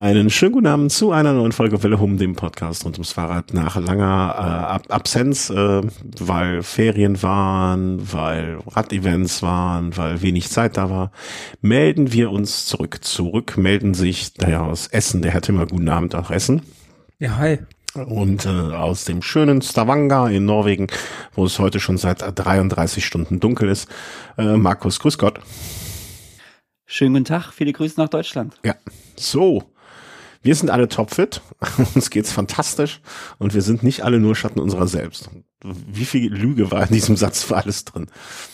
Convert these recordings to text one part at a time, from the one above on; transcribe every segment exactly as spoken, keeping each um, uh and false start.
Einen schönen guten Abend zu einer neuen Folge Welle Hum, dem Podcast rund ums Fahrrad nach langer äh, Ab- Absenz, äh, weil Ferien waren, weil Radevents waren, weil wenig Zeit da war, melden wir uns zurück. Zurück melden sich daher aus Essen, der Herr Timmer, guten Abend auch Essen. Ja, hi. Und äh, aus dem schönen Stavanger in Norwegen, wo es heute schon seit dreiunddreißig Stunden dunkel ist, äh, Markus, grüß Gott. Schönen guten Tag, viele Grüße nach Deutschland. Ja, so. Wir sind alle topfit, uns geht's fantastisch und wir sind nicht alle nur Schatten unserer selbst. Wie viel Lüge war in diesem Satz für alles drin?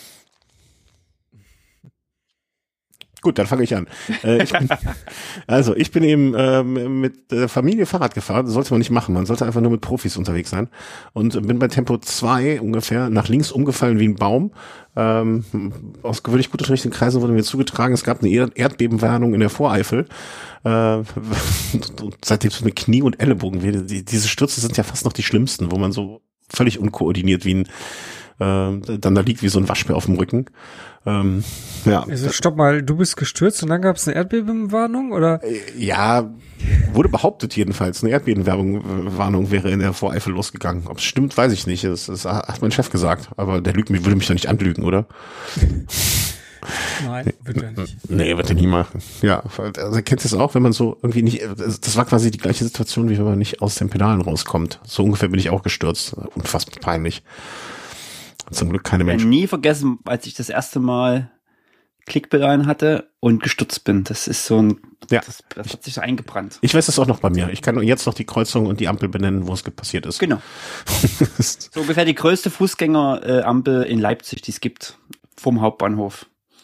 Gut, dann fange ich an. Äh, ich bin, also ich bin eben äh, mit der Familie Fahrrad gefahren, das sollte man nicht machen, man sollte einfach nur mit Profis unterwegs sein und bin bei Tempo zwei ungefähr nach links umgefallen wie ein Baum. Ähm, aus gewöhnlich gut unterrichteten Kreisen wurde mir zugetragen, es gab eine Erdbebenwarnung in der Voreifel. Äh, seitdem es mit Knie und Ellenbogen wird. Die, diese Stürze sind ja fast noch die schlimmsten, wo man so völlig unkoordiniert wie ein äh, dann da liegt wie so ein Waschbär auf dem Rücken. Ähm, ja. Also stopp mal, du bist gestürzt und dann gab es eine Erdbebenwarnung, oder? Ja, wurde behauptet jedenfalls. Eine Erdbebenwarnung wäre in der Voreifel losgegangen. Ob es stimmt, weiß ich nicht. Das, das hat mein Chef gesagt. Aber der lügt, würde mich doch nicht anlügen, oder? Nein, wird er nicht. Nee, wird er nie machen. Ja, also kennt ihr es auch, wenn man so irgendwie nicht, das war quasi die gleiche Situation, wie wenn man nicht aus den Pedalen rauskommt. So ungefähr bin ich auch gestürzt. Unfassbar peinlich. Zum Glück keine Menschen. Ich habe nie vergessen, als ich das erste Mal Klickpedalen hatte und gestürzt bin. Das ist so ein, ja. das, das hat sich so eingebrannt. Ich weiß das auch noch bei mir. Ich kann jetzt noch die Kreuzung und die Ampel benennen, wo es passiert ist. Genau. So ungefähr die größte Fußgängerampel in Leipzig, die es gibt, vom Hauptbahnhof.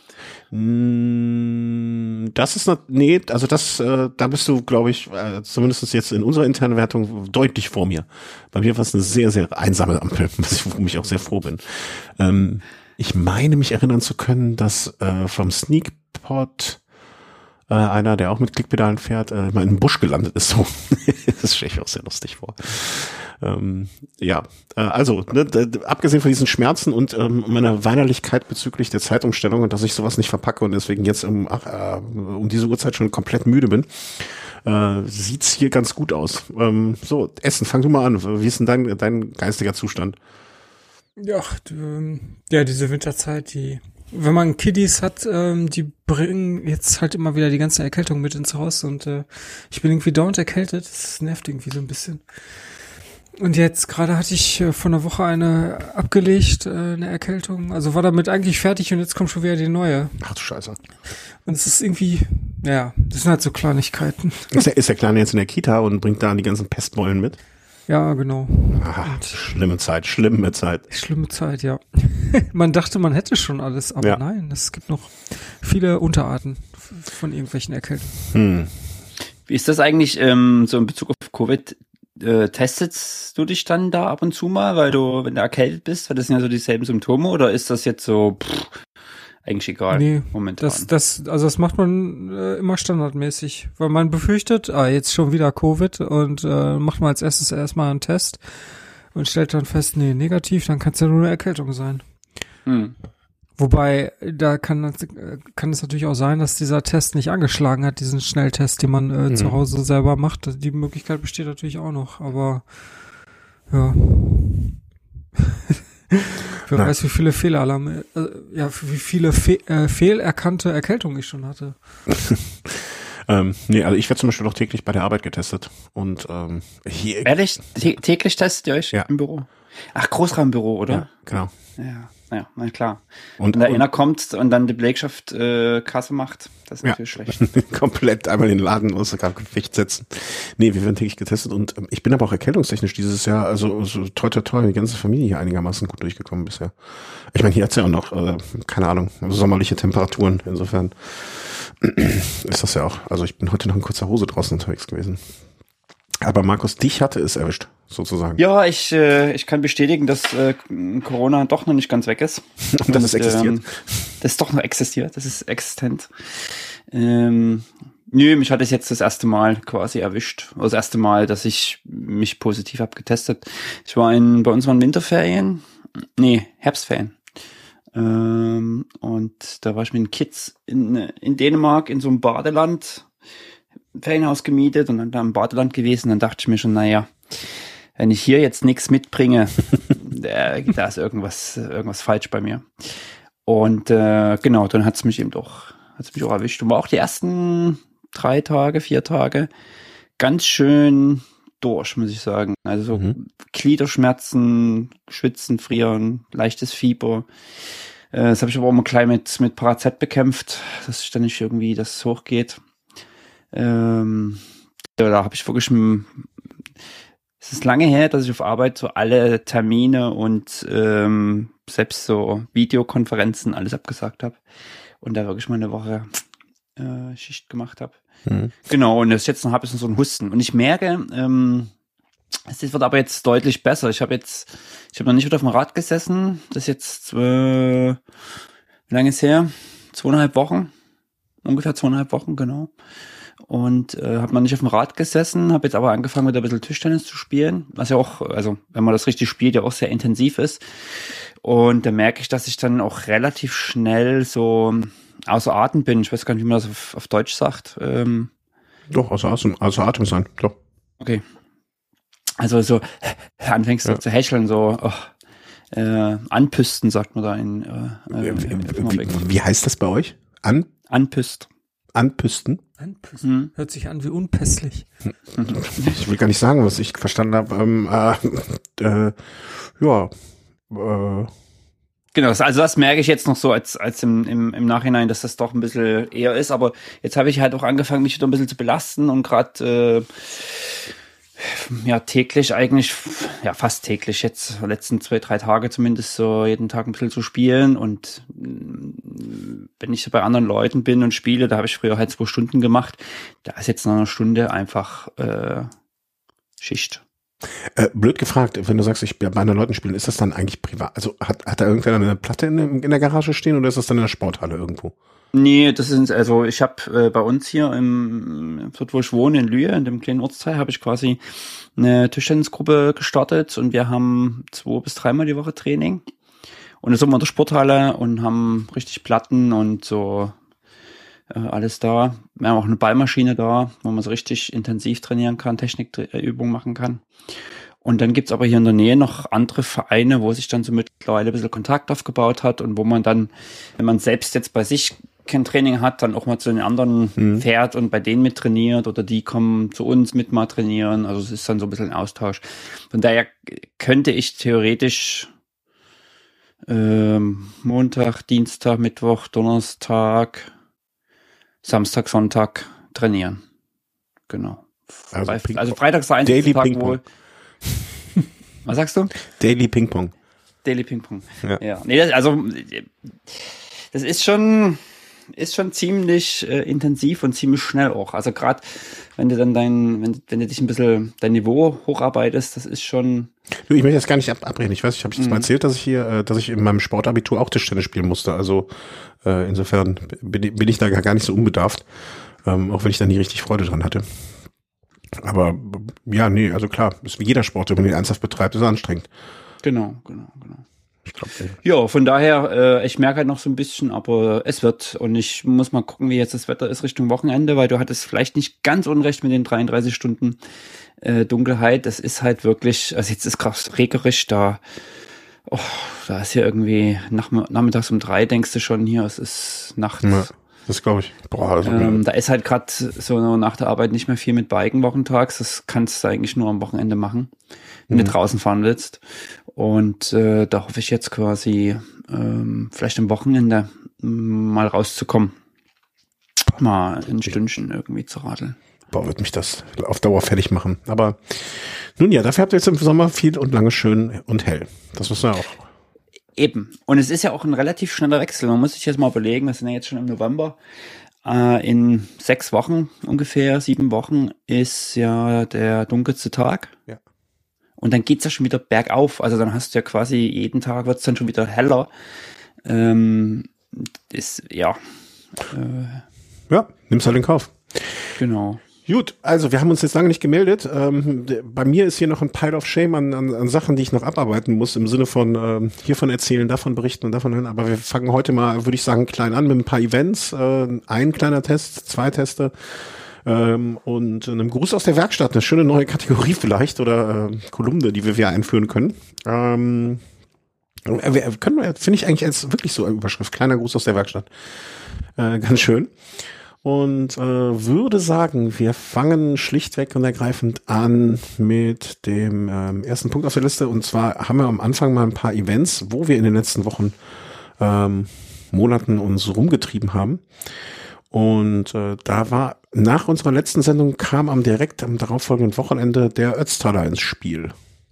Das ist noch, nee, also das, äh, da bist du, glaube ich, äh, zumindest jetzt in unserer internen Wertung deutlich vor mir. Bei mir war es eine sehr, sehr einsame Ampel, wo ich auch sehr froh bin. Ähm, ich meine, mich erinnern zu können, dass äh, vom Sneakpot äh, einer, der auch mit Klickpedalen fährt, äh, mal in den Busch gelandet ist. So, das stelle ich mir auch sehr lustig vor. Ähm, ja, äh, also ne, d- abgesehen von diesen Schmerzen und ähm, meiner Weinerlichkeit bezüglich der Zeitumstellung und dass ich sowas nicht verpacke und deswegen jetzt um, ach, äh, um diese Uhrzeit schon komplett müde bin, äh, sieht's hier ganz gut aus. Ähm, so, Essen, fang du mal an. Wie ist denn dein, dein geistiger Zustand? Ja, du, ja, diese Winterzeit, die, wenn man Kiddies hat, ähm, die bringen jetzt halt immer wieder die ganze Erkältung mit ins Haus und äh, ich bin irgendwie dauernd erkältet. Das nervt irgendwie so ein bisschen. Und jetzt gerade hatte ich äh, vor einer Woche eine abgelegt, äh, eine Erkältung. Also war damit eigentlich fertig und jetzt kommt schon wieder die neue. Ach du Scheiße. Und es ist irgendwie, ja, das sind halt so Kleinigkeiten. Ist der, ist der Kleine jetzt in der Kita und bringt da die ganzen Pestbeulen mit? Ja, genau. Ach, schlimme Zeit, schlimme Zeit. Schlimme Zeit, ja. Man dachte, man hätte schon alles, aber ja. Nein, es gibt noch viele Unterarten von irgendwelchen Erkältungen. Hm. Wie ist das eigentlich ähm, so in Bezug auf Covid? Äh, testest du dich dann da ab und zu mal, weil du, wenn du erkältet bist, weil das sind ja so dieselben Symptome, oder ist das jetzt so pff, eigentlich egal nee, momentan? Das, das, also das macht man äh, immer standardmäßig, weil man befürchtet, ah, jetzt schon wieder Covid und äh, macht man als erstes erstmal einen Test und stellt dann fest, nee, negativ, dann kann es ja nur eine Erkältung sein. Hm. Wobei, da kann, kann es natürlich auch sein, dass dieser Test nicht angeschlagen hat, diesen Schnelltest, den man äh, mhm. zu Hause selber macht. Die Möglichkeit besteht natürlich auch noch, aber ja. Wer Na. weiß, wie viele Fehlalarme, äh, ja, wie viele Fe- äh, fehlerkannte Erkältungen ich schon hatte. ähm, nee, also ich werde zum Beispiel auch täglich bei der Arbeit getestet. Und ähm, hier. Ehrlich? Tä- täglich testet ihr euch ja. im Büro? Ach, Großraumbüro, oder? Ja, genau. Ja. Ja, na klar. Und, Wenn da und einer kommt und dann die Belegschaft äh, Kasse macht, das ist ja. natürlich schlecht. Komplett einmal den Laden außer Gefecht setzen. Nee, wir werden täglich getestet und ähm, ich bin aber auch erkältungstechnisch dieses Jahr, also so toi toi toi, die ganze Familie hier einigermaßen gut durchgekommen bisher. Ich meine, hier hat's ja auch noch, äh, keine Ahnung, sommerliche Temperaturen, insofern ist das ja auch, also ich bin heute noch in kurzer Hose draußen unterwegs gewesen. Aber Markus, dich hatte es erwischt, sozusagen. Ja, ich äh, ich kann bestätigen, dass äh, Corona doch noch nicht ganz weg ist. Und dass es existiert. Ähm, das ist doch noch existiert, das ist existent. Ähm, nö, mich hat es jetzt das erste Mal quasi erwischt. Das erste Mal, dass ich mich positiv habe getestet. Ich war in, bei uns waren Winterferien, nee, Herbstferien. Ähm, und da war ich mit den Kids in, in Dänemark in so einem Badeland. Ferienhaus gemietet und dann da im Badeland gewesen. Dann dachte ich mir schon, naja, wenn ich hier jetzt nichts mitbringe, da, da ist irgendwas, irgendwas falsch bei mir. Und äh, genau, dann hat's mich eben doch, hat's mich auch erwischt. Und war auch die ersten drei Tage, vier Tage ganz schön durch, muss ich sagen. Also so mhm. Gliederschmerzen, Schwitzen, Frieren, leichtes Fieber. Äh, das habe ich aber auch mal klein mit, mit Parazet bekämpft, dass ich dann nicht irgendwie das hochgeht. Ähm, ja, da habe ich wirklich, es ist lange her, dass ich auf Arbeit so alle Termine und ähm, selbst so Videokonferenzen alles abgesagt habe und da wirklich mal eine Woche äh, Schicht gemacht habe. Mhm. Genau, und das jetzt noch habe ich so einen Husten. Und ich merke, ähm, es wird aber jetzt deutlich besser. Ich habe jetzt, ich habe noch nicht wieder auf dem Rad gesessen. Das ist jetzt, äh, wie lange ist her? Zweieinhalb Wochen. Ungefähr zweieinhalb Wochen, genau. Und äh, habe noch nicht auf dem Rad gesessen, habe jetzt aber angefangen mit ein bisschen Tischtennis zu spielen, was ja auch, also wenn man das richtig spielt, ja auch sehr intensiv ist. Und da merke ich, dass ich dann auch relativ schnell so außer Atem bin. Ich weiß gar nicht, wie man das auf, auf Deutsch sagt. Ähm, Doch, außer Atem, außer Atem sein, doch. Okay. Also so anfängst du ja. zu hecheln, so oh, äh, anpüsten, sagt man da in äh, äh, wie, wie, wie heißt das bei euch? An? Anpüst. Anpüsten? Anpüsten. Hm. Hört sich an wie unpässlich. Ich will gar nicht sagen, was ich verstanden habe. Ähm, äh, äh, ja. Äh. Genau, also das merke ich jetzt noch so als als im, im, im Nachhinein, dass das doch ein bisschen eher ist. Aber jetzt habe ich halt auch angefangen, mich wieder ein bisschen zu belasten und gerade äh, ja täglich eigentlich, ja fast täglich jetzt, die letzten zwei, drei Tage zumindest so jeden Tag ein bisschen zu spielen. Und wenn ich so bei anderen Leuten bin und spiele, da habe ich früher halt zwei Stunden gemacht, da ist jetzt nach einer Stunde einfach äh, Schicht. Äh, blöd gefragt, wenn du sagst, ich bei anderen Leuten spielen, ist das dann eigentlich privat? Also hat, hat da irgendwer eine Platte in, in der Garage stehen oder ist das dann in der Sporthalle irgendwo? Nee, das ist, also ich habe äh, bei uns hier im, dort wo ich wohne, in Lühe, in dem kleinen Ortsteil, habe ich quasi eine Tischtennisgruppe gestartet und wir haben zwei bis dreimal die Woche Training. Und dann sind wir in der Sporthalle und haben richtig Platten und so äh, alles da. Wir haben auch eine Ballmaschine da, wo man so richtig intensiv trainieren kann, Technikübungen machen kann. Und dann gibt's aber hier in der Nähe noch andere Vereine, wo sich dann so mittlerweile ein bisschen Kontakt aufgebaut hat und wo man dann, wenn man selbst jetzt bei sich kein Training hat, dann auch mal zu den anderen mhm. fährt und bei denen mit trainiert oder die kommen zu uns mit mal trainieren. Also es ist dann so ein bisschen ein Austausch. Von daher könnte ich theoretisch ähm, Montag, Dienstag, Mittwoch, Donnerstag, Samstag, Sonntag trainieren. Genau. Also, Bei, also Freitag ist der einzige Tag, wo... Was sagst du? Daily Ping-Pong. Daily Ping-Pong. Ja. ja. Nee, das, also das ist schon ist schon ziemlich äh, intensiv und ziemlich schnell auch. Also gerade wenn du dann dein, wenn, wenn du dich ein bisschen dein Niveau hocharbeitest, das ist schon. Du, ich möchte jetzt gar nicht ab abbrechen. Ich weiß, ich habe ich das mhm. mal erzählt, dass ich hier, äh, dass ich in meinem Sportabitur auch Tischtennis spielen musste. Also äh, insofern bin, bin ich da gar nicht so unbedarft, ähm, auch wenn ich da nie richtig Freude dran hatte. Aber ja, nee, also klar, ist wie jeder Sport, wenn man ihn ernsthaft betreibt, ist er anstrengend. Genau, genau, genau. Ich glaub, ja, von daher, äh, ich merke halt noch so ein bisschen, aber es wird. Und ich muss mal gucken, wie jetzt das Wetter ist Richtung Wochenende, weil du hattest vielleicht nicht ganz unrecht mit den dreiunddreißig Stunden äh, Dunkelheit. Das ist halt wirklich, also jetzt ist gerade regnerisch da. Oh, da ist hier irgendwie nach, nachmittags um drei, denkst du schon hier, es ist nachts. Ja. Das glaube ich. Boah, also ähm, da ist halt gerade so nach der Arbeit nicht mehr viel mit Biken wochentags. Das kannst du eigentlich nur am Wochenende machen, wenn mhm. du draußen fahren willst. Und äh, da hoffe ich jetzt quasi ähm, vielleicht am Wochenende mal rauszukommen. Mal ein Stündchen irgendwie zu radeln. Boah, wird mich das auf Dauer fertig machen. Aber nun ja, dafür habt ihr jetzt im Sommer viel und lange schön und hell. Das muss man ja auch. Eben. Und es ist ja auch ein relativ schneller Wechsel. Man muss sich jetzt mal überlegen, wir sind ja jetzt schon im November. Äh, in sechs Wochen ungefähr, sieben Wochen ist ja der dunkelste Tag. Ja. Und dann geht's ja schon wieder bergauf. Also dann hast du ja quasi jeden Tag wird's dann schon wieder heller. Ähm, ist, ja. Äh, ja, nimm's halt in Kauf. Genau. Gut, also wir haben uns jetzt lange nicht gemeldet. Ähm, bei mir ist hier noch ein Pile of Shame an, an, an Sachen, die ich noch abarbeiten muss, im Sinne von ähm, hiervon erzählen, davon berichten und davon hören. Aber wir fangen heute mal, würde ich sagen, klein an mit ein paar Events. Äh, ein kleiner Test, zwei Teste. Ähm, und einem Gruß aus der Werkstatt, eine schöne neue Kategorie vielleicht oder äh, Kolumne, die wir wieder einführen können. Ähm, wir, können wir, finde ich eigentlich als wirklich so eine Überschrift, kleiner Gruß aus der Werkstatt. Äh, ganz schön. Und äh, würde sagen, wir fangen schlichtweg und ergreifend an mit dem ähm, ersten Punkt auf der Liste. Und zwar haben wir am Anfang mal ein paar Events, wo wir in den letzten Wochen, ähm, Monaten uns rumgetrieben haben. Und äh, da war nach unserer letzten Sendung kam am direkt am darauffolgenden Wochenende der Ötztaler ins Spiel.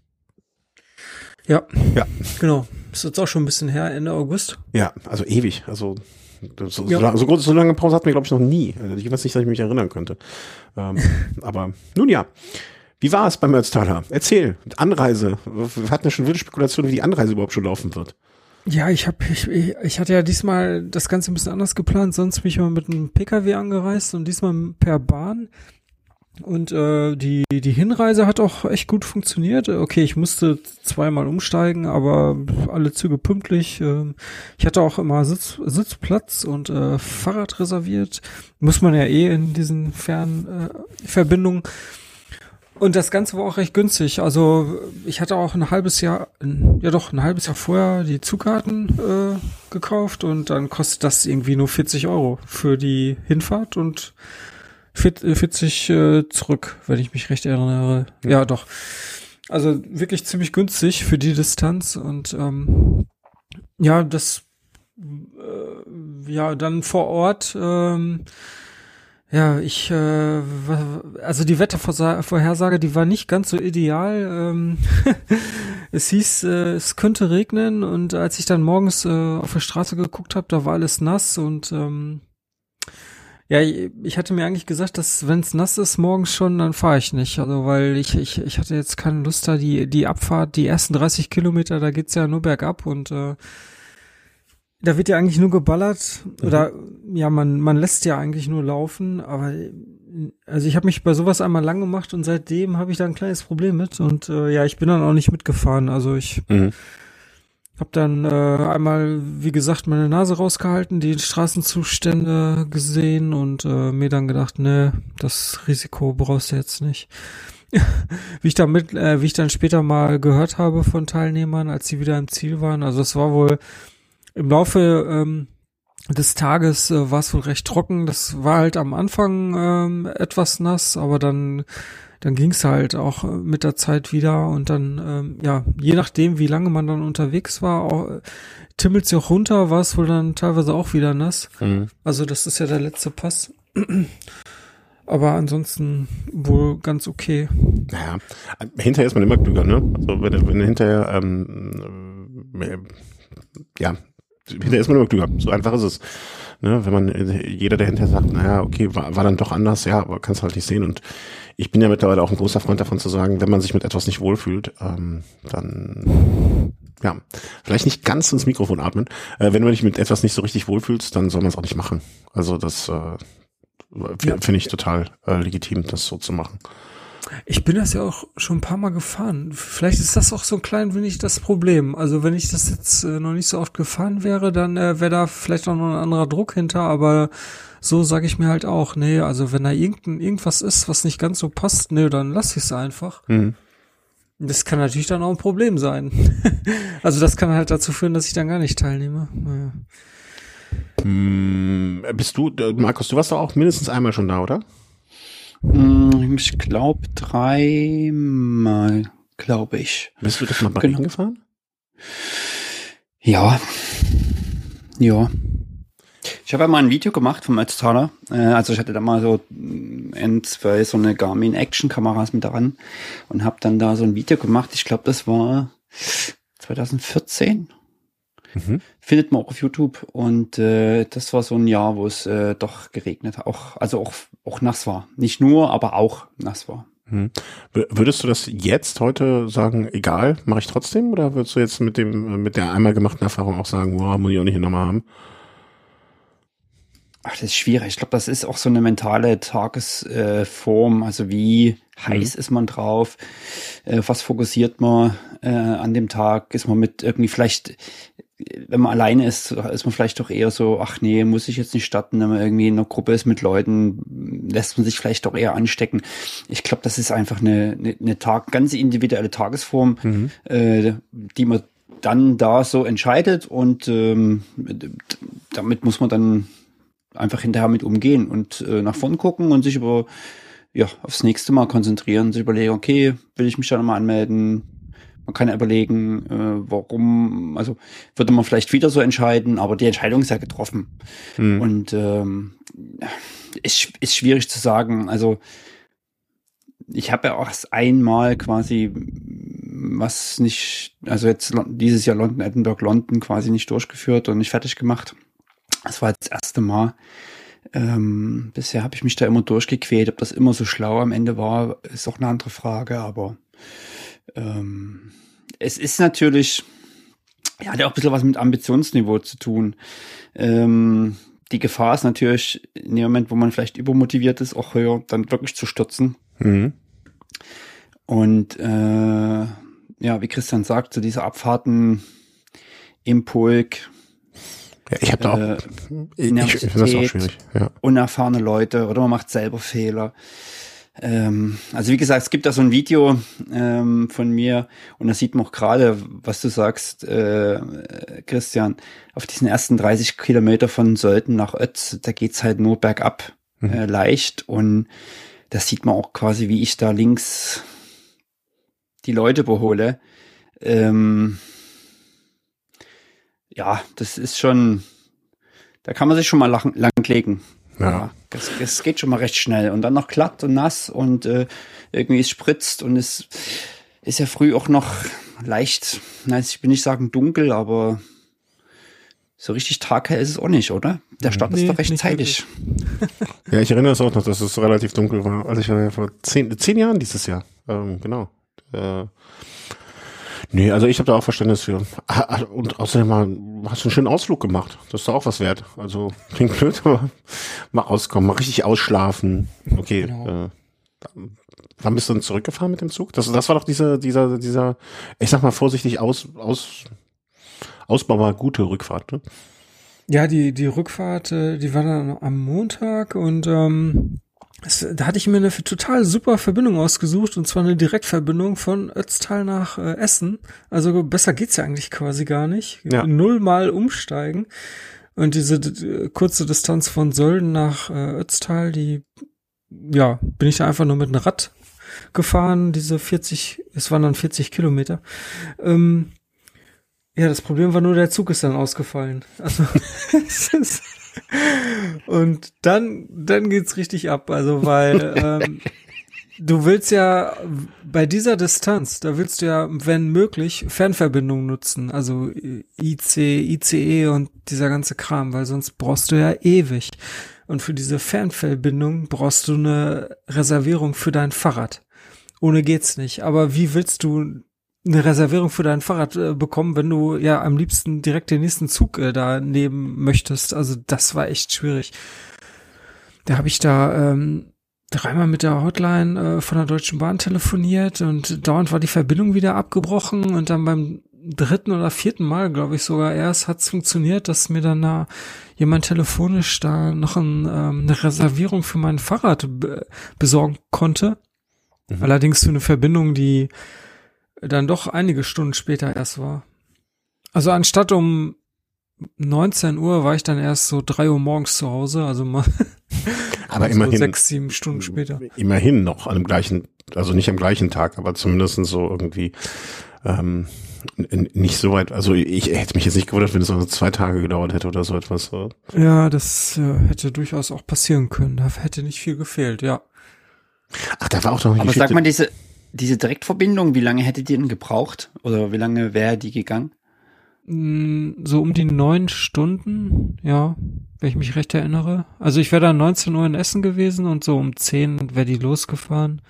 Ja, ja, genau. Ist jetzt auch schon ein bisschen her, Ende August. Ja, also ewig. Also so, ja. so, so, so lange Pause hatten wir, glaube ich, noch nie. Ich weiß nicht, dass ich mich erinnern könnte. Ähm, aber nun ja. Wie war es beim Ötztaler? Erzähl. Anreise. Wir hatten ja schon wilde Spekulationen, wie die Anreise überhaupt schon laufen wird. Ja, ich habe ich, ich hatte ja diesmal das Ganze ein bisschen anders geplant. Sonst bin ich immer mit einem P K W angereist und diesmal per Bahn. Und äh, die die Hinreise hat auch echt gut funktioniert. Okay, ich musste zweimal umsteigen, aber alle Züge pünktlich. Äh, ich hatte auch immer Sitz, Sitzplatz und äh, Fahrrad reserviert. Muss man ja eh in diesen Fernverbindungen. Äh, und das Ganze war auch recht günstig. Also ich hatte auch ein halbes Jahr, ja doch, ein halbes Jahr vorher die Zugkarten äh, gekauft und dann kostet das irgendwie nur vierzig Euro für die Hinfahrt und vierzig äh, zurück, wenn ich mich recht erinnere. Ja. ja, doch. Also wirklich ziemlich günstig für die Distanz und ähm, ja, das äh, ja, dann vor Ort ähm, ja, ich äh, also die Wettervorhersage, die war nicht ganz so ideal. Ähm, es hieß, äh, es könnte regnen und als ich dann morgens äh, auf der Straße geguckt habe, da war alles nass und ähm, ja, ich hatte mir eigentlich gesagt, dass wenn es nass ist morgens schon, dann fahre ich nicht. Also weil ich ich ich hatte jetzt keine Lust da, die die Abfahrt, die ersten dreißig Kilometer, da geht's ja nur bergab und äh, da wird ja eigentlich nur geballert mhm. oder ja, man man lässt ja eigentlich nur laufen. Aber also ich habe mich bei sowas einmal lang gemacht und seitdem habe ich da ein kleines Problem mit und äh, ja, ich bin dann auch nicht mitgefahren. Also ich mhm. Hab dann äh, einmal, wie gesagt, meine Nase rausgehalten, die Straßenzustände gesehen und äh, mir dann gedacht, ne, das Risiko brauchst du jetzt nicht. wie ich damit, äh, wie ich dann später mal gehört habe von Teilnehmern, als sie wieder im Ziel waren. Also es war wohl im Laufe ähm, des Tages äh, war es wohl recht trocken. Das war halt am Anfang ähm, etwas nass, aber dann dann ging's halt auch mit der Zeit wieder und dann, ähm, ja, je nachdem, wie lange man dann unterwegs war, auch, timmelt's ja auch runter, war es wohl dann teilweise auch wieder nass. Mhm. Also das ist ja der letzte Pass. Aber ansonsten wohl ganz okay. Naja, hinterher ist man immer klüger, ne? Also wenn, wenn hinterher, ähm, äh, ja, hinterher ist man immer klüger. So einfach ist es. Ne, wenn man, jeder, der hinterher sagt, naja, okay, war, war dann doch anders, ja, aber kannst halt nicht sehen. Und ich bin ja mittlerweile auch ein großer Freund davon zu sagen, wenn man sich mit etwas nicht wohlfühlt, ähm, dann, ja, vielleicht nicht ganz ins Mikrofon atmen. Äh, wenn man sich mit etwas nicht so richtig wohlfühlt, dann soll man es auch nicht machen. Also das äh, ja. finde ich total äh, legitim, das so zu machen. Ich bin das ja auch schon ein paar Mal gefahren. Vielleicht ist das auch so ein klein wenig das Problem. Also wenn ich das jetzt äh, noch nicht so oft gefahren wäre, dann äh, wäre da vielleicht auch noch ein anderer Druck hinter. Aber so sage ich mir halt auch, nee, also wenn da irgendein, irgendwas ist, was nicht ganz so passt, nee, dann lass ich es einfach. Mhm. Das kann natürlich dann auch ein Problem sein. Also das kann halt dazu führen, dass ich dann gar nicht teilnehme. Naja. Hm, bist du, Markus, du warst doch auch mindestens einmal schon da, oder? Ich glaube dreimal, glaube ich. Bist du das mal bei Regen genau. gefahren? Ja. Ja. Ich habe ja mal ein Video gemacht vom Ötztaler. Also ich hatte da mal so ein, zwei so eine Garmin Action Kameras mit dran und habe dann da so ein Video gemacht. Ich glaube, das war zwanzig vierzehn. Mhm. Findet man auch auf YouTube und äh, das war so ein Jahr, wo es äh, doch geregnet hat, auch also auch auch nass war, nicht nur, aber auch nass war. Mhm. Würdest du das jetzt heute sagen, egal, mache ich trotzdem, oder würdest du jetzt mit dem mit der einmal gemachten Erfahrung auch sagen, wow, muss ich auch nicht nochmal haben? Ach, das ist schwierig. Ich glaube, das ist auch so eine mentale Tagesform. Äh, also wie heiß mhm. ist man drauf? Äh, was fokussiert man äh, an dem Tag? Ist man mit irgendwie vielleicht wenn man alleine ist, ist man vielleicht doch eher so, ach nee, muss ich jetzt nicht starten, wenn man irgendwie in einer Gruppe ist mit Leuten, lässt man sich vielleicht doch eher anstecken. Ich glaube, das ist einfach eine, eine, eine Tag, ganz individuelle Tagesform, mhm. äh, die man dann da so entscheidet und ähm, damit muss man dann einfach hinterher mit umgehen und äh, nach vorn gucken und sich über ja aufs nächste Mal konzentrieren, sich überlegen, okay, will ich mich da nochmal anmelden? Man kann ja überlegen, äh, warum, also würde man vielleicht wieder so entscheiden, aber die Entscheidung ist ja getroffen. Mhm. Und ähm, ist, ist schwierig zu sagen. Also ich habe ja auch erst einmal quasi was nicht, also jetzt dieses Jahr London, Edinburgh, London quasi nicht durchgeführt und nicht fertig gemacht. Das war jetzt das erste Mal. Ähm, bisher habe ich mich da immer durchgequält. Ob das immer so schlau am Ende war, ist auch eine andere Frage, aber ähm, es ist natürlich, ja, hat ja auch ein bisschen was mit Ambitionsniveau zu tun. Ähm, die Gefahr ist natürlich, in dem Moment, wo man vielleicht übermotiviert ist, auch höher, dann wirklich zu stürzen. Mhm. Und äh, ja, wie Christian sagt, so diese Abfahrten im Pulk, ja, ich habe da auch, äh, ich, ich finde das auch schwierig. Ja. Unerfahrene Leute oder man macht selber Fehler. Ähm, also wie gesagt, es gibt da so ein Video ähm, von mir und da sieht man auch gerade, was du sagst, äh, Christian, auf diesen ersten dreißig Kilometer von Sölden nach Ötz, da geht's halt nur bergab, mhm. äh, leicht und da sieht man auch quasi, wie ich da links die Leute überhole. Ähm, ja, das ist schon, da kann man sich schon mal lang, langlegen. Ja, ja das, das geht schon mal recht schnell. Und dann noch glatt und nass und äh, irgendwie es spritzt und es ist ja früh auch noch leicht, nein, ich will nicht sagen dunkel, aber so richtig taghell ist es auch nicht, oder? Der Start nee, ist doch recht zeitig. Ja, ich erinnere es auch noch, dass es relativ dunkel war. Also ich war ja vor zehn, zehn Jahren dieses Jahr. Ähm, genau. Äh, nee, also ich habe da auch Verständnis für. Und außerdem mal, hast du einen schönen Ausflug gemacht. Das ist doch auch was wert. Also klingt blöd, aber mal rauskommen, mal richtig ausschlafen. Okay. Genau. Äh, wann bist du denn zurückgefahren mit dem Zug? Das, das war doch dieser, dieser, dieser, ich sag mal vorsichtig aus, aus, ausbaubar gute Rückfahrt, ne? Ja, die, die Rückfahrt, die war dann am Montag und ähm, es, da hatte ich mir eine total super Verbindung ausgesucht und zwar eine Direktverbindung von Ötztal nach äh, Essen. Also besser geht's ja eigentlich quasi gar nicht. Ja. Nullmal umsteigen. Und diese d- kurze Distanz von Sölden nach äh, Ötztal, die, ja, bin ich da einfach nur mit einem Rad gefahren. Diese vierzig, es waren dann vierzig Kilometer. Ähm, ja, das Problem war nur, der Zug ist dann ausgefallen. Also, es ist und dann, dann geht's richtig ab, also weil ähm, du willst ja bei dieser Distanz, da willst du ja, wenn möglich, Fernverbindungen nutzen, also I C, I C E und dieser ganze Kram, weil sonst brauchst du ja ewig. Und für diese Fernverbindung brauchst du eine Reservierung für dein Fahrrad. Ohne geht's nicht. Aber wie willst du eine Reservierung für dein Fahrrad äh, bekommen, wenn du ja am liebsten direkt den nächsten Zug äh, da nehmen möchtest? Also das war echt schwierig. Da habe ich da ähm, dreimal mit der Hotline äh, von der Deutschen Bahn telefoniert und dauernd war die Verbindung wieder abgebrochen und dann beim dritten oder vierten Mal, glaube ich sogar erst, hat es funktioniert, dass mir dann da jemand telefonisch da noch ein, ähm, eine Reservierung für mein Fahrrad be- besorgen konnte. Mhm. Allerdings für eine Verbindung, die dann doch einige Stunden später erst war. Also anstatt um neunzehn Uhr war ich dann erst so drei Uhr morgens zu Hause, also mal aber also immerhin sechs, sieben Stunden später. Immerhin noch an dem gleichen, also nicht am gleichen Tag, aber zumindest so irgendwie ähm, nicht so weit, also ich hätte mich jetzt nicht gewundert, wenn es noch zwei Tage gedauert hätte oder so etwas. So. Ja, das äh, hätte durchaus auch passieren können, da hätte nicht viel gefehlt, ja. Ach, da war auch noch eine Aber Geschichte. sag mal, diese Diese Direktverbindung, wie lange hättet ihr denn gebraucht? Oder wie lange wäre die gegangen? So um die neun Stunden, ja, wenn ich mich recht erinnere. Also ich wäre da neunzehn Uhr in Essen gewesen und so um zehn wäre die losgefahren.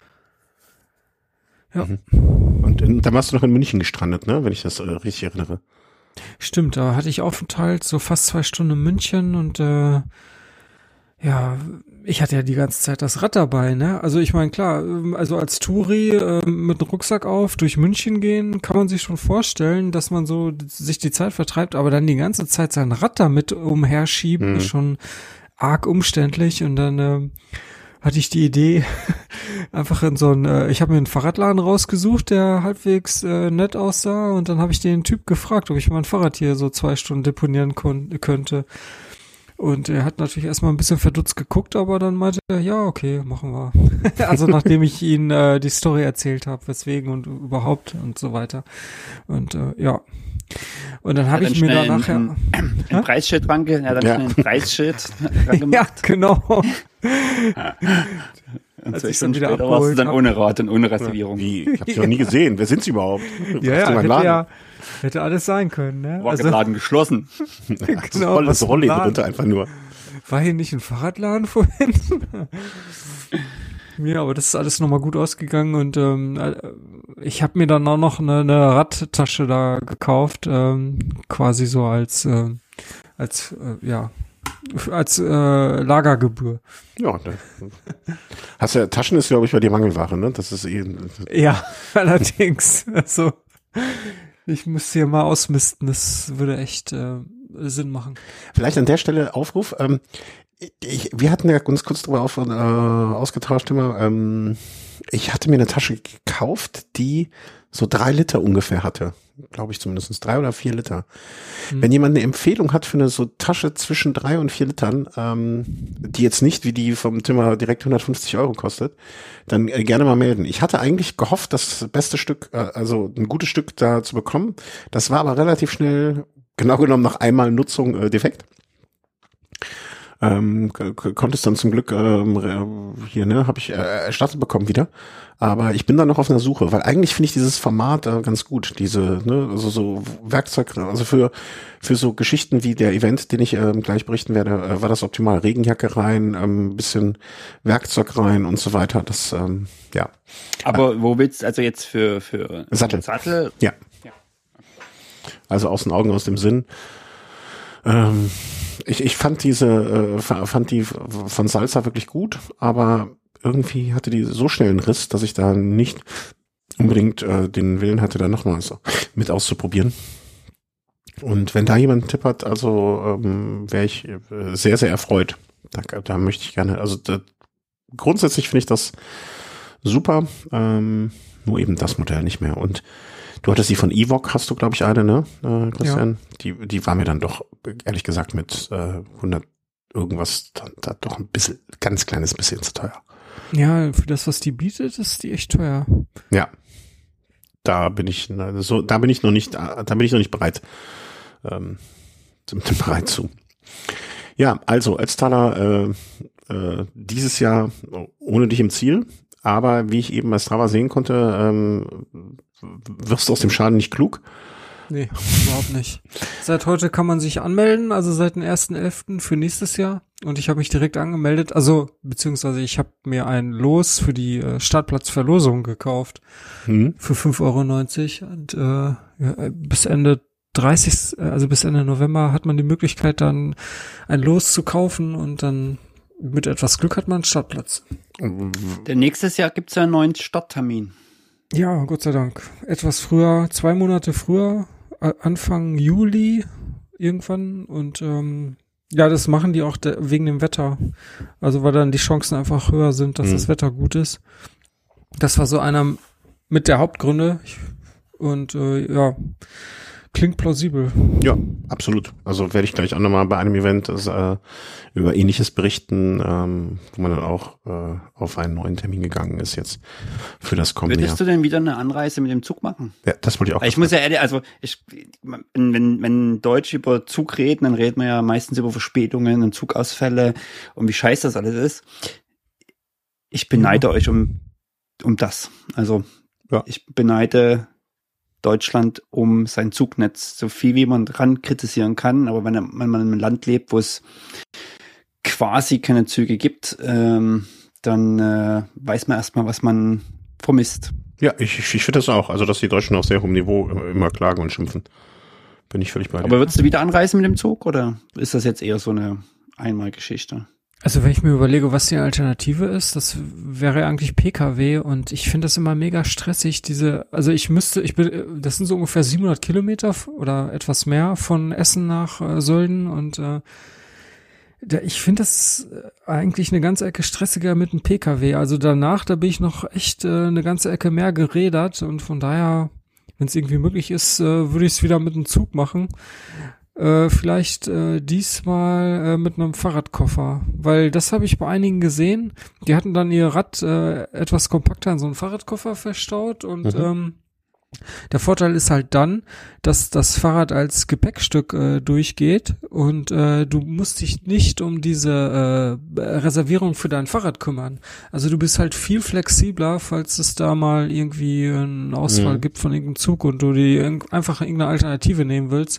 Ja. Und, und da warst du noch in München gestrandet, ne? Wenn ich das äh, richtig erinnere. Stimmt, da hatte ich Aufenthalt, so fast zwei Stunden in München und äh, Ja, ich hatte ja die ganze Zeit das Rad dabei, ne? Also ich meine, klar, also als Touri äh, mit dem Rucksack auf durch München gehen, kann man sich schon vorstellen, dass man so sich die Zeit vertreibt, aber dann die ganze Zeit sein Rad damit umherschieben, mhm. ist schon arg umständlich. Und dann äh, hatte ich die Idee, einfach in so ein, äh, ich habe mir einen Fahrradladen rausgesucht, der halbwegs äh, nett aussah, und dann habe ich den Typ gefragt, ob ich mein Fahrrad hier so zwei Stunden deponieren kon- könnte. Und er hat natürlich erstmal ein bisschen verdutzt geguckt, aber dann meinte er, ja, okay, machen wir. Also nachdem ich ihm äh, die Story erzählt habe, weswegen und überhaupt und so weiter. Und äh, ja. Und dann habe ich mir da nachher ein, ein, ein Preisschild dran ge- ja, dann ja. ein Preisschild dran gemacht. Ja, genau. Und zwei Stunden später warst du dann hab. ohne Rat und ohne Reservierung. Wie? Ich hab sie noch nie gesehen. Wer sind sie überhaupt? Ja, ja, hätte, ja hätte alles sein können. Ne? War also, der Laden geschlossen. Ja, genau, das voll Rolle drunter einfach nur. War hier nicht ein Fahrradladen vorhin? Ja, aber das ist alles nochmal gut ausgegangen, und ähm, ich habe mir dann auch noch eine, eine Radtasche da gekauft, ähm, quasi so als äh, als äh, ja als äh, Lagergebühr. Ja, ne. Hast ja, Taschen ist, glaube ich, bei dir Mangelware, ne? Das ist eh. Ja, allerdings. Also ich muss hier mal ausmisten, das würde echt äh, Sinn machen. Vielleicht an der Stelle Aufruf. Ähm, ich, wir hatten ja uns kurz drüber auf, äh, ausgetauscht immer. Ähm, ich hatte mir eine Tasche gekauft, die so drei Liter ungefähr hatte. Glaube ich zumindest. Drei oder vier Liter. Hm. Wenn jemand eine Empfehlung hat für eine so Tasche zwischen drei und vier Litern, ähm, die jetzt nicht wie die vom Timmer direkt hundertfünfzig Euro kostet, dann äh, gerne mal melden. Ich hatte eigentlich gehofft, das beste Stück, äh, also ein gutes Stück da zu bekommen. Das war aber relativ schnell, genau genommen nach einmal Nutzung, äh, defekt. Ähm, k- konnte es dann zum Glück ähm, hier, ne, habe ich äh, erstattet bekommen wieder. Aber ich bin da noch auf einer Suche, weil eigentlich finde ich dieses Format äh, ganz gut, diese, ne, also so Werkzeug, also für für so Geschichten wie der Event, den ich ähm, gleich berichten werde, äh, war das optimal. Regenjacke rein, ähm, bisschen Werkzeug rein und so weiter. Das, ähm, ja. Aber äh, wo willst du also jetzt für für Sattel? Sattel? Ja. ja. Also aus den Augen, aus dem Sinn. Ähm, ich ich fand diese, äh, fand die von Salsa wirklich gut, aber irgendwie hatte die so schnell einen Riss, dass ich da nicht unbedingt äh, den Willen hatte, da nochmal so mit auszuprobieren. Und wenn da jemand einen Tipp hat, also ähm, wäre ich äh, sehr, sehr erfreut. Da, da möchte ich gerne, also da, grundsätzlich finde ich das super, ähm, nur eben das Modell nicht mehr. Und du hattest die von Evoque, hast du, glaube ich, eine, ne, äh, Christian? Ja. Die, die war mir dann doch, ehrlich gesagt, mit äh, hundert irgendwas, da, da doch ein bisschen, ganz kleines bisschen zu teuer. Ja, für das, was die bietet, ist die echt teuer. Ja, da bin ich so, da bin ich noch nicht, da bin ich noch nicht bereit, ähm, bereit zu. Ja, also Ötztaler äh, äh, dieses Jahr ohne dich im Ziel, aber wie ich eben bei Strava sehen konnte, ähm, wirst du aus dem Schaden nicht klug. Nee, überhaupt nicht. Seit heute kann man sich anmelden, also seit dem ersten elften für nächstes Jahr. Und ich habe mich direkt angemeldet, also beziehungsweise ich habe mir ein Los für die äh, Startplatzverlosung gekauft hm. für fünf Euro neunzig. Und äh, ja, bis Ende dreißig, also bis Ende November hat man die Möglichkeit, dann ein Los zu kaufen, und dann mit etwas Glück hat man einen Startplatz. Denn nächstes Jahr gibt's ja einen neuen Starttermin. Ja, Gott sei Dank. Etwas früher, zwei Monate früher, Anfang Juli irgendwann, und ähm, ja, das machen die auch de- wegen dem Wetter. Also weil dann die Chancen einfach höher sind, dass mhm. das Wetter gut ist. Das war so einer mit der Hauptgründe. Ich, und äh, ja, klingt plausibel. Ja, absolut. Also werde ich gleich auch nochmal bei einem Event das, äh, über Ähnliches berichten, ähm, wo man dann auch äh, auf einen neuen Termin gegangen ist jetzt für das kommende Jahr. Würdest du denn wieder eine Anreise mit dem Zug machen? Ja, das wollte ich auch. Ich muss ja ehrlich, also ich, wenn, wenn Deutsche über Zug reden, dann reden wir ja meistens über Verspätungen und Zugausfälle und wie scheiße das alles ist. Ich beneide ja. euch um, um das. Also ja. ich beneide Deutschland um sein Zugnetz, so viel wie man dran kritisieren kann, aber wenn, wenn man in einem Land lebt, wo es quasi keine Züge gibt, ähm, dann äh, weiß man erstmal, was man vermisst. Ja, ich, ich, ich finde das auch, also dass die Deutschen auf sehr hohem Niveau immer, immer klagen und schimpfen. Bin ich völlig bei dir. Aber würdest du wieder anreisen mit dem Zug, oder ist das jetzt eher so eine Einmalgeschichte? Also wenn ich mir überlege, was die Alternative ist, das wäre eigentlich P K W und ich finde das immer mega stressig, diese, also ich müsste, ich bin, das sind so ungefähr siebenhundert Kilometer oder etwas mehr von Essen nach äh, Sölden und äh, da, ich finde das eigentlich eine ganze Ecke stressiger mit einem P K W, also danach, da bin ich noch echt äh, eine ganze Ecke mehr gerädert und von daher, wenn es irgendwie möglich ist, äh, würde ich es wieder mit einem Zug machen. Äh, vielleicht äh, diesmal äh, mit einem Fahrradkoffer, weil das habe ich bei einigen gesehen. Die hatten dann ihr Rad äh, etwas kompakter in so einen Fahrradkoffer verstaut und mhm. ähm, der Vorteil ist halt dann, dass das Fahrrad als Gepäckstück äh, durchgeht und äh, du musst dich nicht um diese äh, Reservierung für dein Fahrrad kümmern. Also du bist halt viel flexibler, falls es da mal irgendwie einen Ausfall mhm. gibt von irgendeinem Zug und du die irg- einfach irgendeine Alternative nehmen willst.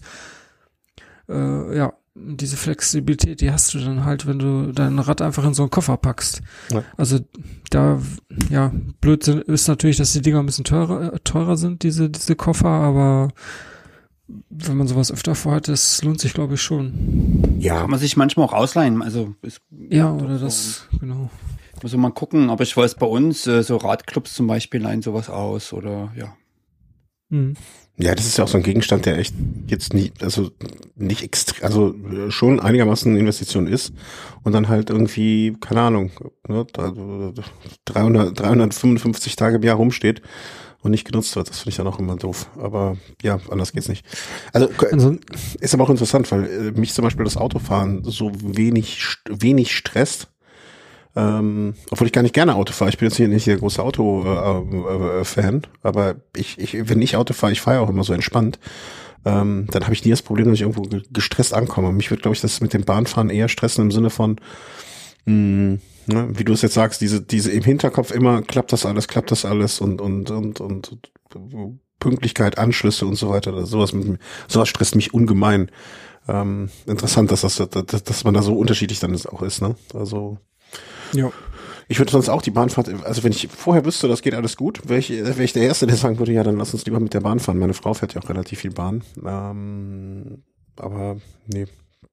Äh, ja, diese Flexibilität, die hast du dann halt, wenn du dein Rad einfach in so einen Koffer packst. Ja. Also da, ja, blöd ist natürlich, dass die Dinger ein bisschen teurer, teurer sind, diese diese Koffer, aber wenn man sowas öfter vorhat, das lohnt sich, glaube ich, schon. Ja, kann man sich manchmal auch ausleihen. Also ist, ja, oder das, so, genau. Muss man mal gucken, aber ich weiß, bei uns, äh, so Radclubs zum Beispiel leihen sowas aus oder ja. Mhm. Ja, das ist ja auch so ein Gegenstand, der echt jetzt nicht, also nicht extrem, also schon einigermaßen eine Investition ist und dann halt irgendwie, keine Ahnung, ne, dreihundert, dreihundertfünfundfünfzig Tage im Jahr rumsteht und nicht genutzt wird. Das finde ich dann auch immer doof. Aber ja, anders geht's nicht. Also, also ist aber auch interessant, weil mich zum Beispiel das Autofahren so wenig, wenig stresst. Ähm, obwohl ich gar nicht gerne Auto fahre. Ich bin jetzt hier nicht der große Auto-Fan, äh, äh, aber ich, ich, wenn ich Auto fahre, ich fahre ja auch immer so entspannt, ähm, dann habe ich nie das Problem, dass ich irgendwo gestresst ankomme. Mich wird, glaube ich, das mit dem Bahnfahren eher stressen im Sinne von, mh, ne, wie du es jetzt sagst, diese, diese im Hinterkopf immer, klappt das alles, klappt das alles und, und, und, und, und Pünktlichkeit, Anschlüsse und so weiter. Sowas, mit, sowas stresst mich ungemein. Ähm, interessant, dass das, dass, dass man da so unterschiedlich dann auch ist, ne? Also, ja. Ich würde sonst auch die Bahnfahrt, also wenn ich vorher wüsste, das geht alles gut, wäre ich, wär ich der Erste, der sagen würde, ja, dann lass uns lieber mit der Bahn fahren. Meine Frau fährt ja auch relativ viel Bahn. Ähm, aber nee.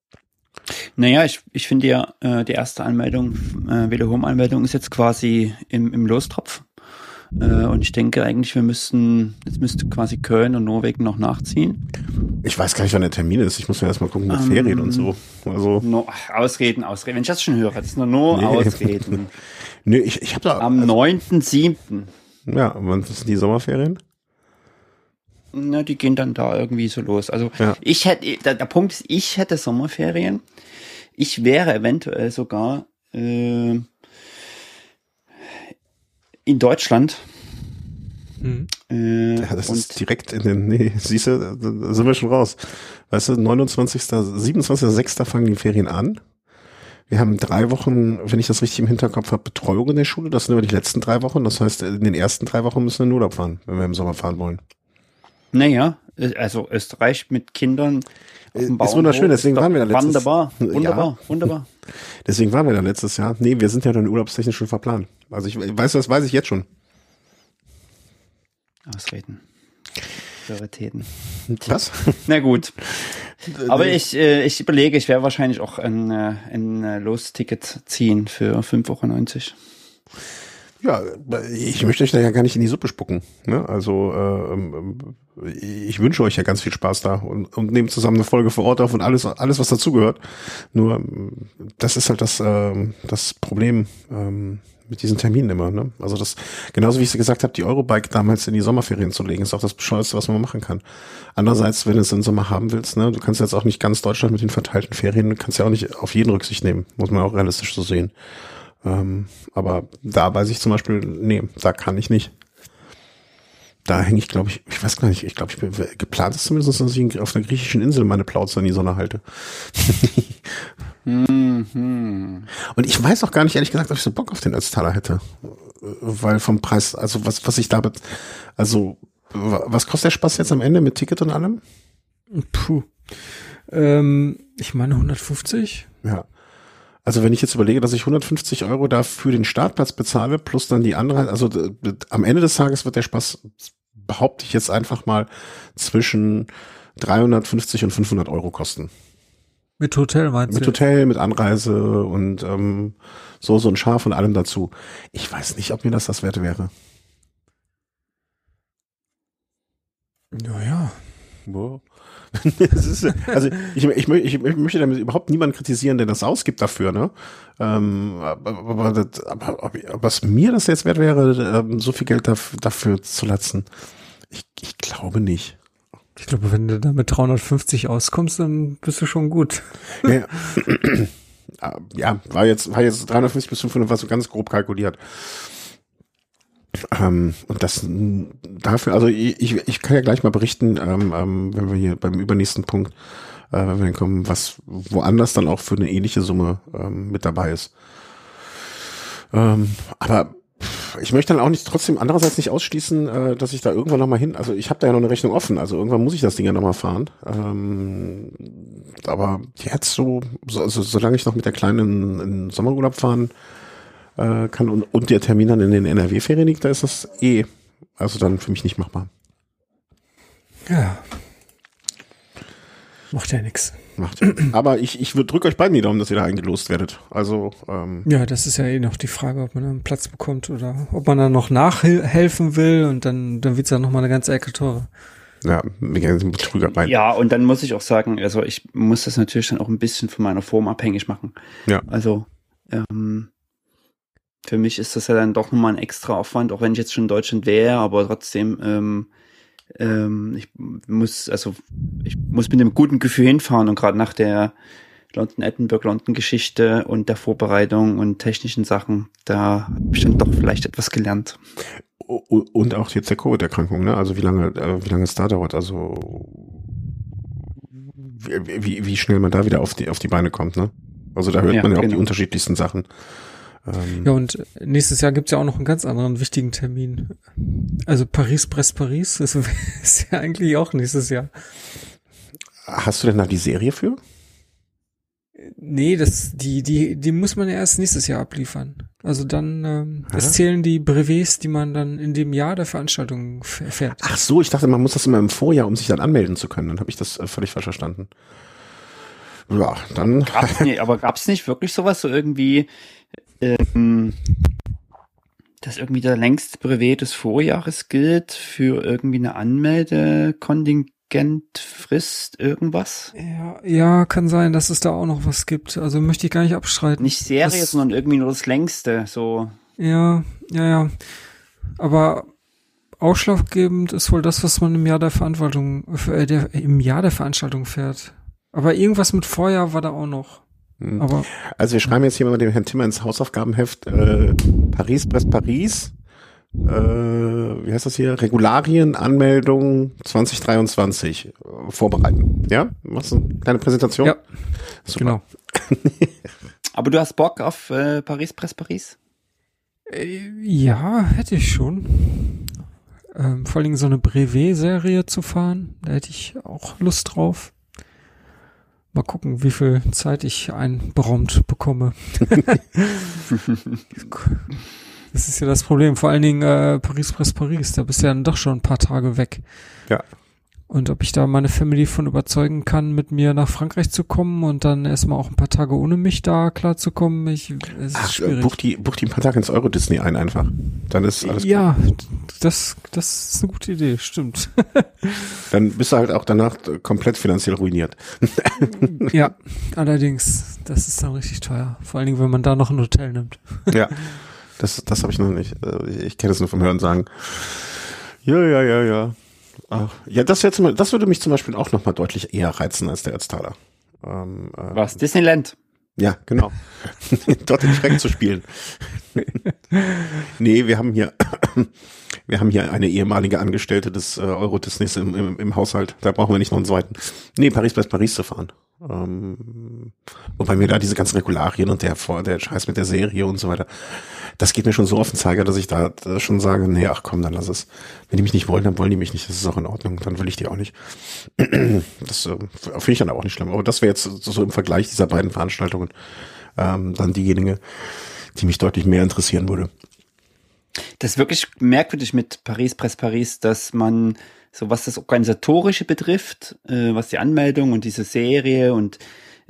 Naja, ich, ich finde ja, äh, die erste Anmeldung, äh, Velo-Home-Anmeldung ist jetzt quasi im, im Lostropf. Äh, und ich denke eigentlich, wir müssten, jetzt müsste quasi Köln und Norwegen noch nachziehen. Ich weiß gar nicht, wann der Termin ist. Ich muss mir erstmal gucken mit um, Ferien und so. Also no, Ausreden, Ausreden. Wenn ich das schon höre, das ist nur, nur nee. Ausreden. Nee, ich, ich habe da... Am also, neunten siebten Ja, wann sind die Sommerferien? Na, die gehen dann da irgendwie so los. Also ja. ich hätte, der, der Punkt ist, ich hätte Sommerferien. Ich wäre eventuell sogar äh, in Deutschland. Mhm. Äh, ja, das ist direkt in den, nee, siehst du, da sind wir schon raus. Weißt du, neunundzwanzigsten, siebenundzwanzigsten sechsten fangen die Ferien an. Wir haben drei Wochen, wenn ich das richtig im Hinterkopf habe, Betreuung in der Schule. Das sind aber die letzten drei Wochen. Das heißt, in den ersten drei Wochen müssen wir in Urlaub fahren, wenn wir im Sommer fahren wollen. Naja, also Österreich mit Kindern. Ist wunderschön, deswegen waren wir da letztes Jahr. Wunderbar, wunderbar, ja. wunderbar. Deswegen waren wir da letztes Jahr. Nee, wir sind ja dann urlaubstechnisch schon verplant. Also ich weiß, das weiß ich jetzt schon. Ausreden. Prioritäten. Was? Na gut. Aber nee. ich, äh, ich überlege, ich werde wahrscheinlich auch ein, äh, ein Los-Ticket ziehen für fünf Euro neunzig. Ja, ich möchte euch da ja gar nicht in die Suppe spucken. Ne? Also äh, ich wünsche euch ja ganz viel Spaß da und, und nehmen zusammen eine Folge vor Ort auf und alles, alles was dazugehört. Nur das ist halt das, äh, das Problem ähm, mit diesen Terminen immer. Ne? Also das, genauso wie ich es gesagt habe, die Eurobike damals in die Sommerferien zu legen, ist auch das Bescheuerste, was man machen kann. Andererseits, wenn du es im Sommer haben willst, ne, du kannst jetzt auch nicht ganz Deutschland mit den verteilten Ferien, du kannst ja auch nicht auf jeden Rücksicht nehmen, muss man auch realistisch so sehen. Ähm, aber da weiß ich zum Beispiel, nee, da kann ich nicht. Da hänge ich, glaube ich, ich weiß gar nicht, ich glaube, ich bin geplant ist zumindest, dass ich auf einer griechischen Insel meine Plauze in die Sonne halte. mhm. Und ich weiß auch gar nicht, ehrlich gesagt, ob ich so Bock auf den Ötztaler hätte. Weil vom Preis, also was, was ich da, also was kostet der Spaß jetzt am Ende mit Ticket und allem? Puh. Ähm, ich meine hundertfünfzig. Ja. Also wenn ich jetzt überlege, dass ich hundertfünfzig Euro da für den Startplatz bezahle, plus dann die andere, also d- d- am Ende des Tages wird der Spaß, behaupte ich jetzt einfach mal, zwischen dreihundertfünfzig und fünfhundert Euro kosten. Mit Hotel meinst Mit du? Hotel, mit Anreise und ähm, so, so ein Schaf und allem dazu. Ich weiß nicht, ob mir das das wert wäre. Naja. Wow. Das ist, also ich, ich, ich, ich möchte damit überhaupt niemanden kritisieren, der das ausgibt dafür, ne? Ähm, aber, aber, das, aber, aber was mir das jetzt wert wäre, ähm, so viel Geld dafür, dafür zu latzen, ich, ich glaube nicht. Ich glaube, wenn du da mit dreihundertfünfzig auskommst, dann bist du schon gut. Ja, ja war jetzt, war jetzt dreihundertfünfzig bis fünfhundert, war so ganz grob kalkuliert. Ähm, und das dafür, also ich, ich, ich kann ja gleich mal berichten, ähm, ähm, wenn wir hier beim übernächsten Punkt, äh, wenn wir dann kommen, was woanders dann auch für eine ähnliche Summe ähm, mit dabei ist. Ähm, aber ich möchte dann auch nicht trotzdem andererseits nicht ausschließen, äh, dass ich da irgendwann nochmal hin, also ich habe da ja noch eine Rechnung offen, also irgendwann muss ich das Ding ja nochmal fahren. Ähm, aber jetzt so, so also, solange ich noch mit der Kleinen in Sommerurlaub fahren äh, kann und, und der Termin dann in den N R W-Ferien liegt, da ist das eh, also dann für mich nicht machbar. Ja. Macht ja nichts. Macht. Aber ich, ich drücke euch beiden die Daumen, dass ihr da eingelost werdet. Also ähm, ja, das ist ja eh noch die Frage, ob man einen Platz bekommt oder ob man dann noch nachhelfen will und dann, dann wird's ja noch mal eine ganze Ecke teurer. Ja, Betrügereien. Ja, und dann muss ich auch sagen, also ich muss das natürlich dann auch ein bisschen von meiner Form abhängig machen. Ja. Also ähm, für mich ist das ja dann doch nochmal ein extra Aufwand, auch wenn ich jetzt schon in Deutschland wäre, aber trotzdem ähm, ähm, ich muss, also ich muss mit einem guten Gefühl hinfahren und gerade nach der London-Edinburgh-London-Geschichte und der Vorbereitung und technischen Sachen, da habe ich dann doch vielleicht etwas gelernt. Und auch jetzt der Covid-Erkrankung, ne? Also wie lange, äh, wie lange es da dauert, also wie, wie, wie schnell man da wieder auf die, auf die Beine kommt, ne? Also da hört Ja, man ja auch genau. die unterschiedlichsten Sachen. Ähm, Ja, und nächstes Jahr gibt's ja auch noch einen ganz anderen wichtigen Termin. Also Paris-Brest-Paris, das ist ja eigentlich auch nächstes Jahr. Hast du denn da die Serie für? Nee, das, die, die, die muss man ja erst nächstes Jahr abliefern. Also dann, ähm, Ja. es zählen die Brevets, die man dann in dem Jahr der Veranstaltung f- erfährt. Ach so, ich dachte, man muss das immer im Vorjahr, um sich dann anmelden zu können. Dann habe ich das äh, völlig falsch verstanden. Ja, dann. Gab's nicht, aber gab's nicht wirklich sowas, so irgendwie, ähm, dass irgendwie der längste Brevet des Vorjahres gilt für irgendwie eine Anmeldekontingentfrist, irgendwas? Ja, ja, kann sein, dass es da auch noch was gibt. Also möchte ich gar nicht abstreiten. Nicht Serie, Das- sondern irgendwie nur das längste, so. Ja, ja, ja. Aber ausschlaggebend ist wohl das, was man im Jahr der Veranstaltung, äh, der, im Jahr der Veranstaltung fährt. Aber irgendwas mit Vorjahr war da auch noch. Hm. Aber Also wir schreiben jetzt hier mal dem Herrn Timmer ins Hausaufgabenheft äh, Paris, Brest, Paris. Äh, wie heißt das hier? Regularien, Anmeldung zwanzig dreiundzwanzig äh, vorbereiten. Ja? Machst du eine kleine Präsentation? Ja, Super. genau. Aber du hast Bock auf äh, Paris, Press, Paris? Äh, Ja, hätte ich schon. Ähm, vor allen Dingen so eine Brevet-Serie zu fahren, da hätte ich auch Lust drauf. Mal gucken, wie viel Zeit ich einberaumt bekomme. Das ist ja das Problem. Vor allen Dingen äh, Paris, Press, Paris. Da bist du ja dann doch schon ein paar Tage weg. Ja. Und ob ich da meine Family von überzeugen kann, mit mir nach Frankreich zu kommen und dann erstmal auch ein paar Tage ohne mich da klarzukommen, ich, es ist Ach, äh, schwierig. buch die, buch die ein paar Tage ins Euro-Disney ein einfach. Dann ist alles Ja, das, das ist eine gute Idee, stimmt. Dann bist du halt auch danach komplett finanziell ruiniert. Ja, allerdings, das ist dann richtig teuer. Vor allen Dingen, wenn man da noch ein Hotel nimmt. Ja, das, das habe ich noch nicht. Ich kenne das nur vom Hören sagen. Ja, ja, ja, ja. Ach, ja, das, jetzt mal, das würde mich zum Beispiel auch noch mal deutlich eher reizen als der Ötztaler. Ähm, äh, Was? Disneyland? Ja, genau. Dort den Schreck zu spielen. Nee, wir haben hier, wir haben hier eine ehemalige Angestellte des äh, Euro-Disneys im, im, im Haushalt. Da brauchen wir nicht noch einen zweiten. Nee, Paris bis Paris zu fahren. Ähm, wobei mir da diese ganzen Regularien und der, der Scheiß mit der Serie und so weiter, das geht mir schon so auf den Zeiger, dass ich da, da schon sage, nee, ach komm, dann lass es. Wenn die mich nicht wollen, dann wollen die mich nicht. Das ist auch in Ordnung. Dann will ich die auch nicht. Das äh, finde ich dann auch nicht schlimm. Aber das wäre jetzt so, so im Vergleich dieser beiden Veranstaltungen ähm, dann diejenige, die mich deutlich mehr interessieren würde. Das ist wirklich merkwürdig mit Paris, Press, Paris, dass man, so was das Organisatorische betrifft, äh, was die Anmeldung und diese Serie und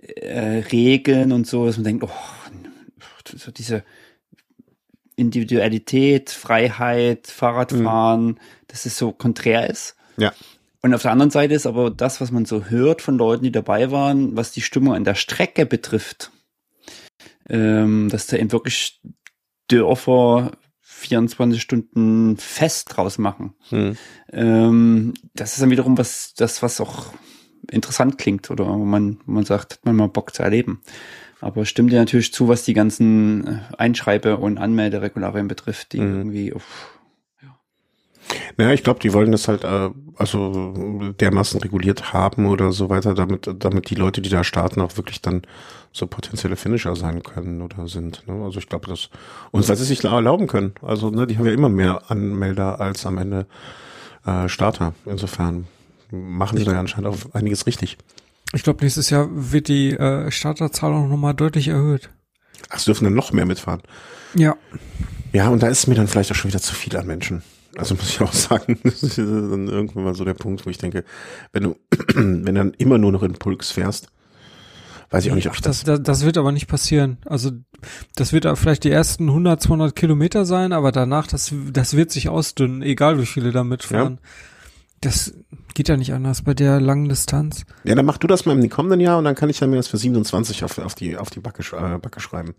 äh, Regeln und so, dass man denkt, oh, so diese Individualität, Freiheit, Fahrradfahren, mhm. dass es so konträr ist. Ja. Und auf der anderen Seite ist aber das, was man so hört von Leuten, die dabei waren, was die Stimmung an der Strecke betrifft, ähm, dass da eben wirklich Dörfer vierundzwanzig Stunden fest draus machen. Hm. Ähm, das ist dann wiederum was, das, was auch interessant klingt oder wo man, wo man sagt, hat man mal Bock zu erleben. Aber stimmt dir natürlich zu, was die ganzen Einschreibe- und Anmelderegularien betrifft, die hm. irgendwie uff, Naja, ich glaube, die wollen das halt äh, also dermaßen reguliert haben oder so weiter, damit damit die Leute, die da starten, auch wirklich dann so potenzielle Finisher sein können oder sind. Ne? Also ich glaube, das und weil sie sich erlauben können. Also ne, die haben ja immer mehr Anmelder als am Ende äh, Starter. Insofern machen sie da ja anscheinend auch einiges richtig. Ich glaube, nächstes Jahr wird die äh, Starterzahl auch nochmal deutlich erhöht. Ach, es dürfen dann noch mehr mitfahren. Ja. Ja, und da ist mir dann vielleicht auch schon wieder zu viel an Menschen. Also muss ich auch sagen, das ist dann irgendwann mal so der Punkt, wo ich denke, wenn du, wenn du dann immer nur noch in Pulks fährst, weiß ich auch nicht, ob ich das... Das, das wird aber nicht passieren. Also das wird vielleicht die ersten hundert, zweihundert Kilometer sein, aber danach, das, das wird sich ausdünnen, egal wie viele da mitfahren. Ja. Das geht ja nicht anders bei der langen Distanz. Ja, dann mach du das mal im kommenden Jahr und dann kann ich dann mir das für siebenundzwanzig auf, auf die, auf die Backe, äh, Backe schreiben.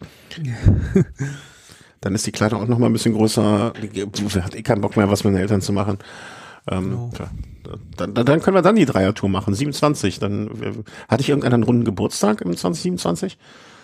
Dann ist die Kleidung auch noch mal ein bisschen größer. Hat eh keinen Bock mehr, was mit den Eltern zu machen. Ähm, no. dann, dann können wir dann die Dreiertour machen. siebenundzwanzig. Dann hatte ich irgendeinen runden Geburtstag im zwanzig siebenundzwanzig?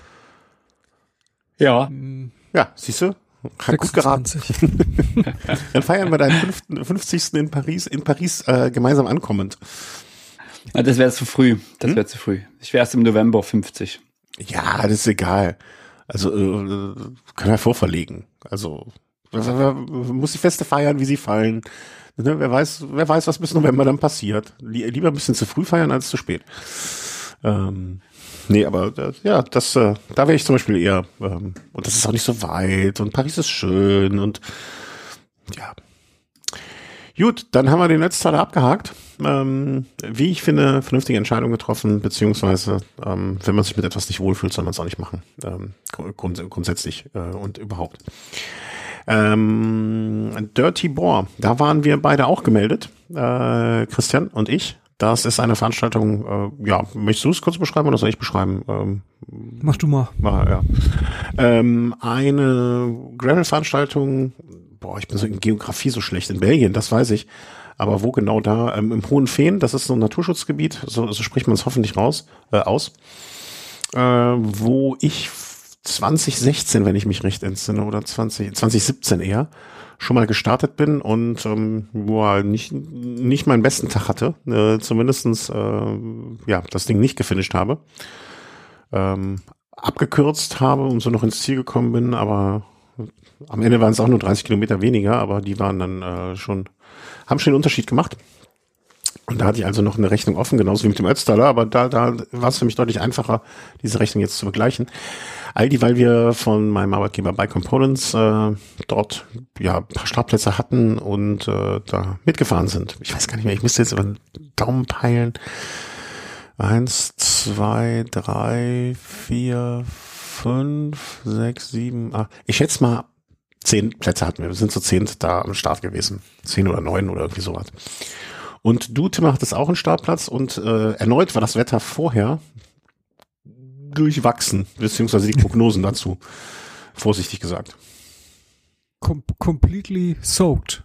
Ja. Ja, siehst du? Hat gut geraten. Dann feiern wir deinen fünfzigsten in Paris, in Paris äh, gemeinsam ankommend. Ja, das wäre zu früh. Das wäre hm? zu früh. Ich wäre erst im November fünfzig. Ja, das ist egal. Also äh, können wir vorverlegen. Also man muss die Feste feiern, wie sie fallen. Ne, wer weiß, wer weiß, was bis November dann passiert. Lieber ein bisschen zu früh feiern als zu spät. Ähm, nee, aber äh, ja, das, äh, da wäre ich zum Beispiel eher. Ähm, und das ist auch nicht so weit und Paris ist schön und ja. Gut, dann haben wir den letzten Teil abgehakt. Ähm, wie ich finde, vernünftige Entscheidung getroffen, beziehungsweise ähm, wenn man sich mit etwas nicht wohlfühlt, soll man es auch nicht machen. Ähm, grund- grundsätzlich äh, und überhaupt. Ähm, Dirty Boar, da waren wir beide auch gemeldet, äh, Christian und ich. Das ist eine Veranstaltung, äh, ja, möchtest du es kurz beschreiben oder soll ich beschreiben? Ähm, Mach du mal. Mach, ja. Ähm, eine Gravel-Veranstaltung, boah, ich bin so in Geografie so schlecht, in Belgien, das weiß ich. Aber wo genau da? Ähm, Im Hohenfehn, das ist so ein Naturschutzgebiet, so, so spricht man es hoffentlich raus, äh, aus, äh, wo ich zwanzig sechzehn, wenn ich mich recht entsinne, oder zwanzig, zwanzig siebzehn eher, schon mal gestartet bin und ähm, boah, nicht nicht meinen besten Tag hatte, äh, zumindestens äh, ja, das Ding nicht gefinisht habe, ähm, abgekürzt habe und so noch ins Ziel gekommen bin, aber am Ende waren es auch nur dreißig Kilometer weniger, aber die waren dann äh, schon, haben schon einen Unterschied gemacht. Und da hatte ich also noch eine Rechnung offen, genauso wie mit dem Ötztaler, aber da, da war es für mich deutlich einfacher, diese Rechnung jetzt zu begleichen. All die, weil wir von meinem Arbeitgeber Bike Components äh, dort ja ein paar Startplätze hatten und äh, da mitgefahren sind. Ich weiß gar nicht mehr, ich müsste jetzt über den Daumen peilen. Eins, zwei, drei, vier, fünf, sechs, sieben, acht. Ich schätze mal, zehn Plätze hatten wir. Wir sind zu zehn da am Start gewesen. Zehn oder neun oder irgendwie sowas. Und du, Tim, hattest auch einen Startplatz und äh, erneut war das Wetter vorher durchwachsen, beziehungsweise die Prognosen dazu, vorsichtig gesagt. Com- completely soaked.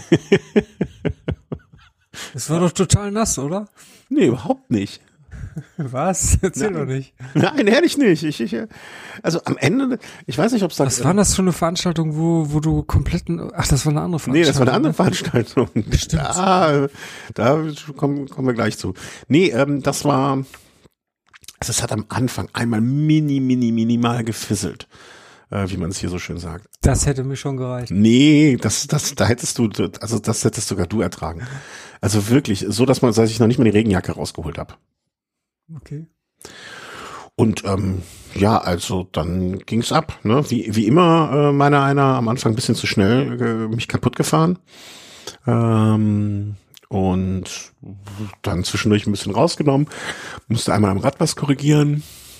Es war doch total nass, oder? Nee, überhaupt nicht. Was? Erzähl Nein. doch nicht. Nein, ehrlich nicht. Ich, ich, also am Ende, ich weiß nicht, ob es da... Was war das für eine Veranstaltung, wo, wo du kompletten... Ach, das war eine andere Veranstaltung. Nee, das war eine andere Veranstaltung. Stimmt. Da, da kommen, kommen wir gleich zu. Nee, ähm, das war... Also es hat am Anfang einmal mini, mini, minimal gefisselt, äh, wie man es hier so schön sagt. Das hätte mir schon gereicht. Nee, das, das, da hättest du, also das hättest sogar du ertragen. Also wirklich, so dass man, dass ich noch nicht mal die Regenjacke rausgeholt habe. Okay. Und ähm, ja, also dann ging's ab, ne? Wie wie immer, äh, meiner einer am Anfang ein bisschen zu schnell äh, mich kaputt gefahren. Ähm, und dann zwischendurch ein bisschen rausgenommen, musste einmal am Rad was korrigieren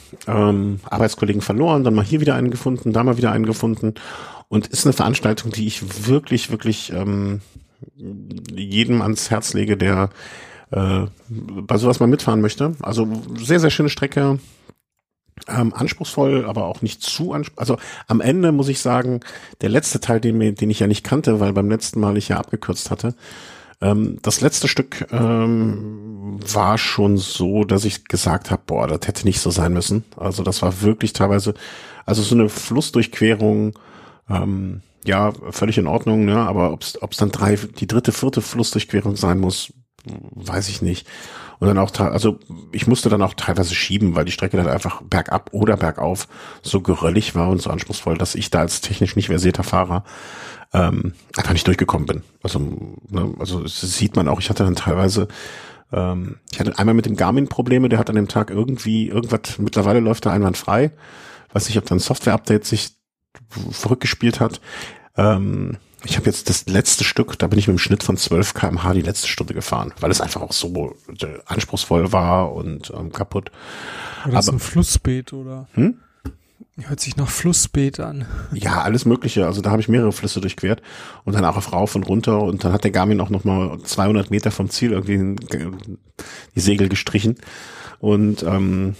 ähm, Arbeitskollegen verloren, dann mal hier wieder einen gefunden, da mal wieder einen gefunden und ist eine Veranstaltung, die ich wirklich, wirklich ähm, jedem ans Herz lege, der äh, bei sowas mal mitfahren möchte. Also sehr, sehr schöne Strecke, ähm, anspruchsvoll, aber auch nicht zu anspruchsvoll. Also am Ende muss ich sagen, der letzte Teil, den, mir, den ich ja nicht kannte, weil beim letzten Mal ich ja abgekürzt hatte, ähm, das letzte Stück ähm, war schon so, dass ich gesagt habe, boah, das hätte nicht so sein müssen. Also das war wirklich teilweise, also so eine Flussdurchquerung, ähm, ja, völlig in Ordnung, ne? Aber ob es dann drei, die dritte, vierte Flussdurchquerung sein muss, weiß ich nicht. Und dann auch, also ich musste dann auch teilweise schieben, weil die Strecke dann einfach bergab oder bergauf so geröllig war und so anspruchsvoll, dass ich da als technisch nicht versierter Fahrer ähm, einfach nicht durchgekommen bin. Also, ne, also das sieht man auch, ich hatte dann teilweise, ähm, ich hatte einmal mit dem Garmin Probleme, der hat an dem Tag irgendwie, irgendwas, mittlerweile läuft da einwandfrei. Weiß nicht, ob da ein Software-Update sich verrückt gespielt hat. Ähm, ich habe jetzt das letzte Stück, da bin ich mit einem Schnitt von zwölf Kilometer pro Stunde die letzte Stunde gefahren, weil es einfach auch so äh, anspruchsvoll war und ähm, kaputt. Oder ist ein Flussbeet, oder? Hm? Hört sich nach Flussbeet an. Ja, alles Mögliche. Also da habe ich mehrere Flüsse durchquert und dann auch auf rauf und runter und dann hat der Garmin auch nochmal zweihundert Meter vom Ziel irgendwie die Segel gestrichen und ähm,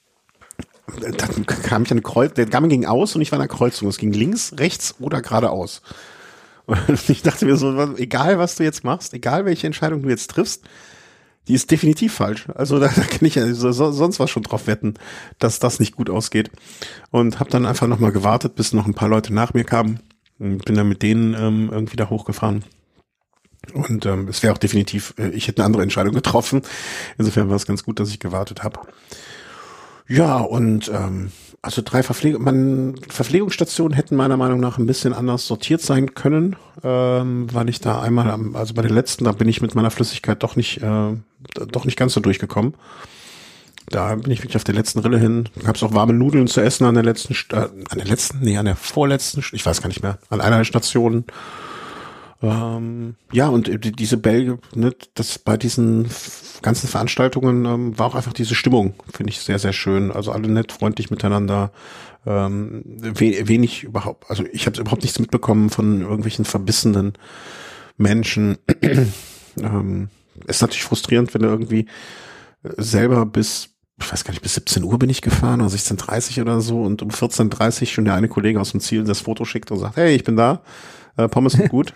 dann kam ich an eine Kreuz, der Garmin ging aus und ich war an der Kreuzung. Es ging links, rechts oder geradeaus. Und ich dachte mir so, egal was du jetzt machst, egal welche Entscheidung du jetzt triffst, die ist definitiv falsch. Also da, da kann ich ja so, sonst was schon drauf wetten, dass das nicht gut ausgeht. Und habe dann einfach nochmal gewartet, bis noch ein paar Leute nach mir kamen. Und bin dann mit denen ähm, irgendwie da hochgefahren. Und ähm, es wäre auch definitiv, äh, ich hätte eine andere Entscheidung getroffen. Insofern war es ganz gut, dass ich gewartet habe. Ja, und ähm, also drei Verpfleg- man, Verpflegungsstationen hätten meiner Meinung nach ein bisschen anders sortiert sein können, ähm, weil ich da einmal, am, also bei den letzten, da bin ich mit meiner Flüssigkeit doch nicht, äh, doch nicht ganz so durchgekommen. Da bin ich wirklich auf der letzten Rille hin. Da gab es auch warme Nudeln zu essen an der letzten, äh, an der letzten, nee, an der vorletzten, ich weiß gar nicht mehr, an einer der Stationen. Ähm, ja, und die, diese Bälge, ne, das bei diesen f- ganzen Veranstaltungen ähm, war auch einfach diese Stimmung, finde ich sehr, sehr schön. Also alle nett, freundlich miteinander, ähm, we- wenig überhaupt, also ich habe überhaupt nichts mitbekommen von irgendwelchen verbissenen Menschen. ähm, ist natürlich frustrierend, wenn du irgendwie selber bis, ich weiß gar nicht, bis siebzehn Uhr bin ich gefahren, oder sechzehn Uhr dreißig oder so, und um vierzehn Uhr dreißig schon der eine Kollege aus dem Ziel das Foto schickt und sagt, hey, ich bin da. Pommes sind gut.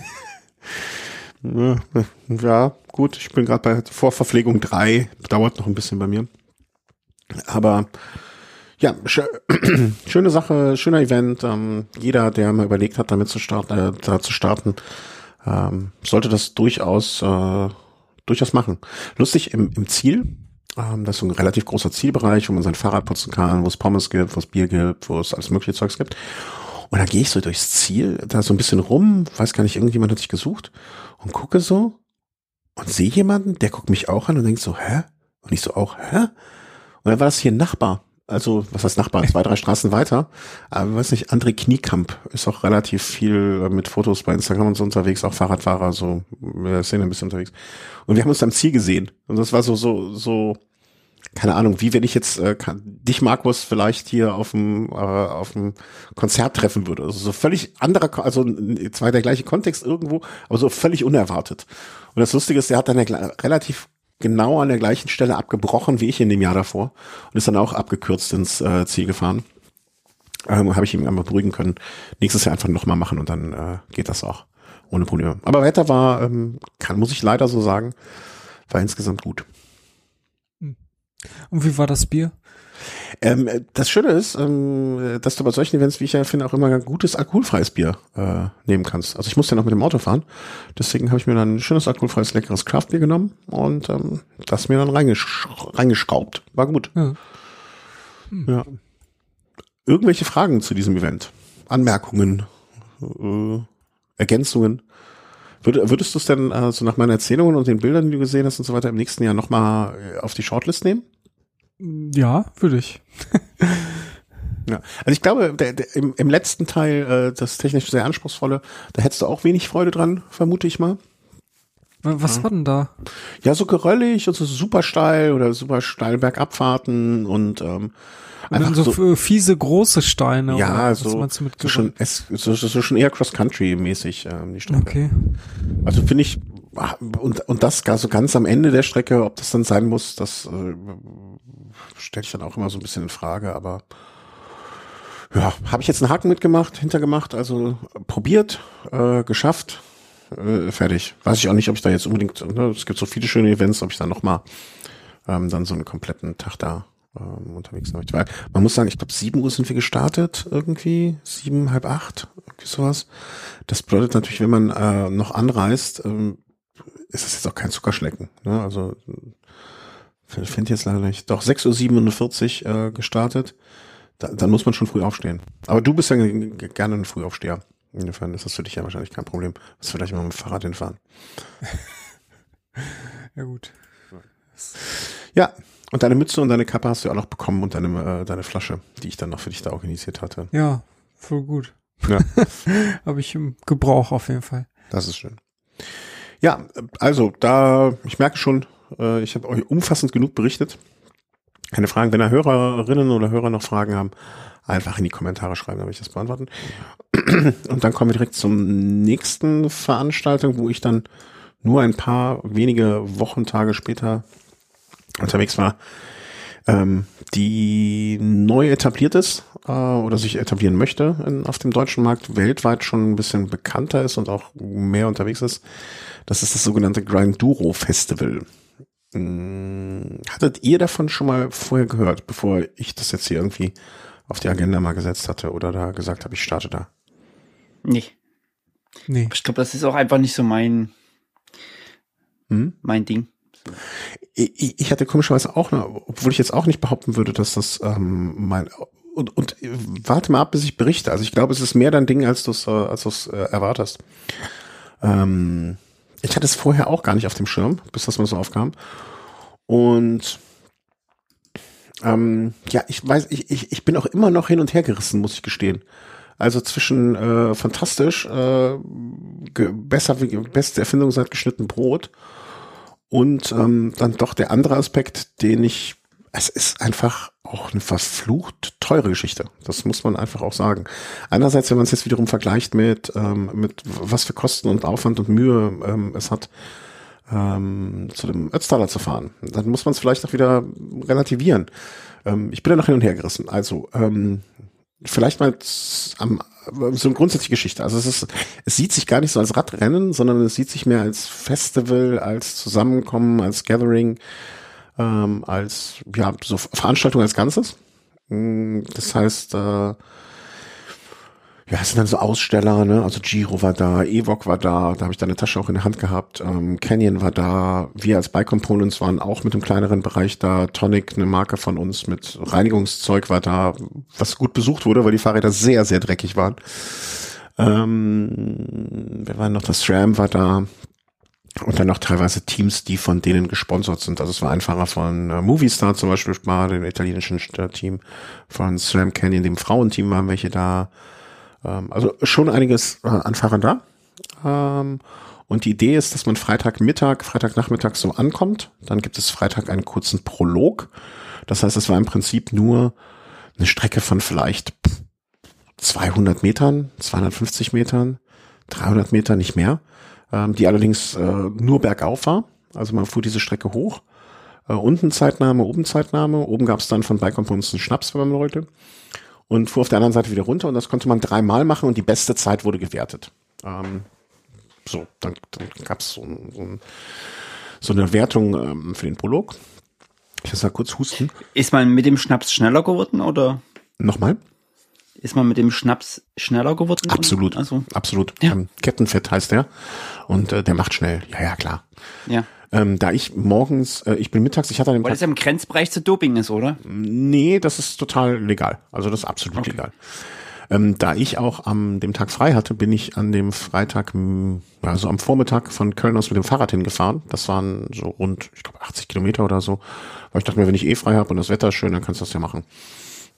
Ja, gut, ich bin gerade bei Vorverpflegung drei, dauert noch ein bisschen bei mir. Aber ja, sch- schöne Sache, schöner Event. Ähm, jeder, der mal überlegt hat, damit zu starten, äh, da zu starten, ähm, sollte das durchaus äh, durchaus machen. Lustig, im, im Ziel, ähm, das ist so ein relativ großer Zielbereich, wo man sein Fahrrad putzen kann, wo es Pommes gibt, wo es Bier gibt, wo es alles mögliche Zeugs gibt. Und dann gehe ich so durchs Ziel, da so ein bisschen rum, weiß gar nicht, irgendjemand hat sich gesucht und gucke so und sehe jemanden, der guckt mich auch an und denkt so, hä? Und ich so auch, hä? Und dann war das hier ein Nachbar, also was heißt Nachbar, zwei, drei Straßen weiter, aber weiß nicht, André Kniekamp ist auch relativ viel mit Fotos bei Instagram und so unterwegs, auch Fahrradfahrer, so, wir sind ein bisschen unterwegs. Und wir haben uns am Ziel gesehen und das war so, so, so, keine Ahnung, wie wenn ich jetzt äh, kann, dich, Markus, vielleicht hier auf dem äh, auf dem Konzert treffen würde. Also so völlig anderer, also zwar der gleiche Kontext irgendwo, aber so völlig unerwartet. Und das Lustige ist, der hat dann ja relativ genau an der gleichen Stelle abgebrochen wie ich in dem Jahr davor und ist dann auch abgekürzt ins äh, Ziel gefahren. Ähm, habe ich ihm einmal beruhigen können. Nächstes Jahr einfach nochmal machen und dann äh, geht das auch ohne Probleme. Aber Wetter war, ähm, kann muss ich leider so sagen, war insgesamt gut. Und wie war das Bier? Ähm, das Schöne ist, ähm, dass du bei solchen Events, wie ich ja finde, auch immer ein gutes alkoholfreies Bier äh, nehmen kannst. Also ich musste ja noch mit dem Auto fahren, deswegen habe ich mir dann ein schönes alkoholfreies, leckeres Craftbier genommen und ähm, das mir dann reingesch- reingeschraubt. War gut. Ja. Hm. Ja. Irgendwelche Fragen zu diesem Event? Anmerkungen? Äh, Ergänzungen? Würd, würdest du es denn äh, so nach meinen Erzählungen und den Bildern, die du gesehen hast und so weiter, im nächsten Jahr nochmal auf die Shortlist nehmen? Ja, würde ich. Ja, also ich glaube, der, der, im, im letzten Teil, äh, das technisch sehr anspruchsvolle, da hättest du auch wenig Freude dran, vermute ich mal. Was ja. war denn da? Ja, so geröllig und so super steil oder super steil Bergabfahrten und ähm, und dann so, so fiese große Steine. Ja, oder so, was mit so, schon, es, so, so schon eher Cross-Country-mäßig ähm, die Strecke. Okay. Also finde ich, und, und das gar so ganz am Ende der Strecke, ob das dann sein muss, das äh, stelle ich dann auch immer so ein bisschen in Frage, aber ja, habe ich jetzt einen Haken mitgemacht, hintergemacht, also probiert, äh, geschafft, äh, fertig. Weiß ich auch nicht, ob ich da jetzt unbedingt, ne, es gibt so viele schöne Events, ob ich dann nochmal ähm, dann so einen kompletten Tag da ähm, unterwegs bin. Weil man muss sagen, ich glaube sieben Uhr sind wir gestartet irgendwie, sieben, halb acht, irgendwie sowas. Das bedeutet natürlich, wenn man äh, noch anreist, ähm, ist das jetzt auch kein Zuckerschlecken. Ne? Also ich finde jetzt leider nicht. Doch, sechs Uhr siebenundvierzig äh, gestartet. Da, dann muss man schon früh aufstehen. Aber du bist ja g- g- gerne ein Frühaufsteher. Insofern ist das für dich ja wahrscheinlich kein Problem. Wirst vielleicht mal mit dem Fahrrad hinfahren. Ja gut. Ja, und deine Mütze und deine Kappe hast du ja auch noch bekommen und deine, äh, deine Flasche, die ich dann noch für dich da organisiert hatte. Ja, voll gut. Ja. Habe ich im Gebrauch auf jeden Fall. Das ist schön. Ja, also da, ich merke schon, äh, ich habe euch umfassend genug berichtet. Keine Fragen, wenn da Hörerinnen oder Hörer noch Fragen haben, einfach in die Kommentare schreiben, dann will ich das beantworten. Und dann kommen wir direkt zum nächsten Veranstaltung, wo ich dann nur ein paar wenige Wochentage später unterwegs war, ähm, die neu etabliert ist äh, oder sich etablieren möchte in, auf dem deutschen Markt, weltweit schon ein bisschen bekannter ist und auch mehr unterwegs ist. Das ist das sogenannte Grinduro Festival. Hattet ihr davon schon mal vorher gehört, bevor ich das jetzt hier irgendwie auf die Agenda mal gesetzt hatte oder da gesagt habe, ich starte da? Nee. Nee. Ich glaube, das ist auch einfach nicht so mein, hm? mein Ding. So. Ich, ich hatte komischerweise auch, eine, obwohl ich jetzt auch nicht behaupten würde, dass das ähm, mein und, und warte mal ab, bis ich berichte. Also ich glaube, es ist mehr dein Ding, als du es äh, als du es äh, erwartest. Ähm, ich hatte es vorher auch gar nicht auf dem Schirm, bis das mal so aufkam. Und ähm, ja, ich weiß, ich, ich, ich bin auch immer noch hin und her gerissen, muss ich gestehen. Also zwischen äh, fantastisch, äh, ge- besser wie beste Erfindung seit geschnitten Brot und ähm, dann doch der andere Aspekt, den ich, es ist einfach auch eine verflucht teure Geschichte. Das muss man einfach auch sagen. Einerseits, wenn man es jetzt wiederum vergleicht mit ähm, mit was für Kosten und Aufwand und Mühe ähm, es hat, ähm, zu dem Ötztaler zu fahren, dann muss man es vielleicht auch wieder relativieren. Ähm, ich bin da noch hin und her gerissen. Also ähm, vielleicht mal am, so eine grundsätzliche Geschichte. Also es ist, es sieht sich gar nicht so als Radrennen, sondern es sieht sich mehr als Festival, als Zusammenkommen, als Gathering, ähm, als ja so Veranstaltung als Ganzes. Das heißt, äh, ja, es sind dann so Aussteller, ne? Also Giro war da, Evoque war da, da habe ich dann eine Tasche auch in der Hand gehabt. Ähm, Canyon war da, wir als Bike Components waren auch mit einem kleineren Bereich da. Tonic, eine Marke von uns mit Reinigungszeug war da, was gut besucht wurde, weil die Fahrräder sehr, sehr dreckig waren. Ähm, wer war noch? Das SRAM war da. Und dann noch teilweise Teams, die von denen gesponsert sind. Also es war ein Fahrer von äh, Movistar zum Beispiel, mal dem italienischen Team, von SRAM Canyon, dem Frauenteam waren welche da. Also schon einiges äh, an Fahrern da. Ähm, und die Idee ist, dass man Freitagmittag, Freitagnachmittag so ankommt. Dann gibt es Freitag einen kurzen Prolog. Das heißt, es war im Prinzip nur eine Strecke von vielleicht zweihundert Metern, zweihundertfünfzig Metern, dreihundert Metern, nicht mehr. Ähm, die allerdings äh, nur bergauf war. Also man fuhr diese Strecke hoch. Äh, unten Zeitnahme, oben Zeitnahme. Oben gab es dann von Bike Components einen Schnaps, wenn man wollte. Und fuhr auf der anderen Seite wieder runter und das konnte man dreimal machen und die beste Zeit wurde gewertet. Ähm, so, dann, dann gab es so, so, so eine Wertung ähm, für den Prolog. Ich muss mal kurz husten. Ist man mit dem Schnaps schneller geworden oder? Nochmal? Ist man mit dem Schnaps schneller geworden? Absolut, also, absolut. Ja. Ähm, Kettenfett heißt der und äh, der macht schnell. Ja, ja, klar. Ja. Ähm, da ich morgens, äh, ich bin mittags, ich hatte einen Weil Tag, das ja im Grenzbereich zu Doping ist, oder? Nee, das ist total legal. Also das ist absolut Okay. legal. Ähm, da ich auch am dem Tag frei hatte, bin ich an dem Freitag, m, also am Vormittag von Köln aus mit dem Fahrrad hingefahren. Das waren so rund, ich glaube, achtzig Kilometer oder so. Weil ich dachte mir, wenn ich eh frei habe und das Wetter ist schön, dann kannst du das ja machen.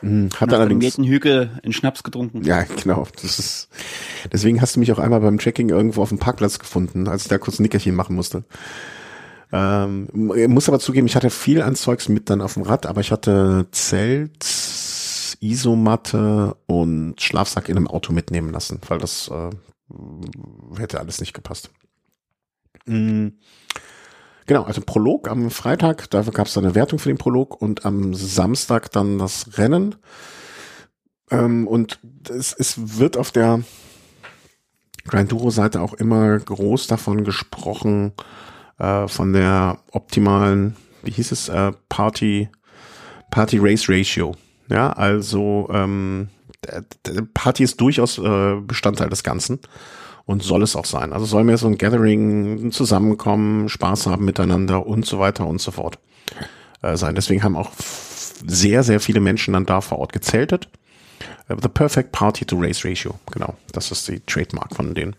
Hat allerdings Hügel einen Schnaps getrunken. Ja, genau. Das ist, deswegen hast du mich auch einmal beim Checking irgendwo auf dem Parkplatz gefunden, als ich da kurz ein Nickerchen machen musste. Ähm, muss aber zugeben, ich hatte viel an Zeugs mit dann auf dem Rad, aber ich hatte Zelt, Isomatte und Schlafsack in einem Auto mitnehmen lassen, weil das äh, hätte alles nicht gepasst. Mhm. Genau, also Prolog am Freitag, da gab es dann eine Wertung für den Prolog und am Samstag dann das Rennen. Ähm, und es, es wird auf der Grinduro-Seite auch immer groß davon gesprochen, äh, von der optimalen, wie hieß es, äh, Party, Party Race Ratio. Ja, also ähm, der, der Party ist durchaus äh, Bestandteil des Ganzen. Und soll es auch sein. Also soll mehr so ein Gathering, ein Zusammenkommen, Spaß haben miteinander und so weiter und so fort äh, sein. Deswegen haben auch sehr, sehr viele Menschen dann da vor Ort gezeltet. Uh, the perfect party to race ratio. Genau, das ist die Trademark von denen.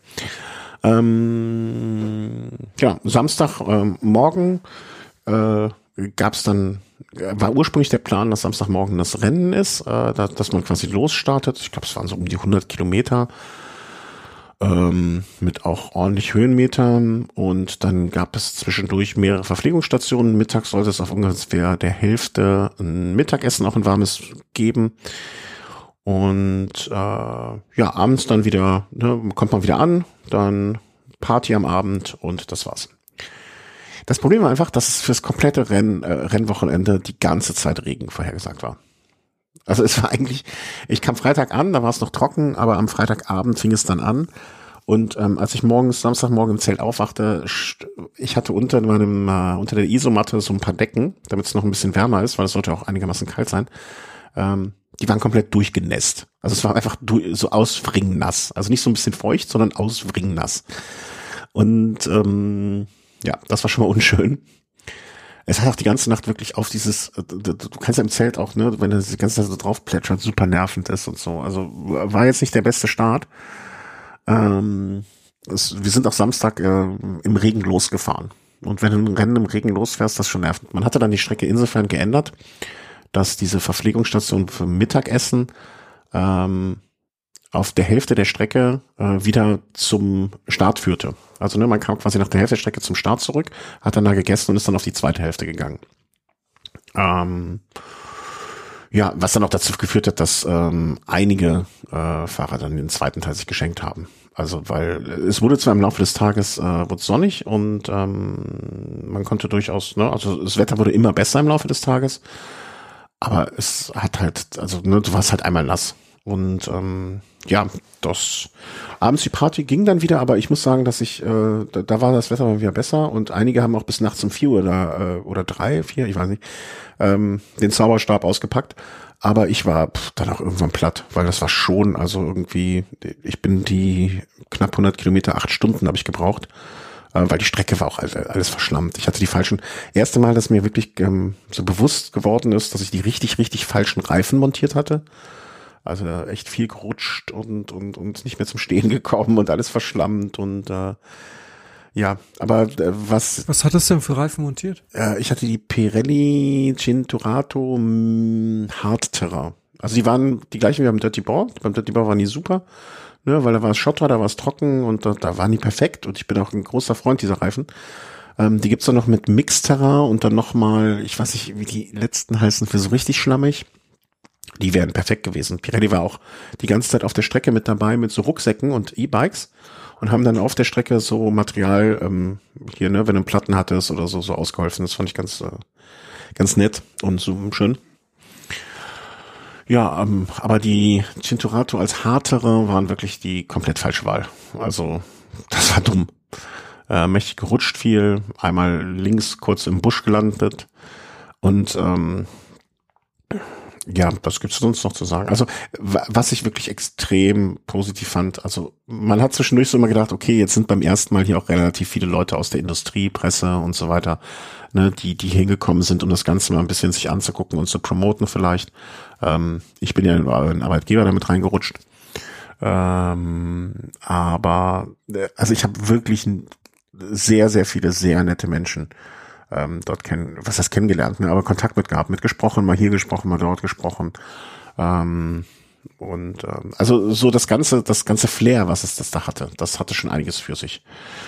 Ähm, ja, Samstag ähm, morgen äh, gab es dann, war ursprünglich der Plan, dass Samstagmorgen das Rennen ist, äh, da, dass man quasi losstartet. Ich glaube, es waren so um die hundert Kilometer. Ähm, mit auch ordentlich Höhenmetern und dann gab es zwischendurch mehrere Verpflegungsstationen. Mittags sollte es auf ungefähr der Hälfte ein Mittagessen, auch ein warmes, geben. Und äh, ja, abends dann wieder, ne, kommt man wieder an, dann Party am Abend und das war's. Das Problem war einfach, dass es fürs komplette Renn, äh, Rennwochenende die ganze Zeit Regen vorhergesagt war. Also es war eigentlich, ich kam Freitag an, da war es noch trocken, aber am Freitagabend fing es dann an. Und ähm, als ich morgens, Samstagmorgen im Zelt aufwachte, ich hatte unter meinem, äh, unter der Isomatte so ein paar Decken, damit es noch ein bisschen wärmer ist, weil es sollte auch einigermaßen kalt sein. Ähm, die waren komplett durchgenässt. Also es war einfach du, so auswringnass. Also nicht so ein bisschen feucht, sondern auswringnass. Und ähm, ja, das war schon mal unschön. Es hat auch die ganze Nacht wirklich auf dieses, du, du kannst ja im Zelt auch, ne, wenn du die ganze Zeit so drauf plätschert, super nervend ist und so. Also war jetzt nicht der beste Start. Ähm, es, wir sind auch Samstag äh, im Regen losgefahren. Und wenn du ein Rennen im Regen losfährst, das ist schon nervend. Man hatte dann die Strecke insofern geändert, dass diese Verpflegungsstation für Mittagessen ähm, auf der Hälfte der Strecke äh, wieder zum Start führte. Also ne, man kam quasi nach der Hälfte der Strecke zum Start zurück, hat dann da gegessen und ist dann auf die zweite Hälfte gegangen. Ähm, ja, was dann auch dazu geführt hat, dass ähm, einige äh, Fahrer dann den zweiten Teil sich geschenkt haben. Also weil es wurde zwar im Laufe des Tages äh, wurde sonnig und ähm, man konnte durchaus, ne, also das Wetter wurde immer besser im Laufe des Tages, aber es hat halt, also ne, du warst halt einmal nass. Und ähm, ja, das abends die Party ging dann wieder, aber ich muss sagen, dass ich, äh, da, da war das Wetter mal wieder besser und einige haben auch bis nachts um vier Uhr da, äh, oder drei, vier, ich weiß nicht, ähm, den Zauberstab ausgepackt. Aber ich war pff, dann auch irgendwann platt, weil das war schon, also irgendwie, ich bin die knapp hundert Kilometer, acht Stunden habe ich gebraucht, äh, weil die Strecke war auch alles, alles verschlammt. Ich hatte die falschen, erste Mal, dass mir wirklich ähm, so bewusst geworden ist, dass ich die richtig, richtig falschen Reifen montiert hatte. Also echt viel gerutscht und und und nicht mehr zum Stehen gekommen und alles verschlammt und äh, ja, aber äh, was Was hattest du denn für Reifen montiert? Äh, ich hatte die Pirelli Cinturato Hardterra. Also die waren die gleichen wie beim Dirty Board. Beim Dirty Board waren die super, ne, weil da war es Schotter, da war es trocken und da, da waren die perfekt und ich bin auch ein großer Freund dieser Reifen. Ähm, die gibt's dann noch mit Mixterra und dann nochmal, ich weiß nicht, wie die letzten heißen, für so richtig schlammig. Die wären perfekt gewesen. Pirelli war auch die ganze Zeit auf der Strecke mit dabei mit so Rucksäcken und E-Bikes und haben dann auf der Strecke so Material ähm, hier, ne, wenn du Platten hattest oder so, so ausgeholfen. Das fand ich ganz, äh, ganz nett und so schön. Ja, ähm, aber die Cinturato als Hardtere waren wirklich die komplett falsche Wahl. Also das war dumm. Äh, mächtig gerutscht viel, einmal links kurz im Busch gelandet und ähm, ja, was gibt's sonst noch zu sagen? Also, was ich wirklich extrem positiv fand, also man hat zwischendurch so immer gedacht, okay, jetzt sind beim ersten Mal hier auch relativ viele Leute aus der Industrie, Presse und so weiter, ne, die die hingekommen sind, um das Ganze mal ein bisschen sich anzugucken und zu promoten vielleicht. Ähm, ich bin ja ein Arbeitgeber damit reingerutscht. Ähm, aber, also ich habe wirklich sehr, sehr viele sehr nette Menschen ähm, dort kennen, was heißt kennengelernt, ne, aber Kontakt mit gehabt, mit gesprochen, mal hier gesprochen, mal dort gesprochen. Ähm, und ähm, also so das ganze, das ganze Flair, was es das da hatte, das hatte schon einiges für sich.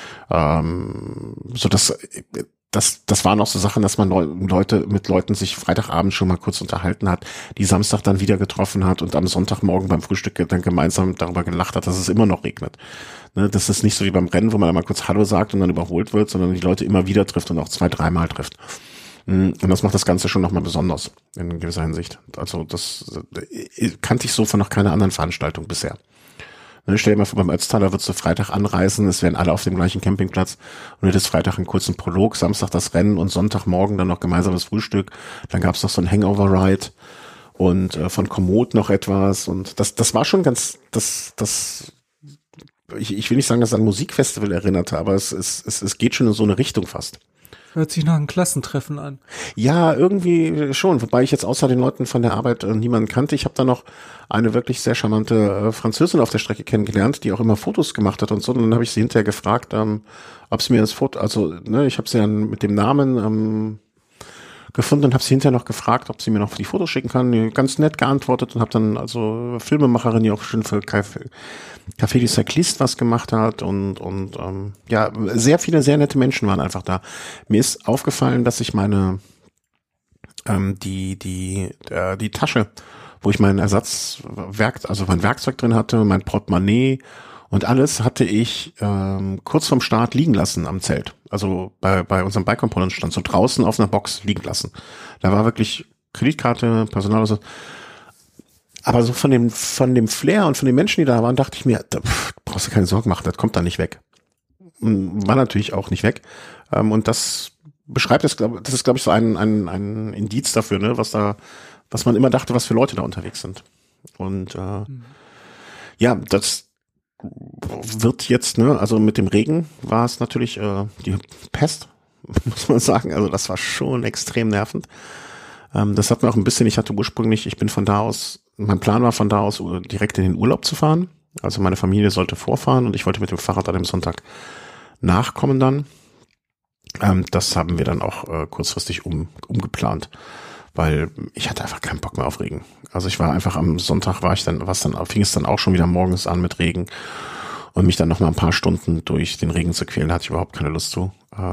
Ähm, so das, das, das waren auch so Sachen, dass man Leute mit Leuten sich Freitagabend schon mal kurz unterhalten hat, die Samstag dann wieder getroffen hat und am Sonntagmorgen beim Frühstück dann gemeinsam darüber gelacht hat, dass es immer noch regnet. Ne, das ist nicht so wie beim Rennen, wo man einmal kurz Hallo sagt und dann überholt wird, sondern die Leute immer wieder trifft und auch zwei, dreimal trifft. Und das macht das Ganze schon nochmal besonders in gewisser Hinsicht. Also das kannte ich so von noch keiner anderen Veranstaltung bisher. Ne, stell dir mal vor, beim Ötztaler würdest du Freitag anreisen, es wären alle auf dem gleichen Campingplatz und du hättest Freitag einen kurzen Prolog, Samstag das Rennen und Sonntagmorgen dann noch gemeinsames Frühstück. Dann gab's noch so ein Hangover-Ride und äh, von Komoot noch etwas und das das war schon ganz, das das ich, ich will nicht sagen, dass es an ein Musikfestival erinnerte, aber es, es, es, es geht schon in so eine Richtung fast. Hört sich nach einem Klassentreffen an. Ja, irgendwie schon, wobei ich jetzt außer den Leuten von der Arbeit äh, niemanden kannte. Ich habe da noch eine wirklich sehr charmante äh, Französin auf der Strecke kennengelernt, die auch immer Fotos gemacht hat und so. Und dann habe ich sie hinterher gefragt, ähm, ob sie mir das Foto, also ne, ich habe sie dann mit dem Namen ähm, gefunden und habe sie hinterher noch gefragt, ob sie mir noch die Fotos schicken kann. Die ganz nett geantwortet und habe dann also Filmemacherin, die auch schon für Café, Café du Cycliste was gemacht hat und und ähm, ja, sehr viele sehr nette Menschen waren einfach da. Mir ist aufgefallen, dass ich meine ähm, die die äh, die Tasche, wo ich mein Ersatzwerk, also mein Werkzeug drin hatte, mein Portemonnaie und alles hatte ich ähm, kurz vorm Start liegen lassen am Zelt. Also bei bei unserem Bike Components stand so draußen auf einer Box liegen lassen. Da war wirklich Kreditkarte, Personal, also aber so von dem von dem Flair und von den Menschen, die da waren, dachte ich mir, da pff, brauchst du keine Sorgen machen, das kommt da nicht weg. War natürlich auch nicht weg. Ähm, und das beschreibt es, glaube das ist glaube ich so ein ein ein Indiz dafür, ne, was da, was man immer dachte, was für Leute da unterwegs sind. Und äh, mhm. ja, das wird jetzt, ne, also mit dem Regen war es natürlich äh, die Pest, muss man sagen. Also das war schon extrem nervend. Ähm, das hat mir auch ein bisschen, ich hatte ursprünglich, ich bin von da aus, mein Plan war von da aus direkt in den Urlaub zu fahren. Also meine Familie sollte vorfahren und ich wollte mit dem Fahrrad an dem Sonntag nachkommen dann. Ähm, das haben wir dann auch äh, kurzfristig um, umgeplant, weil ich hatte einfach keinen Bock mehr auf Regen. Also ich war einfach am Sonntag, war ich dann, was dann, fing es dann auch schon wieder morgens an mit Regen und mich dann noch mal ein paar Stunden durch den Regen zu quälen, da hatte ich überhaupt keine Lust zu.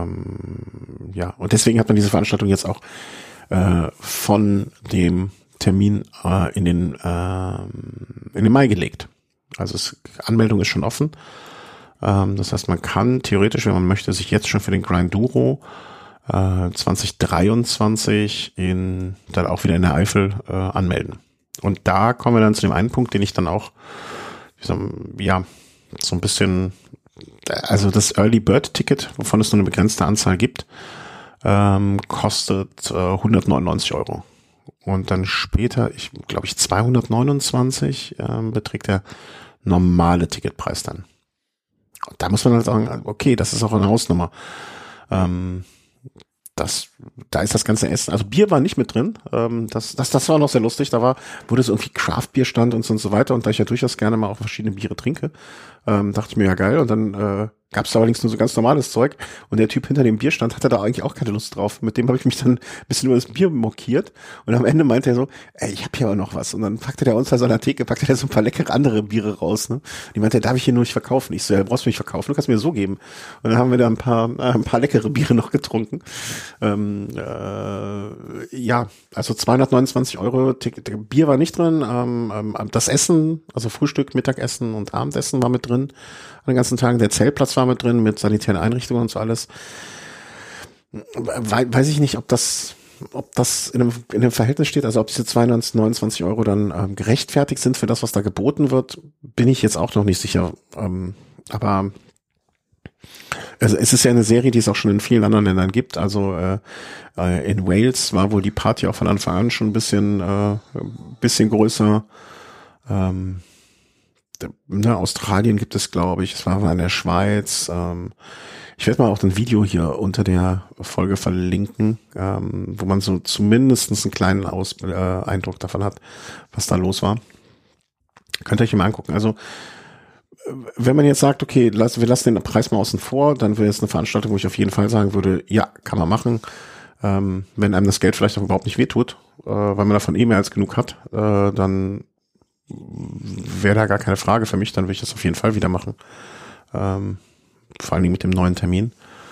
Ähm, ja, und deswegen hat man diese Veranstaltung jetzt auch äh, von dem Termin äh, in den äh, in den Mai gelegt. Also es, Anmeldung ist schon offen. Ähm, das heißt, man kann theoretisch, wenn man möchte, sich jetzt schon für den Grinduro äh, zwanzig dreiundzwanzig in dann auch wieder in der Eifel äh, anmelden. Und da kommen wir dann zu dem einen Punkt, den ich dann auch wie so, ja so ein bisschen, also das Early Bird Ticket, wovon es nur eine begrenzte Anzahl gibt, ähm, kostet äh, hundertneunundneunzig Euro. Und dann später, ich glaube ich zweihundertneunundzwanzig ähm, beträgt der normale Ticketpreis dann. Und da muss man halt sagen, okay, das ist auch eine Hausnummer. Ähm, das, da ist das ganze Essen, also Bier war nicht mit drin, ähm, das, das, das war noch sehr lustig, da war, wo das irgendwie Craft-Bier stand und so und so weiter und da ich ja durchaus gerne mal auch verschiedene Biere trinke, ähm, dachte ich mir, ja geil, und dann äh, gab es allerdings nur so ganz normales Zeug und der Typ hinter dem Bierstand hatte da eigentlich auch keine Lust drauf. Mit dem habe ich mich dann ein bisschen über das Bier mokiert und am Ende meinte er so, ey, ich habe hier aber noch was, und dann packte der uns da so an der Theke, packte der so ein paar leckere andere Biere raus, ne? Die meinte, darf ich hier nur nicht verkaufen? Ich so, ja, brauchst du nicht verkaufen, du kannst mir so geben. Und dann haben wir da ein paar äh, ein paar leckere Biere noch getrunken. Ähm, äh, ja, also zweihundertneunundzwanzig Euro, Ticket, Bier war nicht drin, ähm, ähm, das Essen, also Frühstück, Mittagessen und Abendessen war mit drin an den ganzen Tagen, der Zeltplatz war mit drin, mit sanitären Einrichtungen und so alles. We- weiß ich nicht, ob das ob das in einem, in einem Verhältnis steht, also ob diese zweihundertneunundzwanzig Euro dann ähm, gerechtfertigt sind für das, was da geboten wird, bin ich jetzt auch noch nicht sicher. Ähm, aber also es ist ja eine Serie, die es auch schon in vielen anderen Ländern gibt. Also äh, äh, in Wales war wohl die Party auch von Anfang an schon ein bisschen, äh, ein bisschen größer. Ähm, Ne, Australien gibt es, glaube ich, es war mal in der Schweiz. Ähm, ich werde mal auch ein Video hier unter der Folge verlinken, ähm, wo man so zumindest einen kleinen Aus- äh, Eindruck davon hat, was da los war. Könnt ihr euch mal angucken. Also wenn man jetzt sagt, okay, lass, wir lassen den Preis mal außen vor, dann wäre es eine Veranstaltung, wo ich auf jeden Fall sagen würde, ja, kann man machen. Ähm, wenn einem das Geld vielleicht auch überhaupt nicht wehtut. äh, weil man davon eh mehr als genug hat, äh, dann wäre da gar keine Frage für mich, dann würde ich das auf jeden Fall wieder machen. Ähm, vor allen Dingen mit dem neuen Termin.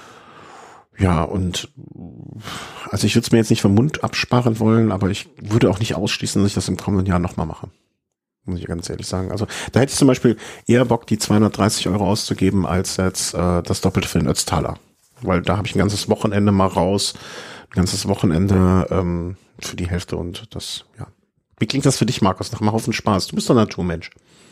Ja, und also ich würde es mir jetzt nicht vom Mund absparen wollen, aber ich würde auch nicht ausschließen, dass ich das im kommenden Jahr nochmal mache. Muss ich ganz ehrlich sagen. Also da hätte ich zum Beispiel eher Bock, die zweihundertdreißig Euro auszugeben, als jetzt äh, das Doppelte für den Ötztaler. Weil da habe ich ein ganzes Wochenende mal raus, ein ganzes Wochenende ähm, für die Hälfte und das, ja. Wie klingt das für dich, Markus? Nach einem Haufen Spaß. Du bist doch ein Naturmensch.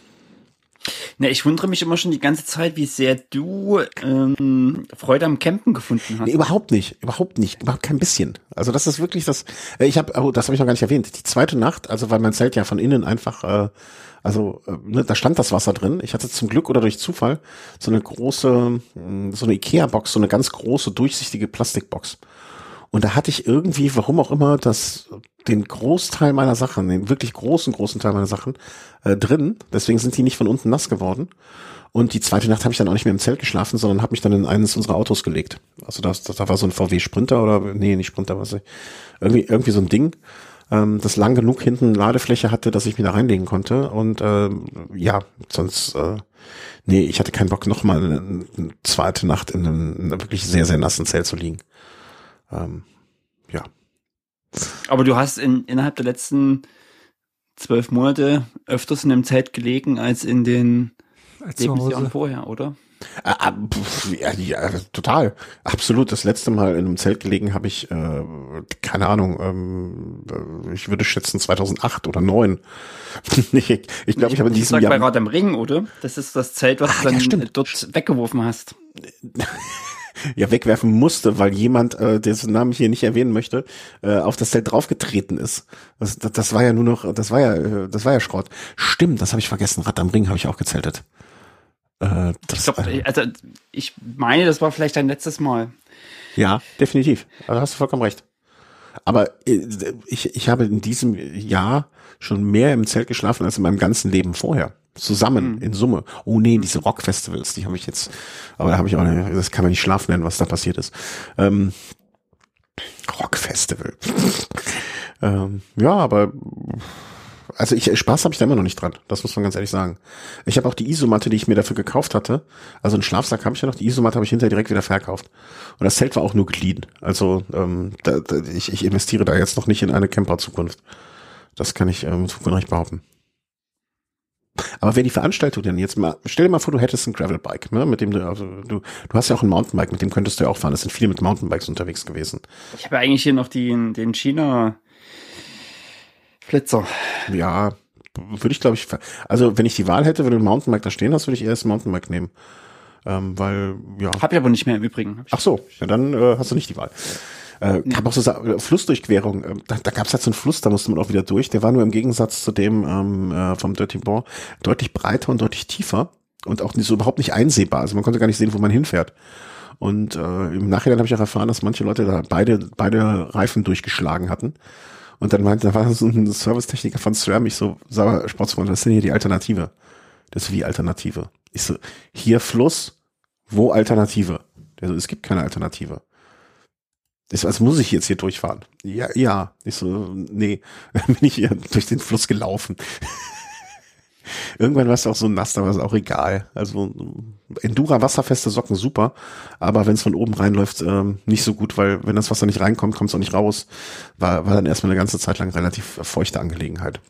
Ne, ich wundere mich immer schon die ganze Zeit, wie sehr du ähm, Freude am Campen gefunden hast. Nee, überhaupt nicht, überhaupt nicht, überhaupt kein bisschen. Also das ist wirklich das, äh, ich habe, oh, das habe ich noch gar nicht erwähnt, die zweite Nacht, also weil mein Zelt ja von innen einfach, äh, also äh, ne, da stand das Wasser drin. Ich hatte zum Glück oder durch Zufall so eine große, mh, so eine Ikea-Box, so eine ganz große, durchsichtige Plastikbox. Und da hatte ich irgendwie, warum auch immer, das den Großteil meiner Sachen, den wirklich großen, großen Teil meiner Sachen äh, drin. Deswegen sind die nicht von unten nass geworden. Und die zweite Nacht habe ich dann auch nicht mehr im Zelt geschlafen, sondern habe mich dann in eines unserer Autos gelegt. Also das, das, da war so ein V W Sprinter oder, nee, nicht Sprinter, was ich, irgendwie, irgendwie so ein Ding, ähm, das lang genug hinten Ladefläche hatte, dass ich mich da reinlegen konnte. Und äh, ja, sonst, äh, nee, ich hatte keinen Bock, nochmal eine, eine zweite Nacht in einem, in einem wirklich sehr, sehr nassen Zelt zu liegen. Ähm, ja. Aber du hast in, innerhalb der letzten zwölf Monate öfters in einem Zelt gelegen als in den Als Lebensjahren vorher, oder? Ah, pf, ja, ja, total. Absolut. Das letzte Mal in einem Zelt gelegen habe ich, äh, keine Ahnung, ähm, ich würde schätzen zweitausendacht oder neun. ich ich glaube, ich habe in diesem sag Jahr... bei Rad am Ring, oder? Das ist das Zelt, was Ah, du dann ja, stimmt. dort weggeworfen hast. ja, wegwerfen musste, weil jemand, äh, dessen Namen ich hier nicht erwähnen möchte, äh, auf das Zelt draufgetreten ist. Das, das, das war ja nur noch, das war ja, äh, das war ja Schrott. Stimmt, das habe ich vergessen. Rad am Ring habe ich auch gezeltet. Äh, das, ich glaub, äh, also ich meine, das war vielleicht dein letztes Mal. Ja, definitiv. Also hast du vollkommen recht. Aber äh, ich, ich habe in diesem Jahr schon mehr im Zelt geschlafen als in meinem ganzen Leben vorher. Zusammen, Mhm. in Summe. Oh nee, diese Rockfestivals, die habe ich jetzt, aber da habe ich auch, das kann man nicht Schlaf nennen, was da passiert ist. Ähm, Rockfestival. ähm, ja, aber also ich Spaß habe ich da immer noch nicht dran, das muss man ganz ehrlich sagen. Ich habe auch die Isomatte, die ich mir dafür gekauft hatte, also einen Schlafsack habe ich ja noch, die Isomatte habe ich hinterher direkt wieder verkauft. Und das Zelt war auch nur geliehen. Also ähm, da, da, ich, ich investiere da jetzt noch nicht in eine Camper-Zukunft. Das kann ich ähm, nicht behaupten. Aber wer die Veranstaltung denn jetzt mal, stell dir mal vor, du hättest ein Gravelbike, ne, mit dem du, also du, du hast ja auch ein Mountainbike, mit dem könntest du ja auch fahren. Es sind viele mit Mountainbikes unterwegs gewesen. Ich habe ja eigentlich hier noch den, den China Flitzer. Ja, würde ich glaube ich, also wenn ich die Wahl hätte, wenn du ein Mountainbike da stehen hast, würde ich eher das Mountainbike nehmen. Ähm, weil, ja. Hab ich aber nicht mehr im Übrigen. Ach so, ja, dann äh, hast du nicht die Wahl. Äh, Nee. Gab auch so Sa- Flussdurchquerung. Äh, Da, da gab es halt so einen Fluss, da musste man auch wieder durch. Der war nur im Gegensatz zu dem ähm, äh, vom Dirty Boar deutlich breiter und deutlich tiefer und auch nicht, so überhaupt nicht einsehbar. Also man konnte gar nicht sehen, wo man hinfährt. Und äh, im Nachhinein habe ich auch erfahren, dass manche Leute da beide beide Reifen durchgeschlagen hatten. Und dann meinte, da war so ein Servicetechniker von SRAM, ich so, sag Sportsfreund, was ist denn hier die Alternative? Das ist wie Alternative. Ich so, hier Fluss, wo Alternative? Der so, es gibt keine Alternative. Ich so, also muss ich jetzt hier durchfahren? Ja, ja. Ich so, nee, dann bin ich hier durch den Fluss gelaufen. Irgendwann war es auch so nass, da war es auch egal. Also Endura wasserfeste Socken super, aber wenn es von oben reinläuft, ähm, nicht so gut, weil wenn das Wasser nicht reinkommt, kommt es auch nicht raus. War, war dann erstmal eine ganze Zeit lang relativ feuchte Angelegenheit.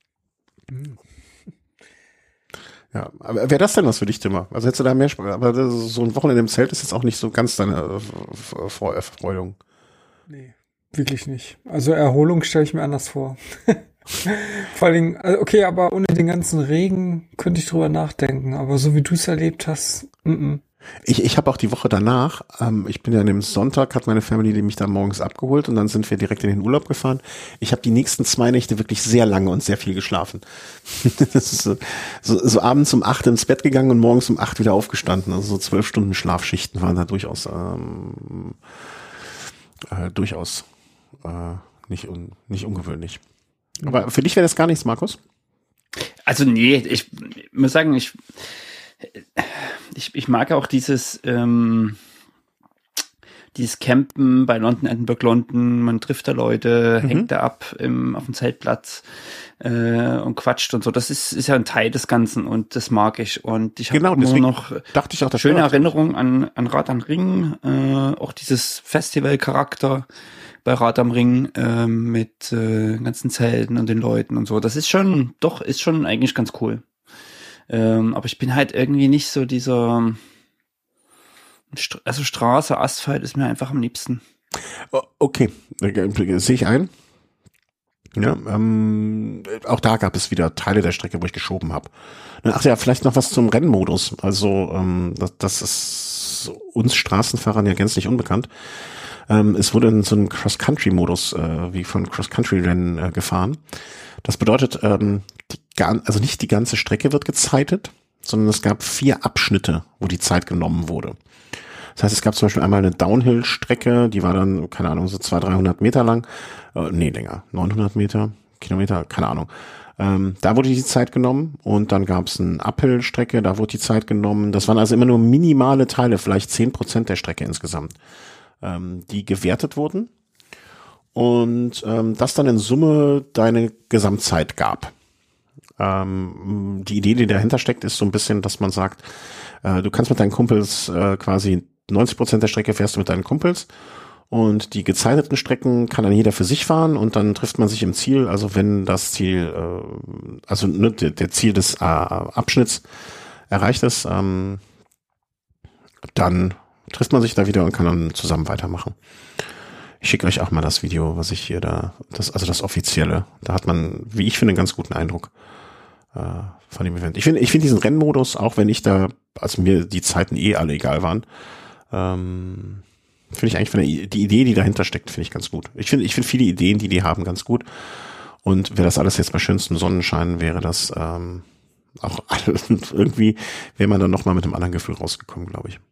Ja, aber wäre das denn was für dich, Timmer? Also hättest du da mehr Spaß? Aber das, so ein Wochenende im Zelt ist jetzt auch nicht so ganz deine äh, Vor- Erfreuung. Nee, wirklich nicht. Also Erholung stelle ich mir anders vor. Vor allen Dingen, also okay, aber ohne den ganzen Regen könnte ich drüber nachdenken. Aber so wie du es erlebt hast, mm-mm. Ich, ich habe auch die Woche danach, ähm, ich bin ja an dem Sonntag, hat meine Family mich da morgens abgeholt und dann sind wir direkt in den Urlaub gefahren. Ich habe die nächsten zwei Nächte wirklich sehr lange und sehr viel geschlafen. Das ist so, so, so abends um acht ins Bett gegangen und morgens um acht wieder aufgestanden. Also so zwölf Stunden Schlafschichten waren da durchaus ähm, äh, durchaus äh, nicht, un, nicht ungewöhnlich. Aber für dich wäre das gar nichts, Markus? Also nee, ich muss sagen, ich ich, ich mag auch dieses ähm, dieses Campen bei London, Edinburgh, London, man trifft da Leute, Mhm. hängt da ab im, auf dem Zeltplatz äh, und quatscht und so. Das ist, ist ja ein Teil des Ganzen und das mag ich. Und ich habe Genau, immer deswegen noch dachte ich auch, das schöne gehört. Erinnerungen an, an Rad am Ring, äh, auch dieses Festival-Charakter bei Rad am Ring äh, mit äh, ganzen Zelten und den Leuten und so. Das ist schon, doch, ist schon eigentlich ganz cool. Ähm, aber ich bin halt irgendwie nicht so dieser, St- also Straße, Asphalt ist mir einfach am liebsten. O- Okay, äh, sehe ich ein. Ja, ähm, auch da gab es wieder Teile der Strecke, wo ich geschoben habe. Ach ja, vielleicht noch was zum Rennmodus. Also ähm, das, das ist uns Straßenfahrern ja gänzlich unbekannt. Ähm, es wurde in so einem Cross-Country-Modus äh, wie von Cross-Country-Rennen äh, gefahren. Das bedeutet, ähm, die, gan- also nicht die ganze Strecke wird gezeitet, sondern es gab vier Abschnitte, wo die Zeit genommen wurde. Das heißt, es gab zum Beispiel einmal eine Downhill-Strecke, die war dann, keine Ahnung, so zweihundert, dreihundert Meter lang. Äh, nee, länger. neunhundert Meter, Kilometer, keine Ahnung. Ähm, da wurde die Zeit genommen und dann gab es eine Uphill-Strecke, da wurde die Zeit genommen. Das waren also immer nur minimale Teile, vielleicht zehn Prozent der Strecke insgesamt, ähm, die gewertet wurden und ähm, das dann in Summe deine Gesamtzeit gab. Ähm, die Idee, die dahinter steckt, ist so ein bisschen, dass man sagt, äh, du kannst mit deinen Kumpels äh, quasi neunzig Prozent der Strecke fährst du mit deinen Kumpels und die gezeiteten Strecken kann dann jeder für sich fahren und dann trifft man sich im Ziel. Also wenn das Ziel, äh, also ne, der, der Ziel des äh, Abschnitts erreicht ist, ähm, dann trifft man sich da wieder und kann dann zusammen weitermachen. Ich schicke euch auch mal das Video, was ich hier da, das, also das offizielle. Da hat man, wie ich finde, einen ganz guten Eindruck äh, von dem Event. Ich finde, ich finde diesen Rennmodus, auch wenn ich da, also mir die Zeiten eh alle egal waren, ähm, finde ich eigentlich von der, die Idee, die dahinter steckt, finde ich ganz gut. Ich finde, ich finde viele Ideen, die die haben, ganz gut. Und wäre das alles jetzt bei schönstem Sonnenschein, wäre das ähm, auch irgendwie, wäre man dann nochmal mit einem anderen Gefühl rausgekommen, glaube ich.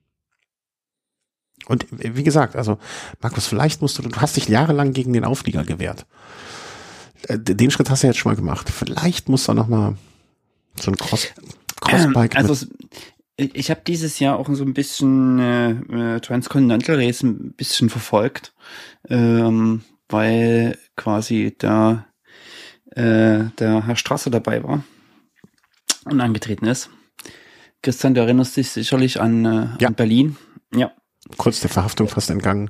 Und wie gesagt, also Markus, vielleicht musst du, du hast dich jahrelang gegen den Auflieger gewehrt. Den Schritt hast du jetzt schon mal gemacht. Vielleicht musst du noch mal so ein Cross, Crossbike. Also es- ich habe dieses Jahr auch so ein bisschen äh, Transcontinental Race ein bisschen verfolgt, ähm, weil quasi da äh, der Herr Strasser dabei war und angetreten ist. Christian, du erinnerst dich sicherlich an, äh, Ja. an Berlin. Ja. Kurz der Verhaftung fast entgangen.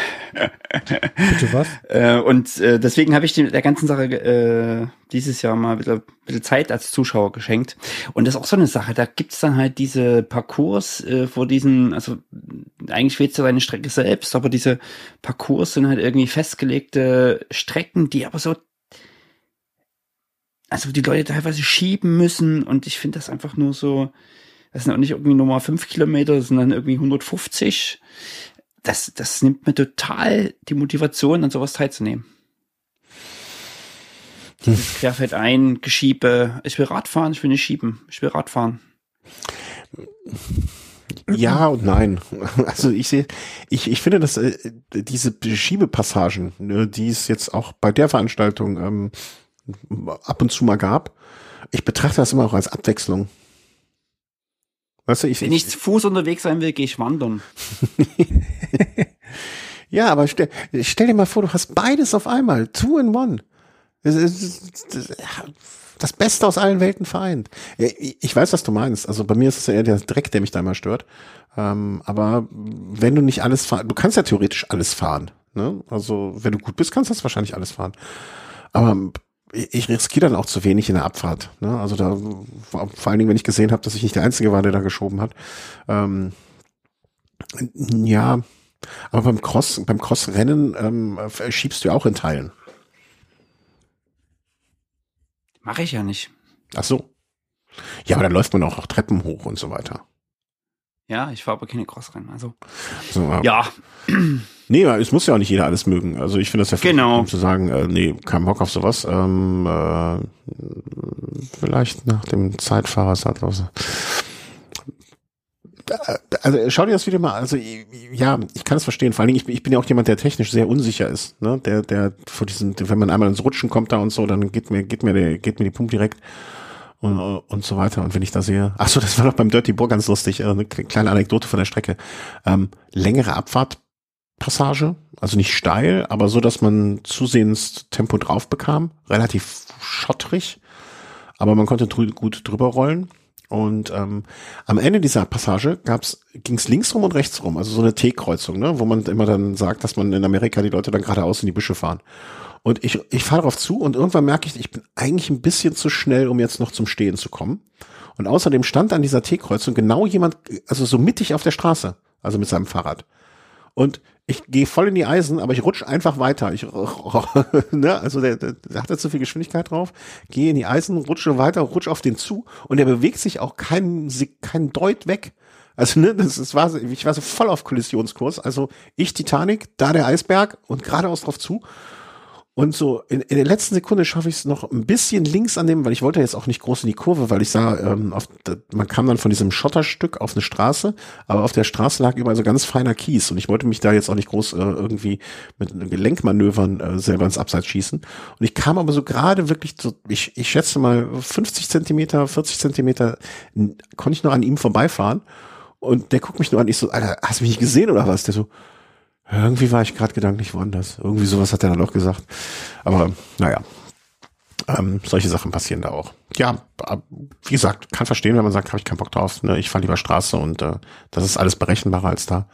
Bitte was? Äh, und äh, deswegen habe ich dem, der ganzen Sache äh, dieses Jahr mal ein bisschen, bisschen Zeit als Zuschauer geschenkt. Und das ist auch so eine Sache, da gibt's dann halt diese Parcours äh, vor diesen, also eigentlich wählst du deine Strecke selbst, aber diese Parcours sind halt irgendwie festgelegte Strecken, die aber so, also die Leute teilweise schieben müssen und ich finde das einfach nur so, das sind auch nicht irgendwie nur mal fünf Kilometer, das sind dann irgendwie hundertfünfzig. Das, das nimmt mir total die Motivation, an sowas teilzunehmen. Dieses Querfeldein, Geschiebe. Ich will Radfahren, ich will nicht schieben. Ich will Radfahren. Ja und nein. Also ich sehe, ich, ich finde, dass äh, diese Schiebepassagen, ne, die es jetzt auch bei der Veranstaltung ähm, ab und zu mal gab, ich betrachte das immer auch als Abwechslung. Weißt du, ich, Wenn ich zu Fuß unterwegs sein will, gehe ich wandern. ja, aber stell, stell dir mal vor, du hast beides auf einmal, two in one. Das, ist- das, das Beste aus allen Welten vereint. Ich weiß, was du meinst. Also bei mir ist es ja eher der Dreck, der mich da immer stört. Ähm, aber wenn du nicht alles fahren, du kannst ja theoretisch alles fahren. Ne? Also wenn du gut bist, kannst du das wahrscheinlich alles fahren. Aber ich riskiere dann auch zu wenig in der Abfahrt. Ne? Also da, vor allen Dingen, wenn ich gesehen habe, dass ich nicht der Einzige war, der da geschoben hat. Ähm, ja, aber beim Cross, beim Crossrennen ähm, schiebst du ja auch in Teilen. Mache ich ja nicht. Ach so. Ja, aber dann läuft man auch, auch Treppen hoch und so weiter. Ja, ich fahre aber keine Crossrennen. Also So, äh, ja, Nee, es muss ja auch nicht jeder alles mögen. Also ich finde das ja Genau. um zu sagen, äh, nee, kein Bock auf sowas. Ähm, äh, vielleicht nach dem Zeitfahrer was. Also schau dir das Video mal, also ja, ich kann es verstehen. Vor allen Dingen, ich, ich bin ja auch jemand, der technisch sehr unsicher ist. Ne? Der, der vor diesem, wenn man einmal ins Rutschen kommt da und so, dann geht mir, geht mir, der, geht mir die Pumpe direkt und, und so weiter. Und wenn ich da sehe, ach so, das war doch beim Dirty Boar ganz lustig, eine kleine Anekdote von der Strecke. Ähm, längere Abfahrt Passage, also nicht steil, aber so, dass man zusehends Tempo drauf bekam, relativ schottrig, aber man konnte drü- gut drüber rollen. Und ähm, am Ende dieser Passage gab's, ging's links rum und rechts rum, also so eine T-Kreuzung, ne, wo man immer dann sagt, dass man in Amerika die Leute dann geradeaus in die Büsche fahren. Und ich, ich fahre darauf zu und irgendwann merke ich, ich bin eigentlich ein bisschen zu schnell, um jetzt noch zum Stehen zu kommen. Und außerdem stand an dieser T-Kreuzung genau jemand, also so mittig auf der Straße, also mit seinem Fahrrad. Und ich gehe voll in die Eisen, aber ich rutsche einfach weiter. Ich, ne, also der, der, der hatte zu viel Geschwindigkeit drauf. Gehe in die Eisen, rutsche weiter, rutsche auf den zu und der bewegt sich auch keinen kein Deut weg. Also ne, das, das war, ich war so voll auf Kollisionskurs. Also ich Titanic, da der Eisberg und geradeaus drauf zu. Und so in, in der letzten Sekunde schaffe ich es noch ein bisschen links an dem, weil ich wollte jetzt auch nicht groß in die Kurve, weil ich sah, ähm, auf, man kam dann von diesem Schotterstück auf eine Straße, aber auf der Straße lag überall so ganz feiner Kies und ich wollte mich da jetzt auch nicht groß äh, irgendwie mit Gelenkmanövern äh, selber ins Abseits schießen. Und ich kam aber so gerade wirklich so, ich, ich schätze mal fünfzig Zentimeter, vierzig Zentimeter, n- konnte ich noch an ihm vorbeifahren und der guckt mich nur an, ich so, Alter, hast du mich nicht gesehen oder was? Der so, irgendwie war ich gerade gedanklich woanders. Irgendwie sowas hat er dann auch gesagt. Aber naja, ähm, solche Sachen passieren da auch. Ja, wie gesagt, kann verstehen, wenn man sagt, habe ich keinen Bock drauf. Ne? Ich fahre lieber Straße und äh, das ist alles berechenbarer als da.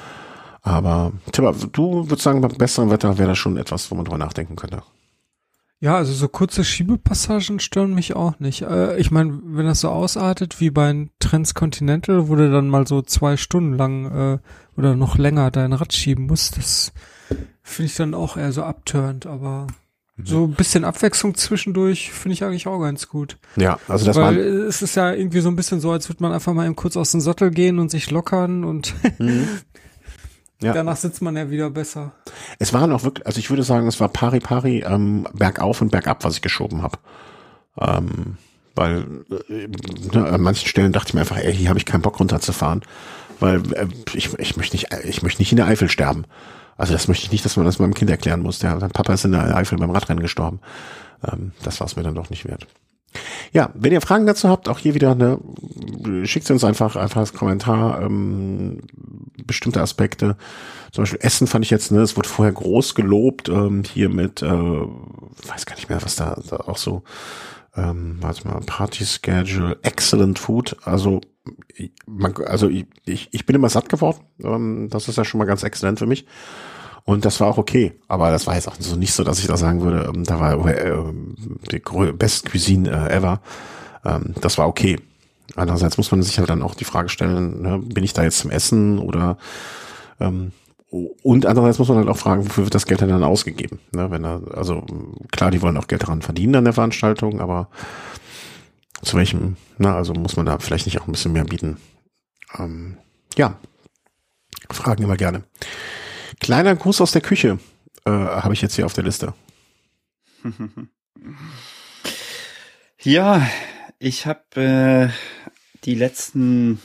Aber Timmer, du würdest sagen, bei besserem Wetter wäre das schon etwas, wo man drüber nachdenken könnte. Ja, also so kurze Schiebepassagen stören mich auch nicht. Äh, ich meine, wenn das so ausartet wie bei Transcontinental, wo du dann mal so zwei Stunden lang äh, oder noch länger dein Rad schieben musst, das finde ich dann auch eher so abturnt. Aber mhm. so ein bisschen Abwechslung zwischendurch finde ich eigentlich auch ganz gut. Ja, also das Weil war... es ist ja irgendwie so ein bisschen so, als würde man einfach mal eben kurz aus dem Sattel gehen und sich lockern und... Mhm. Ja. Danach sitzt man ja wieder besser. Es waren auch wirklich, also ich würde sagen, es war pari pari ähm, bergauf und bergab, was ich geschoben habe. Ähm, weil äh, ne, an manchen Stellen dachte ich mir einfach, ey, hier habe ich keinen Bock runterzufahren, weil äh, ich, ich möchte nicht, ich möchte nicht in der Eifel sterben. Also das möchte ich nicht, dass man das meinem Kind erklären muss. Der, sein Papa ist in der Eifel beim Radrennen gestorben. Ähm, das war es mir dann doch nicht wert. Ja, wenn ihr Fragen dazu habt, auch hier wieder, ne, schickt sie uns einfach, einfach als Kommentar, ähm, bestimmte Aspekte. Zum Beispiel Essen fand ich jetzt, ne, es wurde vorher groß gelobt, ähm, hier mit, äh, weiß gar nicht mehr, was da, da auch so, ähm, warte mal, Party Schedule, Excellent Food, also, man, also ich, ich, ich bin immer satt geworden, ähm, das ist ja schon mal ganz exzellent für mich. Und das war auch okay, aber das war jetzt auch so nicht so, dass ich da sagen würde, ähm, da war äh, die best Cuisine äh, ever. Ähm, das war okay. Andererseits muss man sich halt dann auch die Frage stellen, ne, bin ich da jetzt zum Essen oder ähm, und andererseits muss man halt auch fragen, wofür wird das Geld denn dann ausgegeben? Ne, wenn er, also klar, die wollen auch Geld daran verdienen an der Veranstaltung, aber zu welchem, na, also muss man da vielleicht nicht auch ein bisschen mehr bieten. Ähm, ja, fragen immer gerne. Kleiner Gruß aus der Küche äh, habe ich jetzt hier auf der Liste. Ja, ich habe äh, die letzten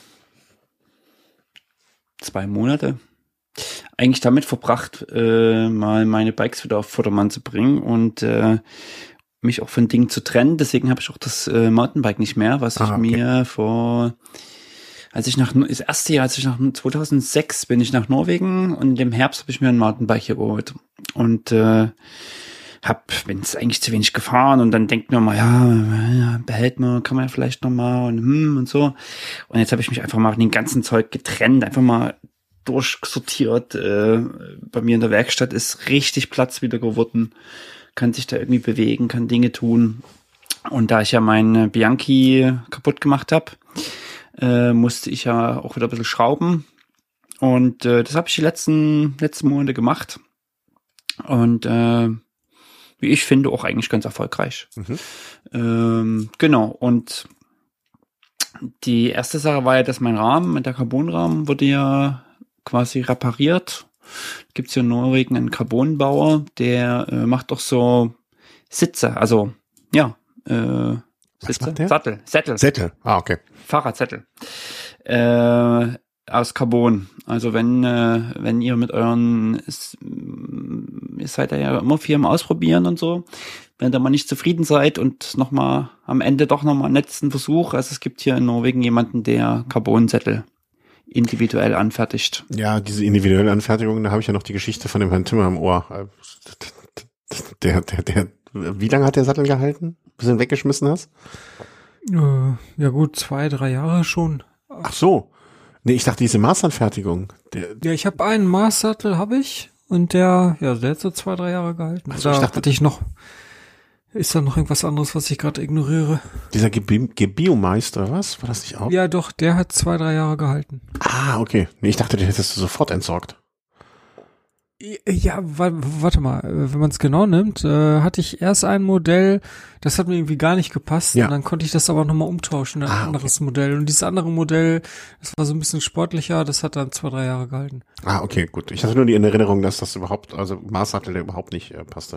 zwei Monate eigentlich damit verbracht, äh, mal meine Bikes wieder auf Vordermann zu bringen und äh, mich auch von Dingen zu trennen. Deswegen habe ich auch das äh, Mountainbike nicht mehr, was ah, ich okay. mir vor... Als ich nach, das erste Jahr, als ich nach zweitausendsechs bin ich nach Norwegen und im Herbst habe ich mir ein Mountainbike geholt und äh, hab, bin es eigentlich zu wenig gefahren und dann denkt man mal, ja, behält man, kann man ja vielleicht noch mal und hm und so. Und jetzt habe ich mich einfach mal von dem ganzen Zeug getrennt, einfach mal durchsortiert. Äh, bei mir in der Werkstatt ist richtig Platz wieder geworden, kann sich da irgendwie bewegen, kann Dinge tun. Und da ich ja meinen Bianchi kaputt gemacht habe, Äh, musste ich ja auch wieder ein bisschen schrauben und äh, das habe ich die letzten letzten Monate gemacht und äh, wie ich finde auch eigentlich ganz erfolgreich. Mhm. Ähm, genau, und die erste Sache war ja, dass mein Rahmen, der Carbonrahmen wurde ja quasi repariert. Gibt's hier in Norwegen einen Carbonbauer, der äh, macht doch so Sitze, also ja, äh, Sitze, Sattel, Sättel. Sättel, ah, okay. Fahrradsättel. Äh, aus Carbon. Also wenn, äh, wenn ihr mit euren, ist, ihr seid ja immer viel am Ausprobieren und so, wenn ihr mal nicht zufrieden seid und nochmal am Ende doch nochmal einen letzten Versuch, also es gibt hier in Norwegen jemanden, der Carbonsättel individuell anfertigt. Ja, diese individuelle Anfertigung, da habe ich ja noch die Geschichte von dem Herrn Timmer im Ohr. Der, der, der, wie lange hat der Sattel gehalten, bis du ihn weggeschmissen hast? Äh, ja gut, zwei, drei Jahre schon. Ach so. Nee, ich dachte, diese Maßanfertigung. Der, Ja, ich habe einen Maßsattel, habe ich. Und der, ja, der hat so zwei, drei Jahre gehalten. Ach so, da ich dachte- hatte ich noch, ist da noch irgendwas anderes, was ich gerade ignoriere? dieser Gebiomeister, was? War das nicht auch? Ja, doch, der hat zwei, drei Jahre gehalten. Ah, okay. Nee, ich dachte, den hättest du sofort entsorgt. Ja, wa- warte mal, wenn man es genau nimmt, äh, hatte ich erst ein Modell, das hat mir irgendwie gar nicht gepasst, Ja. und dann konnte ich das aber nochmal umtauschen in ein Ah, okay. anderes Modell. Und dieses andere Modell, das war so ein bisschen sportlicher, das hat dann zwei, drei Jahre gehalten. Ah, okay, gut. Ich hatte nur die in Erinnerung, dass das überhaupt, also Maßsattel, der überhaupt nicht äh, passte.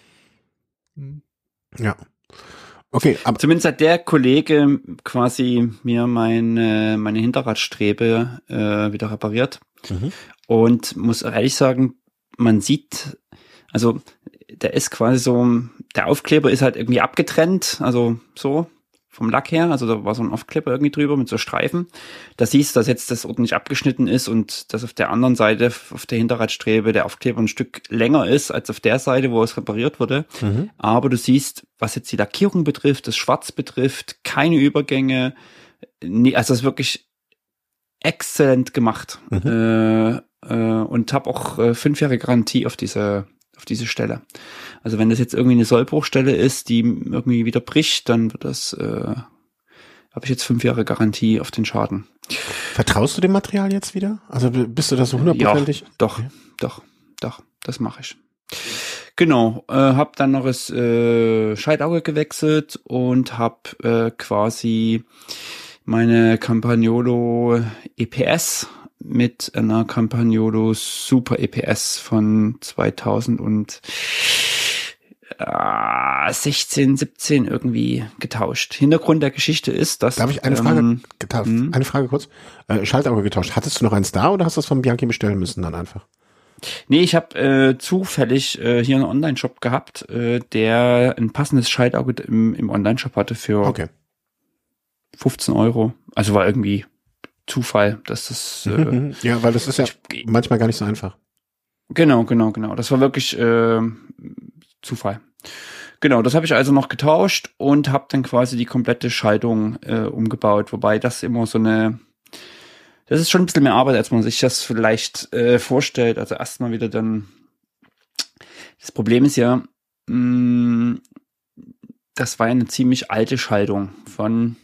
Hm. Ja. Okay, aber Zumindest hat der Kollege quasi mir meine, meine Hinterradstrebe äh, wieder repariert. mhm. Und muss ehrlich sagen, man sieht, also der ist quasi so, der Aufkleber ist halt irgendwie abgetrennt, also so vom Lack her, also da war so ein Aufkleber irgendwie drüber mit so Streifen. Da siehst du, dass jetzt das ordentlich abgeschnitten ist und dass auf der anderen Seite, auf der Hinterradstrebe, der Aufkleber ein Stück länger ist als auf der Seite, wo es repariert wurde. Mhm. Aber du siehst, was jetzt die Lackierung betrifft, das Schwarz betrifft, keine Übergänge, nee, also das ist wirklich exzellent gemacht. Mhm. Äh, äh, und habe auch äh, fünf Jahre Garantie auf diese auf diese Stelle. Also wenn das jetzt irgendwie eine Sollbruchstelle ist, die irgendwie wieder bricht, dann wird das, äh, habe ich jetzt fünf Jahre Garantie auf den Schaden. Vertraust du dem Material jetzt wieder? Also bist du das so hundertprozentig? Ja, doch, Okay. doch, doch, das mache ich. Genau, äh, habe dann noch das äh, Scheitauge gewechselt und habe äh, quasi meine Campagnolo E P S mit einer Campagnolo Super E P S von zweitausendsechzehn, siebzehn irgendwie getauscht. Hintergrund der Geschichte ist, dass... Darf ich eine Frage, ähm, getauscht, mhm. eine Frage kurz? Äh, Schaltauge getauscht. Hattest du noch eins da oder hast du das von Bianchi bestellen müssen dann einfach? Nee, ich habe äh, zufällig äh, hier einen Online-Shop gehabt, äh, der ein passendes Schaltauge im, im Online-Shop hatte für Okay. fünfzehn Euro. Also war irgendwie Zufall, dass das... Äh, Mhm. Ja, weil das ist ja ich, manchmal gar nicht so einfach. Genau, genau, genau. Das war wirklich äh, Zufall. Genau, das habe ich also noch getauscht und habe dann quasi die komplette Schaltung äh, umgebaut, wobei das immer so eine, das ist schon ein bisschen mehr Arbeit, als man sich das vielleicht äh, vorstellt. Also erstmal wieder dann, das Problem ist ja, mh, das war ja eine ziemlich alte Schaltung von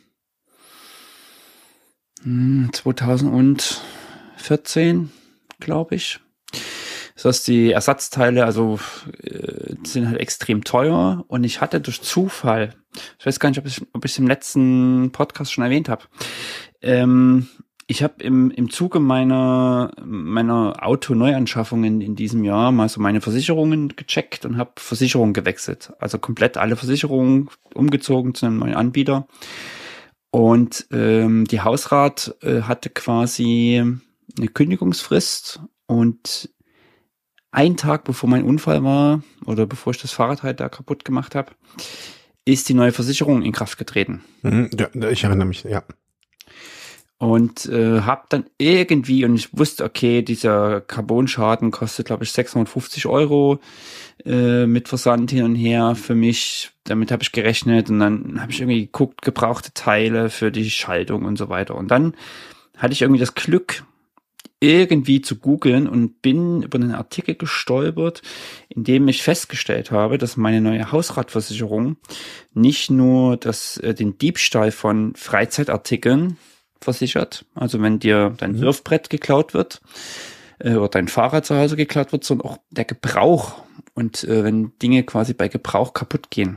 mh, zweitausendvierzehn, glaube ich. Das heißt, die Ersatzteile, also äh, sind halt extrem teuer und ich hatte durch Zufall, ich weiß gar nicht, ob ich ob ich es im letzten Podcast schon erwähnt habe, ähm, ich habe im im Zuge meiner meiner Auto-Neuanschaffungen in diesem Jahr mal so meine Versicherungen gecheckt und habe Versicherungen gewechselt, also komplett alle Versicherungen umgezogen zu einem neuen Anbieter und ähm, die Hausrat äh, hatte quasi eine Kündigungsfrist und ein Tag bevor mein Unfall war oder bevor ich das Fahrrad halt da kaputt gemacht habe, ist die neue Versicherung in Kraft getreten. Mhm. Ja, ich erinnere mich, ja. Und äh, habe dann irgendwie, und ich wusste, okay, dieser Carbon-Schaden kostet, glaube ich, sechshundertfünfzig Euro äh, mit Versand hin und her für mich. Damit habe ich gerechnet und dann habe ich irgendwie geguckt, gebrauchte Teile für die Schaltung und so weiter. Und dann hatte ich irgendwie das Glück, irgendwie zu googeln und bin über einen Artikel gestolpert, in dem ich festgestellt habe, dass meine neue Hausratversicherung nicht nur das, äh, den Diebstahl von Freizeitartikeln versichert, also wenn dir dein Mhm. Surfbrett geklaut wird äh, oder dein Fahrrad zu Hause geklaut wird, sondern auch der Gebrauch und äh, wenn Dinge quasi bei Gebrauch kaputt gehen.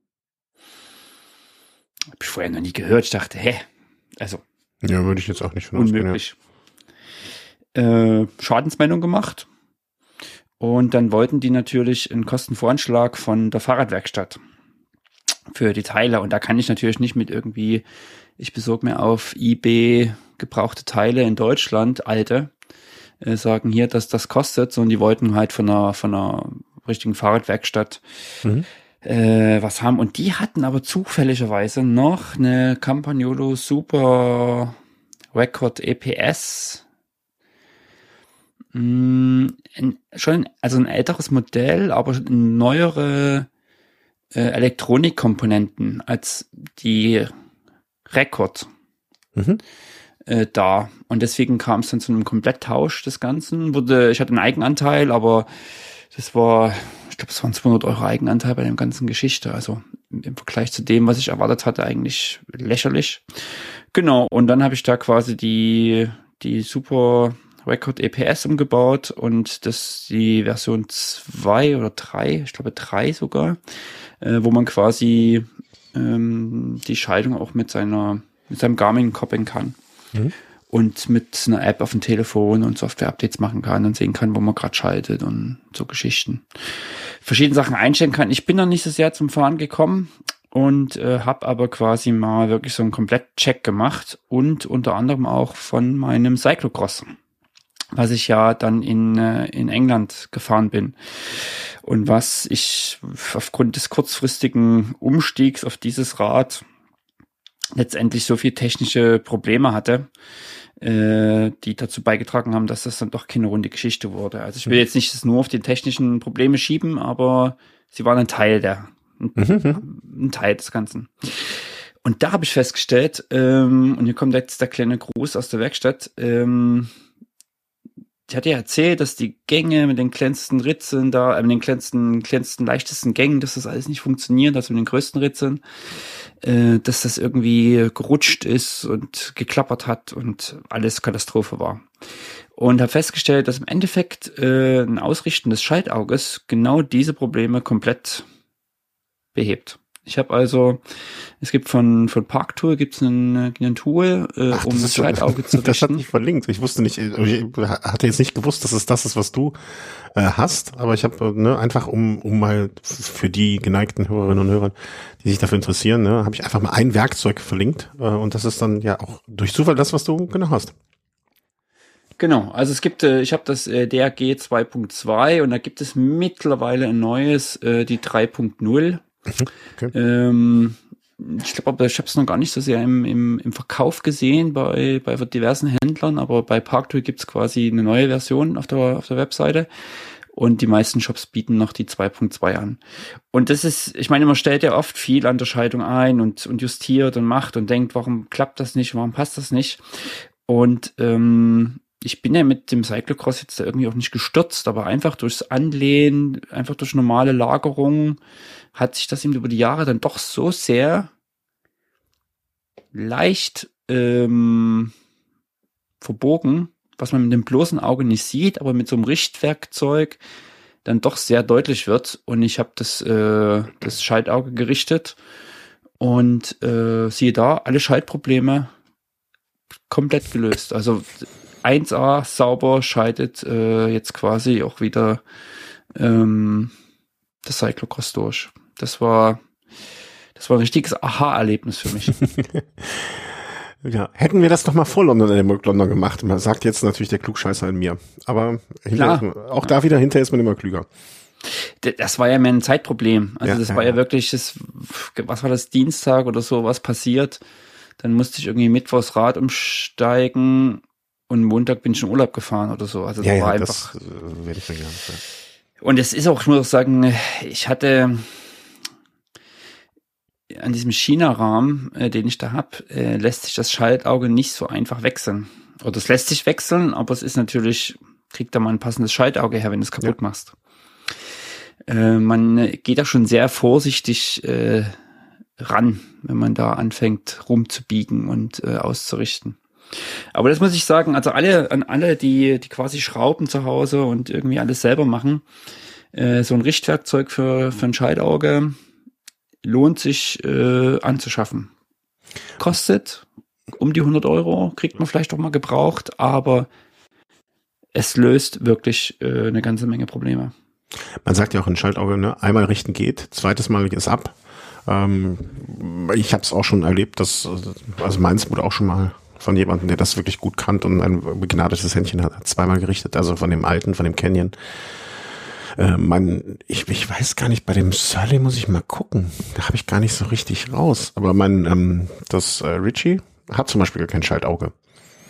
Hab ich vorher noch nie gehört. Ich dachte, hä? Also Ja, würde ich jetzt auch nicht von ausgehen, unmöglich. Äh, Schadensmeldung gemacht und dann wollten die natürlich einen Kostenvoranschlag von der Fahrradwerkstatt für die Teile und da kann ich natürlich nicht mit irgendwie, ich besorge mir auf eBay gebrauchte Teile in Deutschland, alte, äh, sagen hier, dass das kostet, sondern die wollten halt von einer, von einer richtigen Fahrradwerkstatt ja. Mhm. äh, was haben und die hatten aber zufälligerweise noch eine Campagnolo Super Record E P S. Mm, ein, schon, also ein älteres Modell, aber neuere äh, Elektronikkomponenten als die Record Mhm. äh, da. Und deswegen kam es dann zu einem Kompletttausch des Ganzen. Wurde, ich hatte einen Eigenanteil, aber das war, ich glaube, es waren zweihundert Euro Eigenanteil bei der ganzen Geschichte. Also im Vergleich zu dem, was ich erwartet hatte, eigentlich lächerlich. Genau, und dann habe ich da quasi die, die Super Record E P S umgebaut und das die Version zwei oder drei, ich glaube drei sogar, äh, wo man quasi ähm, die Schaltung auch mit seiner mit seinem Garmin koppeln kann. Mhm. Und mit einer App auf dem Telefon und Software-Updates machen kann und sehen kann, wo man gerade schaltet und so Geschichten. Verschiedene Sachen einstellen kann. Ich bin noch nicht so sehr zum Fahren gekommen und äh, habe aber quasi mal wirklich so einen Komplett-Check gemacht und unter anderem auch von meinem Cyclocross, was ich ja dann in äh, in England gefahren bin und was ich aufgrund des kurzfristigen Umstiegs auf dieses Rad letztendlich so viel technische Probleme hatte, äh, die dazu beigetragen haben, dass das dann doch keine runde Geschichte wurde. Also ich will jetzt nicht das nur auf die technischen Probleme schieben, aber sie waren ein Teil der, ein, ein Teil des Ganzen. Und da habe ich festgestellt, ähm, und hier kommt jetzt der kleine Gruß aus der Werkstatt, ähm, ich hatte ja erzählt, dass die Gänge mit den kleinsten Ritzeln da, äh, mit den kleinsten, kleinsten, leichtesten Gängen, dass das alles nicht funktioniert, also mit den größten Ritzeln, äh, dass das irgendwie gerutscht ist und geklappert hat und alles Katastrophe war. Und habe festgestellt, dass im Endeffekt äh, ein Ausrichten des Schaltauges genau diese Probleme komplett behebt. Ich habe also, es gibt von von Parktool gibt's ein, ein Tool, äh, Ach, um das, das ist, Schaltauge zu richten. Das hat mich verlinkt. Ich wusste nicht, ich hatte jetzt nicht gewusst, dass es das ist, was du äh, hast, aber ich habe ne, einfach um um mal für die geneigten Hörerinnen und Hörer, die sich dafür interessieren, ne, habe ich einfach mal ein Werkzeug verlinkt äh, und das ist dann ja auch durch Zufall das, was du genau hast. Genau, also es gibt, äh, ich habe das äh, D R G zwei Punkt zwei und da gibt es mittlerweile ein neues, äh, die drei Punkt null. Okay. Ähm, ich glaube, ich habe es noch gar nicht so sehr im, im, im Verkauf gesehen bei, bei diversen Händlern, aber bei Parktool gibt es quasi eine neue Version auf der, auf der Webseite und die meisten Shops bieten noch die zwei Punkt zwei an. Und das ist, ich meine, man stellt ja oft viel an der Schaltung ein und, und justiert und macht und denkt, warum klappt das nicht, warum passt das nicht? Und ähm, ich bin ja mit dem Cyclocross jetzt irgendwie auch nicht gestürzt, aber einfach durchs Anlehnen, einfach durch normale Lagerung hat sich das eben über die Jahre dann doch so sehr leicht ähm, verbogen, was man mit dem bloßen Auge nicht sieht, aber mit so einem Richtwerkzeug dann doch sehr deutlich wird. Und ich habe das, äh, das Schaltauge gerichtet und äh, siehe da, alle Schaltprobleme komplett gelöst. Also eins A sauber schaltet äh, jetzt quasi auch wieder ähm, das Cyclocross durch. Das war das war ein richtiges Aha-Erlebnis für mich. Ja, hätten wir das doch mal vor London in London gemacht. Man sagt jetzt natürlich der Klugscheißer in mir. Aber hinterher, auch da wieder hinterher ist man immer klüger. Das war ja mehr ein Zeitproblem. Also ja, das ja, war ja, ja wirklich, das, was war das, Dienstag oder so, was passiert. Dann musste ich irgendwie Mittwochs Rad umsteigen und Montag bin ich in Urlaub gefahren oder so. Also das ja, war ja, einfach. Das äh, werde ich vergessen. Ja. Und es ist auch, ich muss auch sagen, ich hatte an diesem China-Rahmen, äh, den ich da habe, äh, lässt sich das Schaltauge nicht so einfach wechseln. Oder es lässt sich wechseln, aber es ist natürlich, kriegt da mal ein passendes Schaltauge her, wenn du es kaputt ja. machst. Äh, man geht da schon sehr vorsichtig äh, ran, wenn man da anfängt rumzubiegen und äh, auszurichten. Aber das muss ich sagen, also alle, an alle, die, die quasi schrauben zu Hause und irgendwie alles selber machen, äh, so ein Richtwerkzeug für, für ein Schaltauge lohnt sich äh, anzuschaffen. Kostet um die hundert Euro, kriegt man vielleicht auch mal gebraucht, aber es löst wirklich äh, eine ganze Menge Probleme. Man sagt ja auch ein Schaltauge, ne? Einmal richten geht, zweites Mal ist ab. Ähm, ich habe es auch schon erlebt, dass, also meins wurde auch schon mal von jemandem, der das wirklich gut kannte und ein begnadetes Händchen hat, zweimal gerichtet, also von dem alten, von dem Canyon. Äh, mein, ich, ich weiß gar nicht, bei dem Surly muss ich mal gucken. Da habe ich gar nicht so richtig raus. Aber mein, ähm, das äh, Ritchie hat zum Beispiel kein Schaltauge.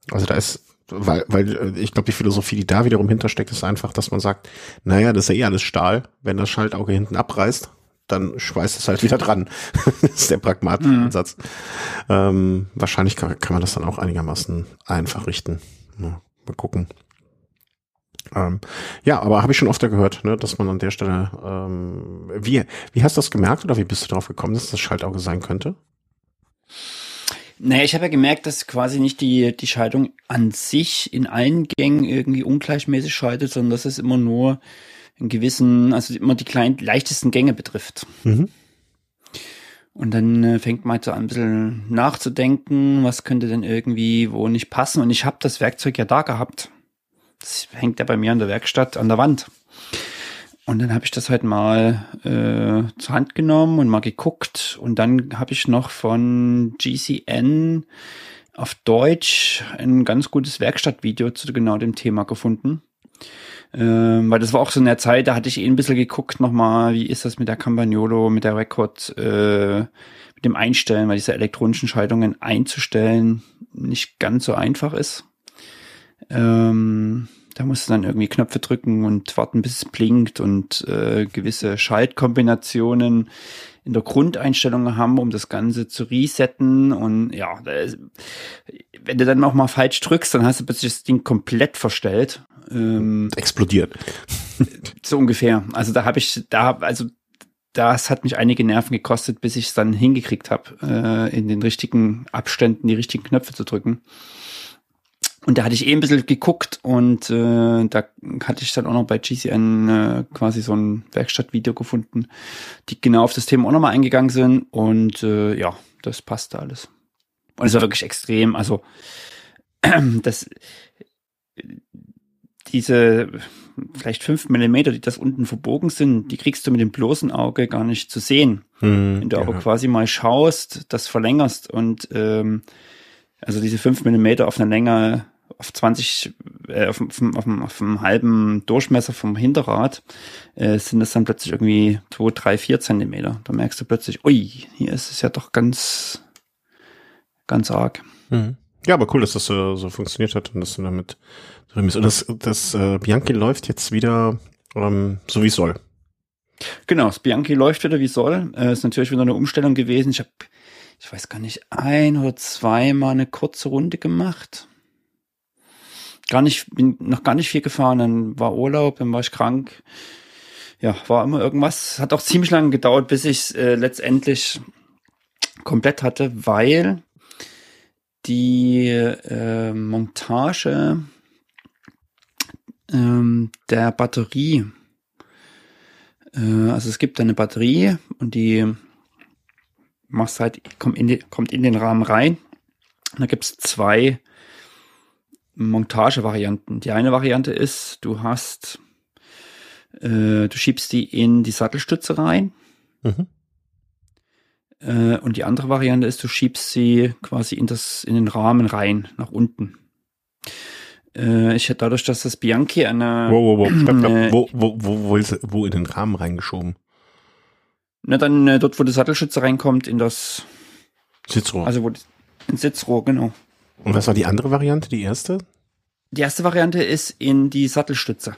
Also da ist, weil, weil ich glaube, die Philosophie, die da wiederum hintersteckt, ist einfach, dass man sagt, naja, das ist ja eh alles Stahl. Wenn das Schaltauge hinten abreißt, dann schweißt es halt wieder dran. Das ist der pragmatische mhm. Ansatz. Ähm, wahrscheinlich kann, kann man das dann auch einigermaßen einfach richten. Ja, mal gucken. Ähm, ja, aber habe ich schon öfter gehört, ne, dass man an der Stelle, ähm, wie, wie hast du das gemerkt oder wie bist du darauf gekommen, dass das Schaltauge sein könnte? Naja, ich habe ja gemerkt, dass quasi nicht die, die Schaltung an sich in allen Gängen irgendwie ungleichmäßig schaltet, sondern dass es immer nur in gewissen, also immer die kleinen, leichtesten Gänge betrifft. Mhm. Und dann äh, fängt man halt so an, ein bisschen nachzudenken, was könnte denn irgendwie wo nicht passen. Und ich habe das Werkzeug ja da gehabt. Das hängt ja bei mir an der Werkstatt an der Wand. Und dann habe ich das halt mal äh, zur Hand genommen und mal geguckt. Und dann habe ich noch von G C N auf Deutsch ein ganz gutes Werkstattvideo zu genau dem Thema gefunden. Ähm, weil das war auch so in der Zeit, da hatte ich eh ein bisschen geguckt nochmal, wie ist das mit der Campagnolo, mit der Record, äh, mit dem Einstellen, weil diese elektronischen Schaltungen einzustellen nicht ganz so einfach ist. Ähm, da musst du dann irgendwie Knöpfe drücken und warten, bis es blinkt und äh, gewisse Schaltkombinationen in der Grundeinstellung haben, um das Ganze zu resetten. Und ja, ist, wenn du dann auch mal falsch drückst, dann hast du plötzlich das Ding komplett verstellt. Ähm, explodiert. So ungefähr. Also da habe ich, da, also das hat mich einige Nerven gekostet, bis ich es dann hingekriegt habe, äh, in den richtigen Abständen die richtigen Knöpfe zu drücken. Und da hatte ich eh ein bisschen geguckt und äh, da hatte ich dann auch noch bei G C N äh, quasi so ein Werkstattvideo gefunden, die genau auf das Thema auch nochmal eingegangen sind und äh, ja, das passte alles. Und es war wirklich extrem, also das diese vielleicht fünf Millimeter, die das unten verbogen sind, die kriegst du mit dem bloßen Auge gar nicht zu sehen. Hm, Wenn du ja. aber quasi mal schaust, das verlängerst und ähm, also diese fünf Millimeter auf einer Länge auf zwanzig, äh, auf, auf, auf, auf einem halben Durchmesser vom Hinterrad, äh, sind das dann plötzlich irgendwie zwei, drei, vier Zentimeter. Da merkst du plötzlich, ui, hier ist es ja doch ganz, ganz arg. Mhm. Ja, aber cool, dass das so, so funktioniert hat und dass du damit drin bist. Und das, das äh, Bianchi läuft jetzt wieder ähm, so, wie es soll. Genau, das Bianchi läuft wieder, wie es soll. Äh, ist natürlich wieder eine Umstellung gewesen. Ich habe, ich weiß gar nicht, ein oder zweimal eine kurze Runde gemacht. Gar nicht, bin noch gar nicht viel gefahren. Dann war Urlaub, dann war ich krank. Ja, war immer irgendwas. Hat auch ziemlich lange gedauert, bis ich es äh, letztendlich komplett hatte, weil die äh, Montage ähm, der Batterie, äh, also es gibt eine Batterie und die machst halt, kommt in, die, kommt in den Rahmen rein. Und da gibt es zwei Montagevarianten. Die eine Variante ist, du hast, äh, du schiebst die in die Sattelstütze rein. Mhm. Und die andere Variante ist, du schiebst sie quasi in das in den Rahmen rein, nach unten. Äh, ich hätte dadurch, dass das Bianchi eine... Wo, wo, wo, stopp, stopp. wo, wo, wo, wo, ist, wo in den Rahmen reingeschoben? Na, dann äh, dort, wo die Sattelstütze reinkommt, in das... Sitzrohr. Also, wo ins Sitzrohr, genau. Und was war die andere Variante, die erste? Die erste Variante ist in die Sattelstütze.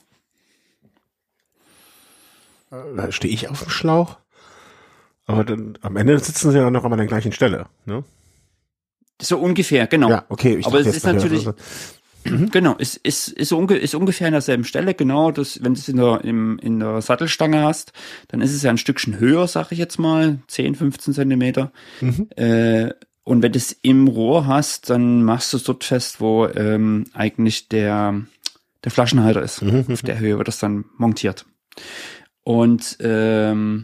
Da stehe ich auf dem Schlauch. Aber dann, am Ende sitzen sie ja noch an der gleichen Stelle, ne? So ungefähr, genau. Ja, okay. Ich aber es ist natürlich, also, genau, es ist, ist, unge, ist ungefähr an derselben Stelle, genau. Das, wenn du es in der, im, in der Sattelstange hast, dann ist es ja ein Stückchen höher, sag ich jetzt mal, zehn, fünfzehn Zentimeter. Mhm. Äh, und wenn du es im Rohr hast, dann machst du es dort fest, wo ähm, eigentlich der, der Flaschenhalter ist. Mhm. Auf der Höhe wird das dann montiert. Und ähm,